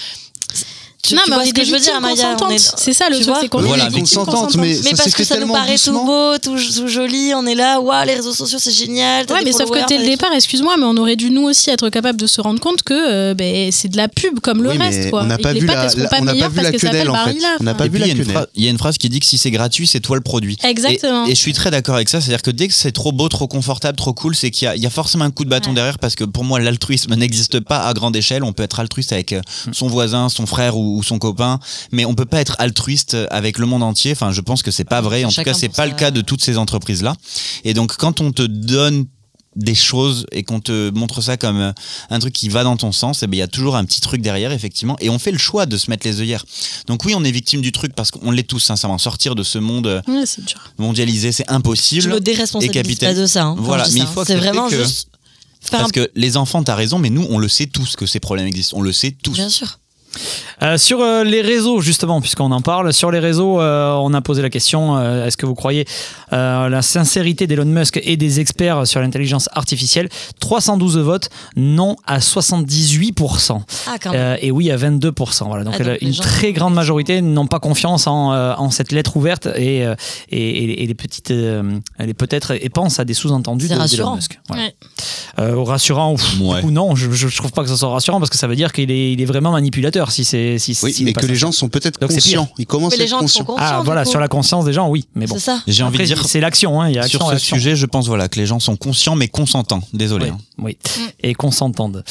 tu mais vois on ce est que des je veux dire, victimes Maya, consentantes. C'est ça le truc, c'est qu'on est des victimes consentantes. Mais parce que ça nous paraît tout beau, tout joli, on est là, waouh, les réseaux sociaux c'est génial. Ouais, mais sauf que dès le départ, excuse-moi, mais on aurait dû nous aussi être capable de se rendre compte que c'est de la pub comme le reste, quoi. On n'a pas les vu pâtes, elles seront pas meilleures parce que ça s'appelle Barilla. On n'a pas vu la quenelle. Il y a une phrase qui dit que si c'est gratuit, c'est toi le produit. Exactement. Et je suis très d'accord avec ça, c'est-à-dire que dès que c'est trop beau, trop confortable, trop cool, c'est qu'il y a forcément un coup de bâton derrière, parce que pour moi l'altruisme n'existe pas à grande échelle. On peut être altruiste avec son voisin, son frère ou son copain, mais on peut pas être altruiste avec le monde entier. Enfin, je pense que c'est pas vrai. En tout cas, c'est pas le cas de toutes ces entreprises-là. Et donc, quand on te donne des choses et qu'on te montre ça comme un truc qui va dans ton sens, il y a toujours un petit truc derrière, effectivement, et on fait le choix de se mettre les œillères. Donc oui, on est victime du truc parce qu'on l'est tous, sincèrement. Sortir de ce monde mondialisé, c'est impossible. Je me déresponsabilise pas de ça. Voilà, mais il faut c'est vraiment que... juste... Parce que les enfants, t'as raison, mais nous, on le sait tous que ces problèmes existent. On le sait tous. Bien sûr. Sur les réseaux, justement, puisqu'on en parle, sur les réseaux, on a posé la question, est-ce que vous croyez la sincérité d'Elon Musk et des experts sur l'intelligence artificielle? 312 votes, non à 78%. Ah, quand même. Et oui à 22%. Voilà. Donc, une très grande majorité n'ont pas confiance en cette lettre ouverte et les petites, peut-être, et pensent à des sous-entendus d'Elon Musk. Voilà. Ouais. Rassurant ou non, je trouve pas que ça soit rassurant parce que ça veut dire qu'il est vraiment manipulateur. Mais que les gens sont peut-être conscients. Ils commencent à être conscients. Ah voilà, sur la conscience des gens, oui. Mais bon, c'est ça. J'ai envie de dire, c'est l'action. Il y a sur ce sujet, je pense que les gens sont conscients mais consentants. Désolé. Oui. Et consentants.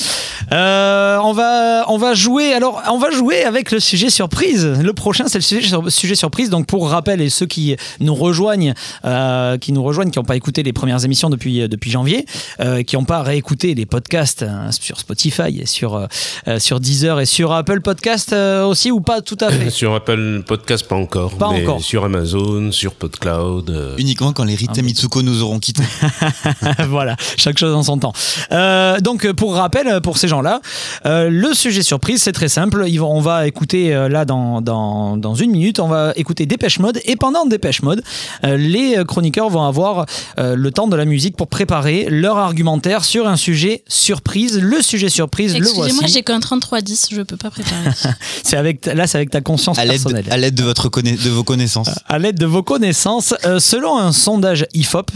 On va jouer. Alors, on va jouer avec le sujet surprise. Le prochain, c'est le sujet surprise. Donc, pour rappel, et ceux qui nous rejoignent, qui n'ont pas écouté les premières émissions depuis janvier, qui n'ont pas réécouté les podcasts sur Spotify et sur Deezer et sur Apple Podcast aussi, ou pas tout à fait? Sur Apple Podcast, pas encore. Mais sur Amazon, sur PodCloud. Uniquement quand les Rita Mitsuko nous auront quittés. Voilà, chaque chose en son temps. Donc, pour rappel, pour ces gens-là, le sujet surprise, c'est très simple. On va écouter, là, dans une minute, on va écouter Dépêche Mode. Et pendant Dépêche Mode, les chroniqueurs vont avoir le temps de la musique pour préparer leur argumentaire sur un sujet surprise. Le sujet surprise, le voici. Excusez-moi, j'ai qu'un 3310, je peux pas préparer. c'est avec ta conscience personnelle. À l'aide de vos connaissances. À l'aide de vos connaissances. Selon un sondage IFOP,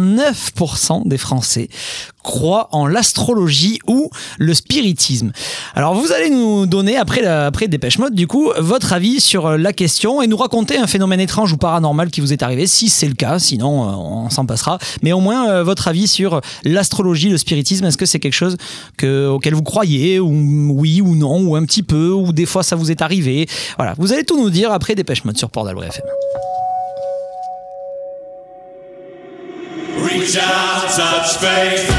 59% des Français croient en l'astrologie ou le spiritisme. Alors vous allez nous donner, après Dépêche Mode, du coup, votre avis sur la question et nous raconter un phénomène étrange ou paranormal qui vous est arrivé, si c'est le cas, sinon on s'en passera. Mais au moins, votre avis sur l'astrologie, le spiritisme, est-ce que c'est quelque chose auquel vous croyez, ou oui ou non, ou un petit peu, ou des fois ça vous est arrivé? Voilà, vous allez tout nous dire après Dépêche Mode sur Port d'Albret FM. Reach out, touch faith.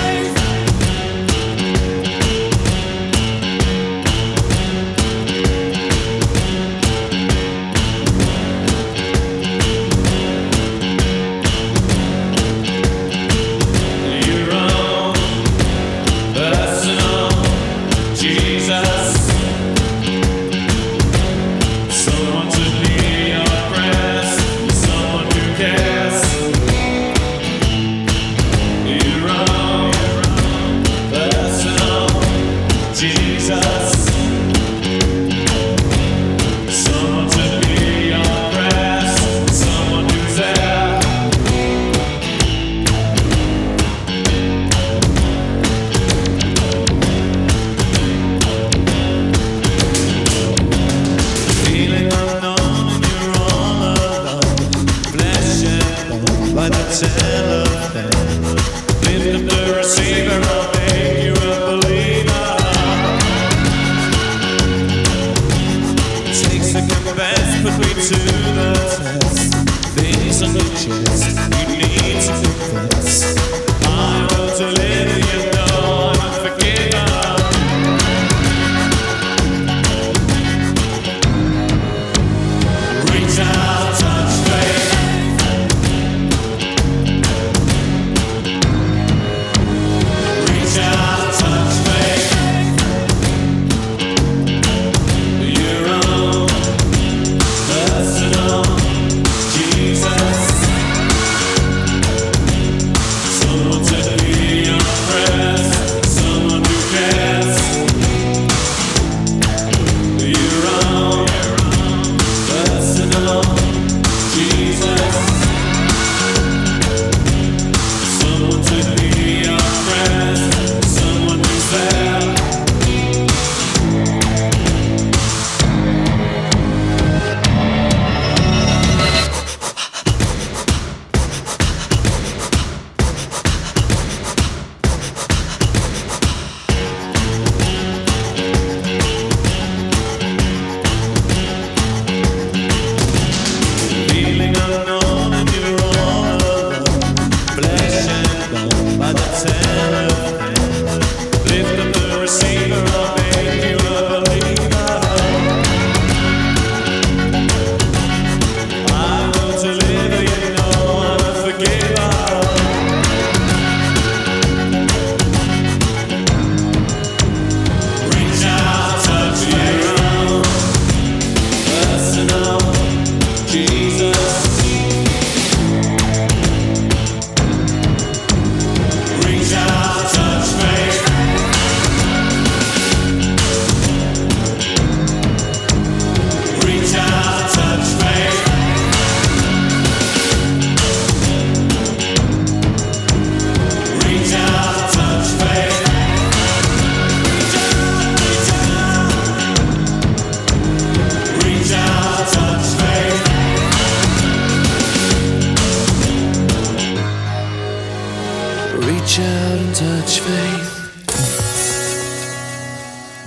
Reach out.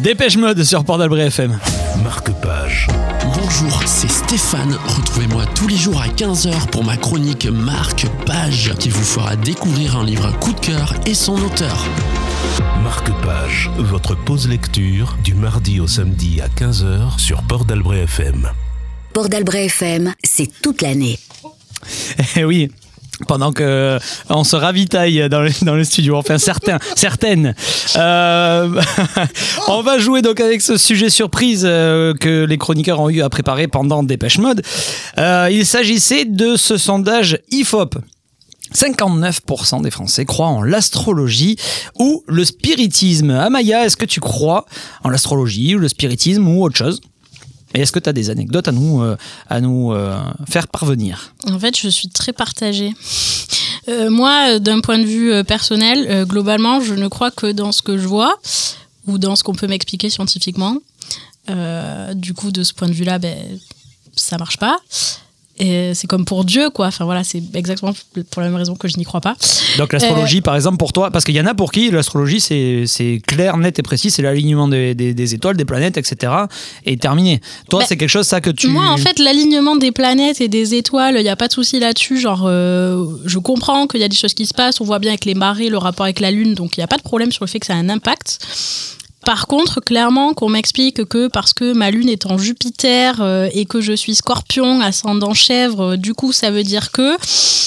Dépêche Mode sur Port d'Albret FM. Marque-page. Bonjour, c'est Stéphane. Retrouvez-moi tous les jours à 15h pour ma chronique Marque-page qui vous fera découvrir un livre coup de cœur et son auteur. Marque-page, votre pause lecture du mardi au samedi à 15h sur Port d'Albret FM. Port d'Albret FM, c'est toute l'année. Eh oui. Pendant que on se ravitaille dans le studio, enfin certaines. On va jouer donc avec ce sujet surprise que les chroniqueurs ont eu à préparer pendant Dépêche Mode. Il s'agissait de ce sondage IFOP. 59% des Français croient en l'astrologie ou le spiritisme. Amaya, est-ce que tu crois en l'astrologie ou le spiritisme ou autre chose ? Et est-ce que tu as des anecdotes à nous faire parvenir ? En fait, je suis très partagée. Moi, d'un point de vue personnel, globalement, je ne crois que dans ce que je vois ou dans ce qu'on peut m'expliquer scientifiquement. Du coup, de ce point de vue-là, ça marche pas. Et c'est comme pour Dieu, quoi. Enfin voilà, c'est exactement pour la même raison que je n'y crois pas. Donc l'astrologie, par exemple, pour toi, parce qu'il y en a pour qui l'astrologie, c'est clair, net et précis, c'est l'alignement des étoiles, des planètes, etc. Et terminé. Toi, c'est quelque chose, ça, que tu... Moi, en fait, l'alignement des planètes et des étoiles, il n'y a pas de souci là-dessus. Genre, je comprends qu'il y a des choses qui se passent, on voit bien avec les marées, le rapport avec la Lune, donc il n'y a pas de problème sur le fait que ça a un impact. Par contre, clairement, qu'on m'explique que parce que ma lune est en Jupiter et que je suis Scorpion, ascendant Chèvre, du coup, ça veut dire que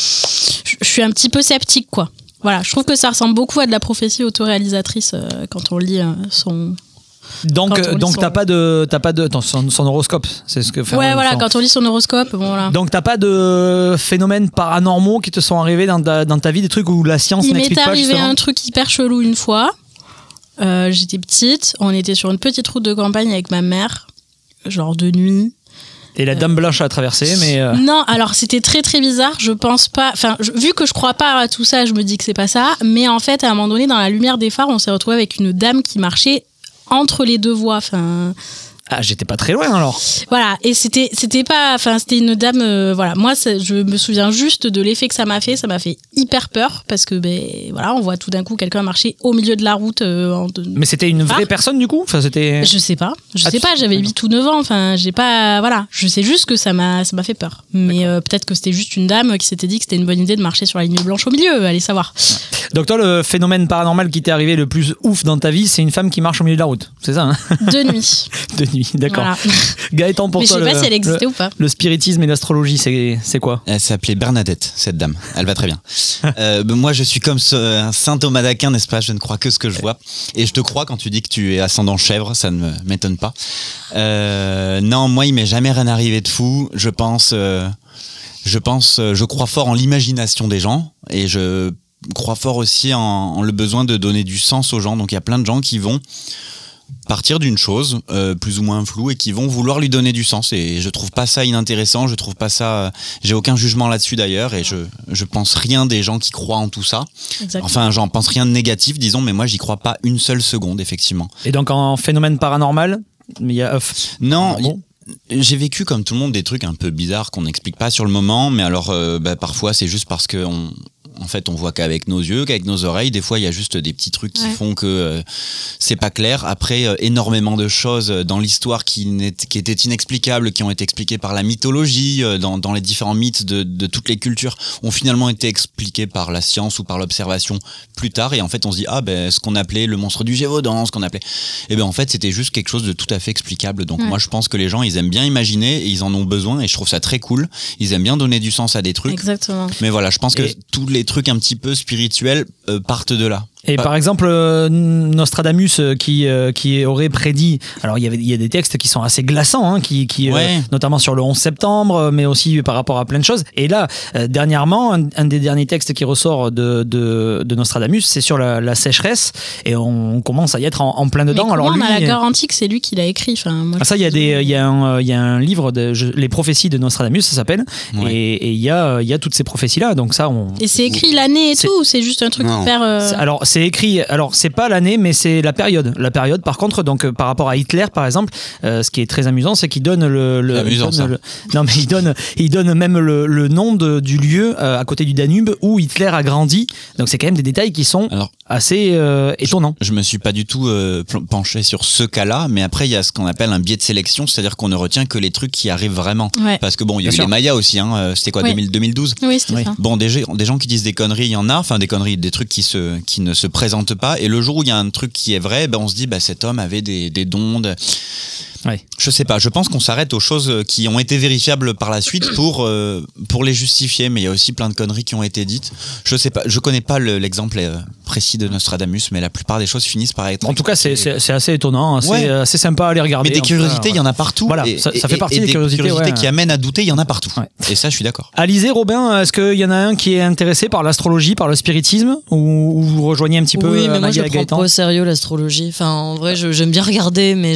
je suis un petit peu sceptique, quoi. Voilà, je trouve que ça ressemble beaucoup à de la prophétie autoréalisatrice quand on lit son... Donc t'as pas de son horoscope, c'est ce que fait. Ouais, voilà, quand on lit son horoscope, bon, voilà. Donc t'as pas de phénomènes paranormaux qui te sont arrivés dans ta vie, des trucs où la science n'explique pas. Il m'est justement arrivé un truc hyper chelou une fois. J'étais petite, on était sur une petite route de campagne avec ma mère, genre de nuit. Et la dame blanche a traversé, mais... Non, alors c'était très très bizarre, je pense pas... Enfin, vu que je crois pas à tout ça, je me dis que c'est pas ça. Mais en fait, à un moment donné, dans la lumière des phares, on s'est retrouvé avec une dame qui marchait entre les deux voies. Enfin... Ah, j'étais pas très loin alors. Voilà, et c'était pas, enfin c'était une dame, voilà, moi je me souviens juste de l'effet que ça m'a fait hyper peur parce que voilà, on voit tout d'un coup quelqu'un marcher au milieu de la route. Mais c'était une vraie personne du coup, enfin c'était. Je sais pas, j'avais 8 ou 9 ans, enfin j'ai pas, voilà, je sais juste que ça m'a fait peur. Mais peut-être que c'était juste une dame qui s'était dit que c'était une bonne idée de marcher sur la ligne blanche au milieu, allez savoir. Donc toi, le phénomène paranormal qui t'est arrivé le plus ouf dans ta vie, c'est une femme qui marche au milieu de la route, c'est ça, hein ? De nuit. De nuit, d'accord. Voilà. Gaëtan, pour toi, je sais pas si elle existait ou pas. Le spiritisme et l'astrologie, c'est quoi ? Elle s'appelait Bernadette, cette dame. Elle va très bien. Moi, je suis comme un saint Thomas d'Aquin, n'est-ce pas ? Je ne crois que ce que je vois. Et je te crois quand tu dis que tu es ascendant chèvre, ça ne m'étonne pas. Non, moi, il m'est jamais rien arrivé de fou. Je crois fort en l'imagination des gens et je crois fort aussi en le besoin de donner du sens aux gens. Donc il y a plein de gens qui vont partir d'une chose plus ou moins floue et qui vont vouloir lui donner du sens, et je trouve pas ça inintéressant, je trouve pas ça, j'ai aucun jugement là-dessus d'ailleurs, et je pense rien des gens qui croient en tout ça. Exactement. Enfin, j'en pense rien de négatif, disons, mais moi j'y crois pas une seule seconde, effectivement. Et donc en phénomène paranormal, il y a non. J'ai vécu comme tout le monde des trucs un peu bizarres qu'on n'explique pas sur le moment, mais alors parfois c'est juste parce que en fait, on voit qu'avec nos yeux, qu'avec nos oreilles. Des fois, il y a juste des petits trucs qui font que c'est pas clair. Après, énormément de choses dans l'histoire qui étaient inexplicables, qui ont été expliquées par la mythologie, dans les différents mythes de toutes les cultures, ont finalement été expliquées par la science ou par l'observation plus tard. Et en fait, on se dit, ce qu'on appelait le monstre du Gévaudan, ce qu'on appelait... Et en fait, c'était juste quelque chose de tout à fait explicable. Donc moi, je pense que les gens, ils aiment bien imaginer et ils en ont besoin. Et je trouve ça très cool. Ils aiment bien donner du sens à des trucs. Exactement. Mais voilà, je pense que tous les trucs un petit peu spirituels partent de là. Et par exemple, Nostradamus qui aurait prédit, alors il y a des textes qui sont assez glaçants, hein, notamment sur le 11 septembre, mais aussi par rapport à plein de choses. Et là, dernièrement, un des derniers textes qui ressort de Nostradamus, c'est sur la sécheresse, et on commence à y être en plein dedans. Mais alors lui, on a la garantie que c'est lui qui l'a écrit. Enfin, moi, ça, il y a un livre, les prophéties de Nostradamus, ça s'appelle, et il y a toutes ces prophéties-là. Donc ça, et c'est écrit l'année et tout, ou c'est juste un truc hyper... Alors, c'est écrit, alors c'est pas l'année, mais c'est la période. La période, par contre, donc par rapport à Hitler, par exemple, ce qui est très amusant, c'est qu'il donne il donne même le nom du lieu à côté du Danube où Hitler a grandi. Donc c'est quand même des détails qui sont assez étonnant. Je me suis pas du tout penché sur ce cas-là, mais après il y a ce qu'on appelle un biais de sélection, c'est-à-dire qu'on ne retient que les trucs qui arrivent vraiment. Ouais. Parce que bon, il y a Bien eu sûr. les Mayas aussi, hein, c'était quoi, Oui. 2012 Oui, c'était ça. Bon, des gens qui disent des conneries, il y en a, enfin des conneries, des trucs qui ne se présentent pas, et le jour où il y a un truc qui est vrai, ben on se dit bah cet homme avait des dons de... Ouais. Je sais pas, je pense qu'on s'arrête aux choses qui ont été vérifiables par la suite pour les justifier, mais il y a aussi plein de conneries qui ont été dites. Je sais pas, je connais pas l'exemple précis de Nostradamus, mais la plupart des choses finissent par être... En tout cas, c'est assez étonnant, Ouais. assez sympa à aller regarder. Mais des en tout cas, curiosités, il y en a partout. Voilà, ça fait partie des curiosités, ouais. qui amènent à douter, il y en a partout. Ouais. Et ça, je suis d'accord. Alizé, Robin, est-ce qu'il y en a un qui est intéressé par l'astrologie, par le spiritisme, ou vous rejoignez un petit peu Oui, mais moi Maggie je et prends Gaëtan pas au sérieux l'astrologie. Enfin, en vrai, j'aime bien regarder, mais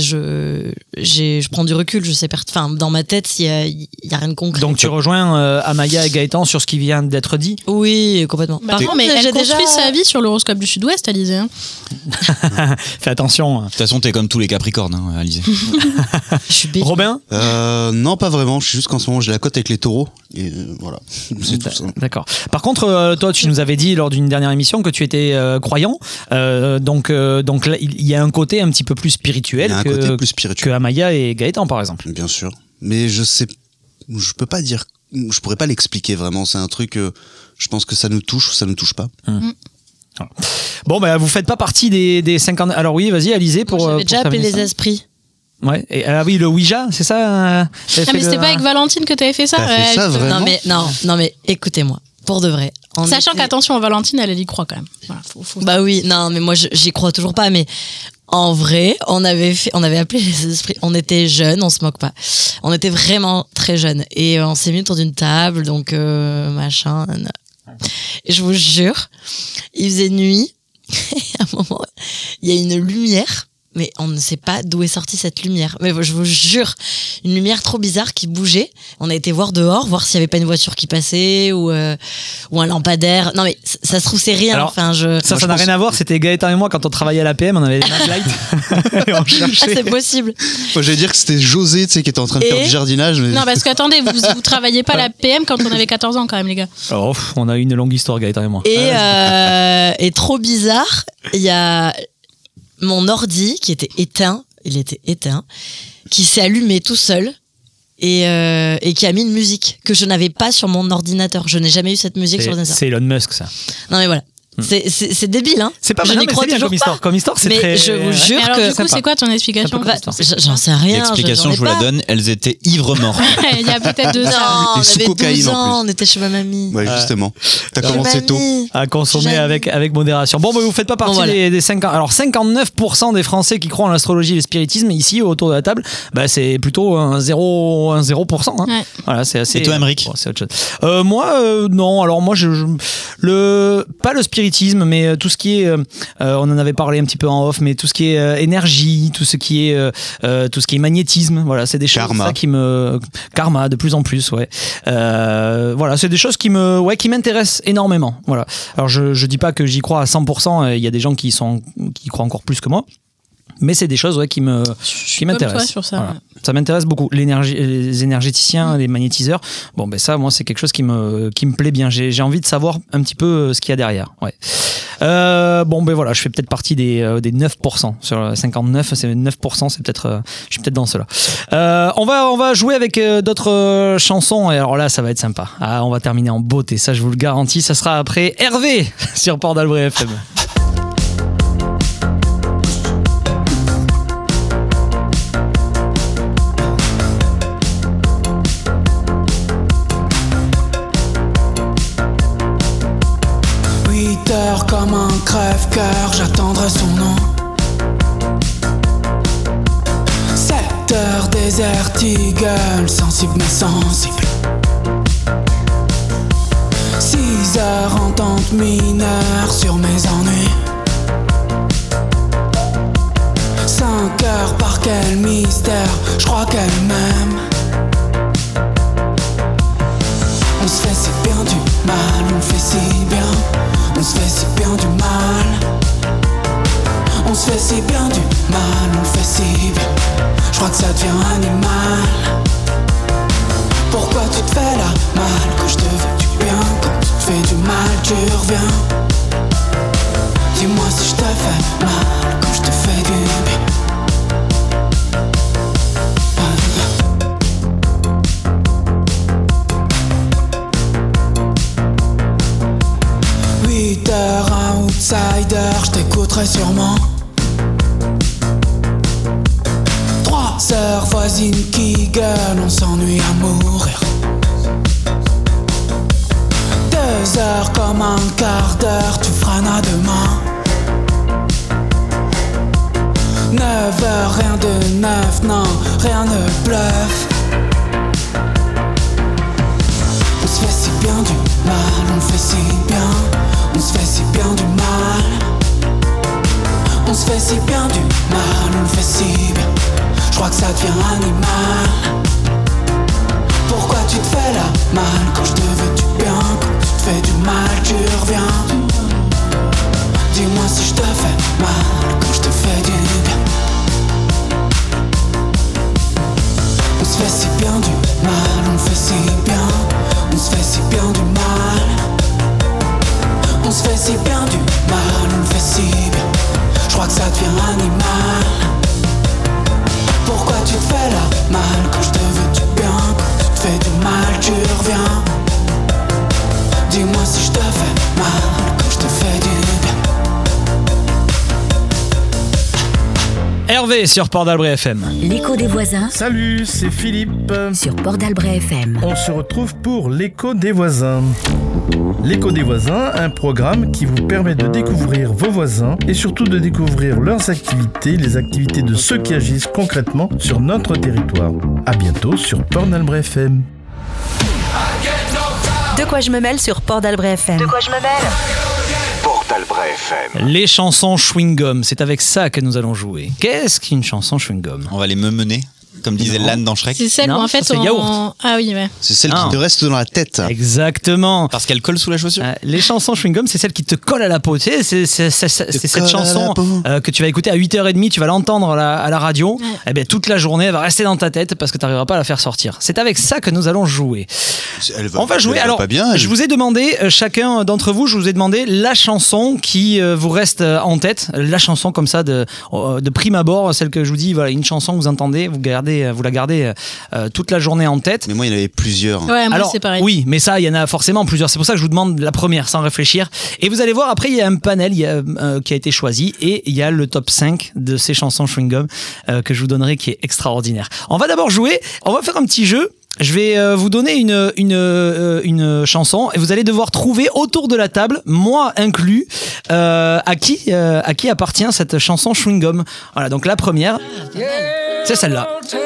je prends du recul. Je sais enfin, dans ma tête, il y a rien de concret. Donc tu rejoins Amaya et Gaëtan sur ce qui vient d'être dit. Oui, complètement. Bah non, mais elle construit sa vie sur l'horoscope du Sud-Ouest, Alizé. Hein. Fais attention. De toute façon, t'es comme tous les Capricornes, hein, Alizé. Je suis bête. Robin Non, pas vraiment. Je suis juste qu'en ce moment, j'ai la cote avec les taureaux. Et voilà, c'est tout ça. D'accord. Par contre, toi, tu nous avais dit lors d'une dernière émission que tu étais croyant. Donc là, il y a un côté un petit peu plus spirituel, Il y a un côté plus spirituel. que Amaya et Gaëtan, par exemple. Bien sûr. Mais je peux pas dire, je pourrais pas l'expliquer vraiment. C'est un truc, je pense que ça nous touche ou ça nous touche pas. Bon, bah, vous faites pas partie des 50. Alors oui, vas-y, Alizé, pour. J'avais déjà appelé les esprits. Ouais. Et, oui, le Ouija, c'est ça. Ah, mais c'était pas avec Valentine que t'avais fait ça. T'as fait ça, vraiment? Non, mais écoutez-moi. Pour de vrai. Sachant qu'attention, Valentine, elle y croit quand même. Voilà, faut... Bah oui, non, mais moi j'y crois toujours pas. Mais en vrai, on avait appelé les esprits. On était jeunes, on se moque pas. On était vraiment très jeunes et on s'est mis autour d'une table, donc machin. Et je vous jure, il faisait nuit. Et à un moment, il y a une lumière. Mais on ne sait pas d'où est sortie cette lumière. Mais je vous jure, une lumière trop bizarre qui bougeait. On a été voir dehors, voir s'il y avait pas une voiture qui passait ou un lampadaire. Non mais ça se trouve c'est rien. Alors, enfin, ça n'a rien à voir. C'était Gaëtan et moi quand on travaillait à l'APM, on avait des maglights. Et on cherchait. Ah, c'est possible. Moi, j'allais dire que c'était José, tu sais, qui était en train de faire du jardinage. Mais... Non, parce qu'attendez, vous travailliez pas à la PM quand on avait 14 ans quand même, les gars. Oh, on a eu une longue histoire, Gaëtan et moi. Et trop bizarre, il y a mon ordi qui était éteint, qui s'est allumé tout seul et qui a mis une musique que je n'avais pas sur mon ordinateur. Je n'ai jamais eu cette musique sur l'ordinateur. C'est Elon Musk, ça. Non mais voilà. C'est débile, hein. C'est pas je mal, n'y mais crois c'est bien toujours comme pas. histoire. Comme histoire, c'est mais très. je vous jure mais alors, que. du coup, c'est quoi ton explication? J'en sais rien. L'explication, j'en ai je vous la pas. donne, elles étaient ivres morts. Il y a peut-être 2 ans. Non, Et on sous avait cocaïne, 12 en ans, plus. on était chez ma mamie. Ouais, justement. T'as Chez commencé tôt. mamie. À consommer Jamais. avec modération. Bon, bah, vous faites pas partie Bon, voilà. des 50. Alors, 59% des Français qui croient en l'astrologie et le spiritisme, ici, autour de la table, bah, c'est plutôt un 0%. Hein. Ouais. Voilà, c'est assez. Et toi, Aymeric? Bon, c'est autre chose. Moi, non. Alors, moi, pas le spiritisme, mais tout ce qui est. On en avait parlé un petit peu en off, mais tout ce qui est énergie, tout ce qui est magnétisme, voilà, c'est des choses ça qui me karma de plus en plus, ouais. Voilà, c'est des choses qui m'intéressent énormément, voilà. Alors je dis pas que j'y crois à 100%, il y a des gens qui croient encore plus que moi. Mais c'est des choses qui m'intéressent. Comme toi sur ça. Voilà. Ça m'intéresse beaucoup. Les énergéticiens, les magnétiseurs. Bon, ben ça, moi, c'est quelque chose qui me plaît bien. J'ai envie de savoir un petit peu ce qu'il y a derrière. Ouais. Bon, ben voilà, je fais peut-être partie des 9%. Sur 59, c'est 9%, c'est peut-être. Je suis peut-être dans cela. On va jouer avec d'autres chansons. Et alors là, ça va être sympa. Ah, on va terminer en beauté. Ça, je vous le garantis. Ça sera après Hervé sur Port d'Albret FM. 8 heures comme un crève-cœur, j'attendrai son nom. 7 heures désert eagle, sensible mais sensible. 6 heures entente mineure sur mes ennuis. 5 heures par quel mystère, je crois qu'elle m'aime. On se fait si bien du mal, on le fait si bien. On se fait si bien du mal. On se fait si bien du mal, on le fait si bien. Je crois que ça devient animal. Pourquoi tu te fais la mal, que je te veux du bien. Quand tu te fais du mal, tu reviens. Dis-moi si je te fais mal quand je te fais du bien. 8 heures, un outsider, je t'écouterai sûrement. 3 heures, voisine qui gueule, on s'ennuie à mourir. 2 heures comme un quart d'heure, tu freines à demain. 9 heures, rien de neuf, non, rien ne bluffe. On se fait si bien du mal, on fait si bien. On se fait si bien du mal. On se fait si bien du mal, on le fait si bien. Je crois que ça devient animal. Pourquoi tu te fais la mal quand je te veux du bien? Quand tu te fais du mal, tu reviens. Dis-moi si je te fais mal quand je te fais du bien. On se fait si bien du mal, on le fait si bien. On se fait si bien du mal. On se fait si bien du mal, on le fait si bien. Je crois que ça devient animal. Pourquoi tu te fais la mal quand je te veux du bien? Quand tu te fais du mal, tu reviens. Dis-moi si je te fais mal quand je te fais du bien. Hervé sur Port d'Albret FM. L'écho des voisins. Salut, c'est Philippe. Sur Port d'Albret FM. On se retrouve pour l'écho des voisins. L'écho des voisins, un programme qui vous permet de découvrir vos voisins et surtout de découvrir leurs activités, les activités de ceux qui agissent concrètement sur notre territoire. À bientôt sur Port d'Albret FM. De quoi je me mêle sur Port d'Albret FM. De quoi je me mêle? Port d'Albret FM. Les chansons chewing-gum, c'est avec ça que nous allons jouer. Qu'est-ce qu'une chanson chewing-gum? On va les mener, comme disait l'âne dans Shrek. C'est celle où en fait c'est on... yaourt. Ah oui, ouais. C'est celle qui te reste dans la tête. Exactement. Parce qu'elle colle sous la chaussure. Les chansons chewing-gum, c'est celle qui te colle à la peau. Tu sais, c'est cette chanson que tu vas écouter à 8h30, tu vas l'entendre à la radio. Ouais. Et bien, toute la journée, elle va rester dans ta tête parce que tu n'arriveras pas à la faire sortir. C'est avec ça que nous allons jouer. On va jouer. Alors, je vous ai demandé, chacun d'entre vous, je vous ai demandé la chanson qui vous reste en tête. La chanson comme ça, de prime abord, celle que je vous dis, voilà, une chanson que vous entendez, vous la gardez toute la journée en tête. Mais moi, il y en avait plusieurs. Ouais, moi, c'est pareil. Oui, mais ça, il y en a forcément plusieurs. C'est pour ça que je vous demande la première sans réfléchir. Et vous allez voir, après, il y a un panel qui a été choisi et il y a le top 5 de ces chansons chewing-gum que je vous donnerai qui est extraordinaire. On va d'abord jouer. On va faire un petit jeu. Je vais vous donner une chanson et vous allez devoir trouver autour de la table, moi inclus, à qui appartient cette chanson chewing-gum. Voilà, donc la première, c'est celle-là.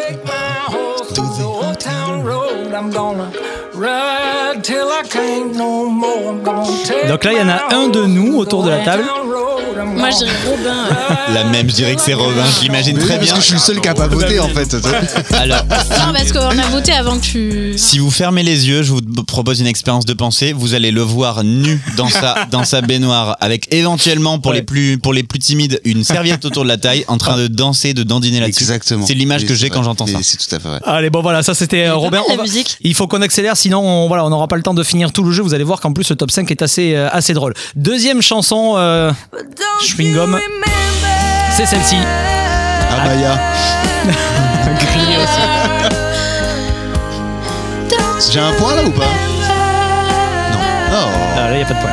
Donc là, il y en a un de nous autour de la table. Moi, je dirais Robin. La même, je dirais que c'est Robin. Je l'imagine très bien. Parce que je suis le seul qui n'a pas voté, en fait. Alors, non, parce qu'on a voté avant que tu... Si vous fermez les yeux, je vous propose une expérience de pensée. Vous allez le voir nu dans sa baignoire, avec éventuellement, pour les plus timides, une serviette autour de la taille, en train de danser, de dandiner là-dessus. Exactement. C'est l'image que j'ai quand j'entends ça. C'est tout à fait vrai. Allez, bon voilà, ça c'était Robin. Il faut qu'on accélère, sinon on n'aura pas le temps de finir tout le jeu. Vous allez voir qu'en plus le top 5 est assez drôle. Deuxième chanson chewing-gum, c'est celle-ci. Abaya. Grillé aussi. J'ai un point là ou pas? Non. Oh. Ah, là, il n'y a pas de point.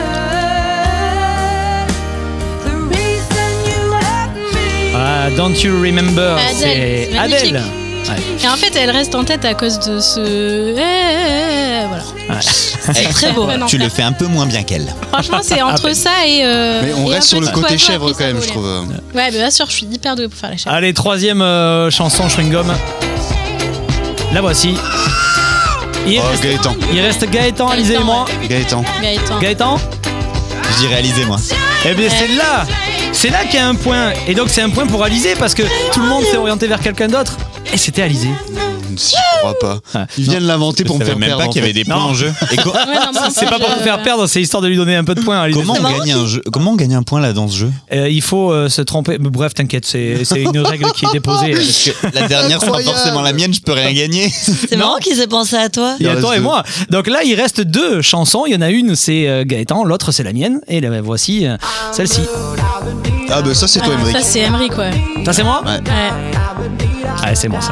Ah, Don't You Remember, c'est Adele. Ouais. Et en fait, elle reste en tête à cause de ce... voilà. Ouais. C'est très beau. Tu le fais un peu moins bien qu'elle. Franchement, c'est entre ça et... mais on reste sur le côté chèvre quand même, je trouve. Ouais, mais bien sûr, je suis hyper douée pour faire la chèvre. Allez, troisième chanson chewing-gum. La voici. Gaëtan. Il reste Gaëtan, Alizé et moi. Gaëtan. Je dirais Alizé, moi. Eh bien, c'est là qu'il y a un point. Et donc, c'est un point pour Alizé parce que tout le monde s'est orienté vers quelqu'un d'autre. Et c'était Alizé. Si, je crois pas. Ils viennent l'inventer pour me faire même perdre. pas qu'il y avait des points en jeu. Et C'est pas pour vous faire perdre, c'est histoire de lui donner un peu de points. Comment on gagne un point là dans ce jeu? Il faut se tromper. Bref, t'inquiète, c'est une règle qui est déposée. Parce que la dernière sera forcément la mienne, je peux rien gagner. C'est marrant qu'ils aient pensé à toi. Il y a toi et moi. Donc là, il reste 2 chansons. Il y en a une, c'est Gaëtan, l'autre, c'est la mienne. Et là, voici celle-ci. Ah, bah ça, c'est toi, Emmerich. Ça, c'est Emmerich, ouais. Ça, c'est moi? Ouais. Ouais, c'est moi ça.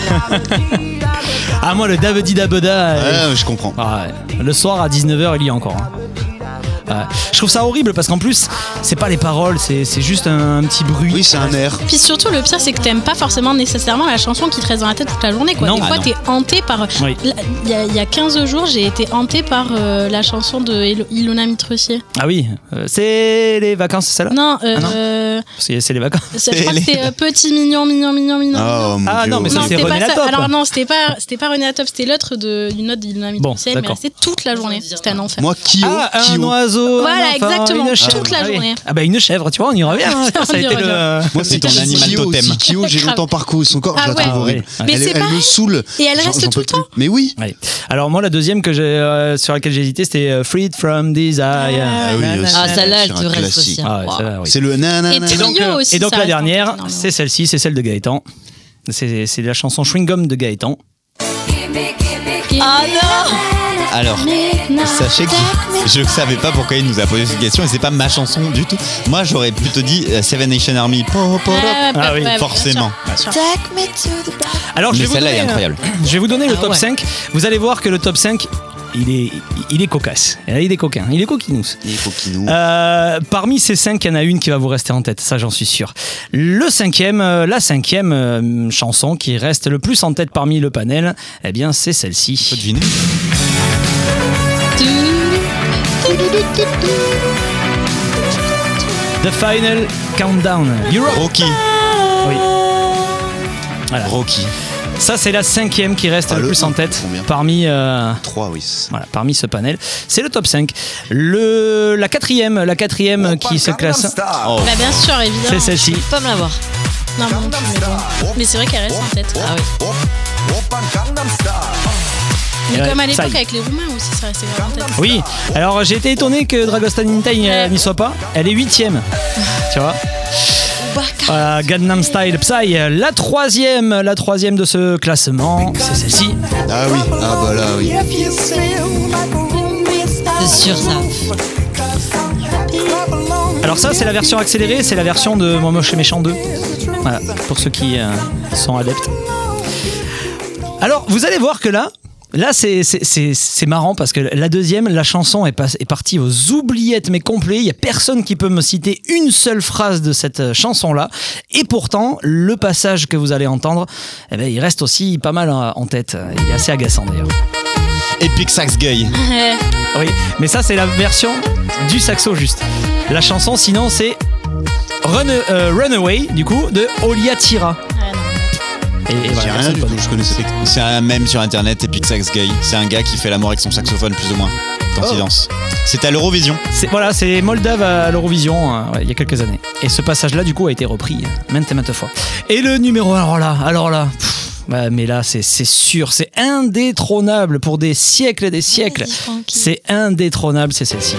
Ah, moi le Dabedi Dabeda. Ouais, je comprends. Le soir à 19h, il y a encore. Je trouve ça horrible parce qu'en plus, c'est pas les paroles, c'est juste un petit bruit. Oui, c'est un air. Puis surtout, le pire, c'est que t'aimes pas forcément nécessairement la chanson qui te reste dans la tête toute la journée, quoi. Non. Des fois, t'es hanté par. Oui. Il y a 15 jours, j'ai été hanté par la chanson de Ilona Mitrosier. Ah oui, c'est les vacances, c'est ça là? Non, Parce que c'est les vacances. je crois que c'était Petit Mignon. Oh, mon Dieu. Non, mais ça c'est c'était René pas ça. Latop. Alors non, c'était pas René Latop, c'était l'autre d'une autre d'Ilona Mitrosier. Elle m'est d'accord. restée toute la journée. C'était un enfer. Moi, Kyo. Un oiseau. Voilà, un enfant, exactement, une chèvre. toute la journée. Ah bah une chèvre, tu vois, on y revient. Hein. Ça a été le. Moi, c'est ton animal Kyo totem. aussi. Kyo, j'ai longtemps parcouru son corps, je la trouve horrible. Mais Elle c'est me pareil. saoule. Et elle reste J'en tout peux le temps. plus. Mais oui. Ouais. Alors moi la deuxième sur laquelle j'ai hésité c'était Freed from Desire. oui, aussi. Ah, celle-là, elle Sur te un reste classique. aussi. Ah ouais, Wow. celle-là, oui. C'est le nanana. Et Trio aussi. Et donc ça la reste dernière, énormément. c'est celle-ci, c'est celle de Gaëtan. C'est la chanson Chewing Gum de Gaëtan. Ah non! Alors, sachez que je ne savais pas pourquoi il nous a posé cette question et c'est pas ma chanson du tout. Moi, j'aurais plutôt dit Seven Nation Army. Ah oui, forcément. Alors Mais je vais vous celle-là donner, est incroyable. Je vais vous donner le Ah top ouais. 5. Vous allez voir que le top 5 il est cocasse. Il est coquin, il est coquinous. Il est coquinou. Parmi ces 5, il y en a une qui va vous rester en tête, ça j'en suis sûr. La cinquième chanson qui reste le plus en tête parmi le panel, eh bien c'est celle-ci. Faut deviner. The Final Countdown. Europe. Rocky. Oui. Voilà. Rocky. Ça c'est la cinquième qui reste le le plus en un, tête combien parmi 3, oui. voilà, parmi ce panel. C'est le top 5. La quatrième qui se classe. Oh. Bah bien sûr, évidemment. C'est celle-ci. Je peux pas me l'avoir. Non, non plus, mais bon. Mais c'est vrai qu'elle reste en tête. Ah oui. Mais Ouais, comme à ça l'époque y est. avec les Roumains aussi, ça restait vraiment en tête. Oui, alors j'ai été étonné que Dragostea Nintai n'y soit pas. Elle est 8ème. Tu vois. Voilà, Gangnam Style Psy, la troisième de ce classement, c'est celle-ci. Ah oui, ah bah là, oui. C'est sûr, ça. Alors ça, c'est la version accélérée, c'est la version de Moi Moche et Méchant 2. Voilà, pour ceux qui sont adeptes. Alors, vous allez voir que là, c'est marrant parce que la deuxième, la chanson est partie aux oubliettes mais complet. Il y a personne qui peut me citer une seule phrase de cette chanson-là. Et pourtant, le passage que vous allez entendre, eh ben, il reste aussi pas mal en tête. Il est assez agaçant d'ailleurs. Epic Sax Guy. Oui, mais ça c'est la version du saxo juste. La chanson, sinon, c'est Runaway du coup de Olia Tira. Et voilà, J'ai rien du tout, je connaissais pas. C'est un mème sur internet, Epic Sax Guy. C'est un gars qui fait l'amour avec son saxophone, plus ou moins, quand il danse. C'était à l'Eurovision. C'est Moldave à l'Eurovision il y a quelques années. Et ce passage-là, du coup, a été repris maintes et maintes fois. Et le numéro, alors là. Mais là, c'est sûr, c'est indétrônable pour des siècles et des siècles. C'est indétrônable, c'est celle-ci.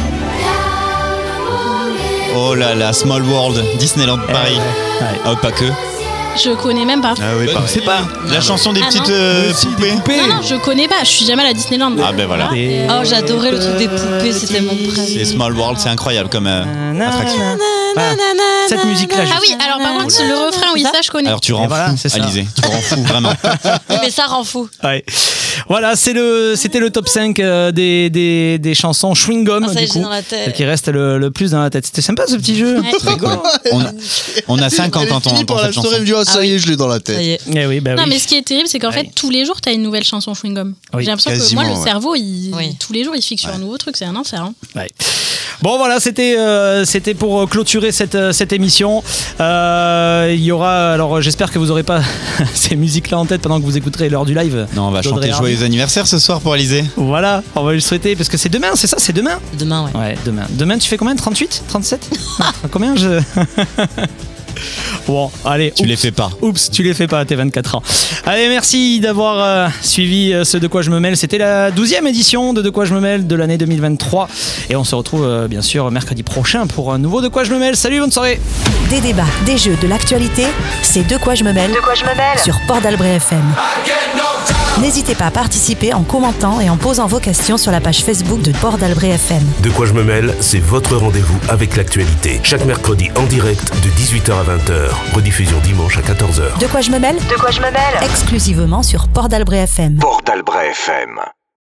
Oh là là, Small World, Disneyland Paris. Oh, pas que. Je connais même pas. Ah oui, Bah, pareil. c'est pas la chanson des Ah, petites non. poupées. Non, je connais pas, je suis jamais à la Disneyland. Ah ben voilà. Oh, j'adorais le truc des poupées, c'était mon C'est préféré. Small World, c'est incroyable comme attraction. Voilà. Cette musique-là, Ah oui, alors par contre, le refrain, oui, ça je connais. Alors tu rends voilà, fou, c'est ça. Alizé. Tu rends fou, vraiment. Oui, mais ça rend fou. Ouais. Voilà, c'était le top 5 des chansons Chewing Gum, Ah, ça y est, du j'ai coup, dans la tête. celle qui reste le plus dans la tête. C'était sympa ce petit jeu. Ouais. Très cool. On a 5 ans Elle est quand on finie entend par la cette chanson. soirée, elle me dit, oh, ça y est, je l'ai dans la Ça tête. y est. Eh oui, bah Non, oui. mais ce qui est terrible, c'est qu'en fait, Ouais. tous les jours, t'as une nouvelle chanson chewing gum. Oui, J'ai l'impression que quasiment, moi, le ouais. cerveau, Oui. tous les jours, il fixe sur un nouveau truc, c'est un enfer. Hein. Ouais. Bon voilà, c'était pour clôturer cette émission. Il y aura, alors j'espère que vous aurez pas ces musiques-là en tête pendant que vous écouterez l'heure du live. Non, on va d'Audrey chanter Hardy. joyeux anniversaire ce soir pour Alizé. Voilà, on va lui souhaiter parce que c'est demain, c'est ça, c'est demain. Demain, ouais. Ouais, demain. Demain, tu fais combien? 38? 37? Combien Bon, allez. Tu les fais pas. Oups, tu les fais pas à tes 24 ans. Allez, merci d'avoir suivi ce De quoi je me mêle. C'était la 12e édition de quoi je me mêle de l'année 2023. Et on se retrouve bien sûr mercredi prochain pour un nouveau De quoi je me mêle. Salut, bonne soirée. Des débats, des jeux, de l'actualité, c'est De quoi je me mêle. De quoi je me mêle Sur Port d'Albret FM. N'hésitez pas à participer en commentant et en posant vos questions sur la page Facebook de Port d'Albret FM. De quoi je me mêle, c'est votre rendez-vous avec l'actualité. Chaque mercredi en direct de 18h à 20h. Rediffusion dimanche à 14h. De quoi je me mêle De quoi je me mêle Exclusivement sur Port d'Albret FM. Port d'Albret FM.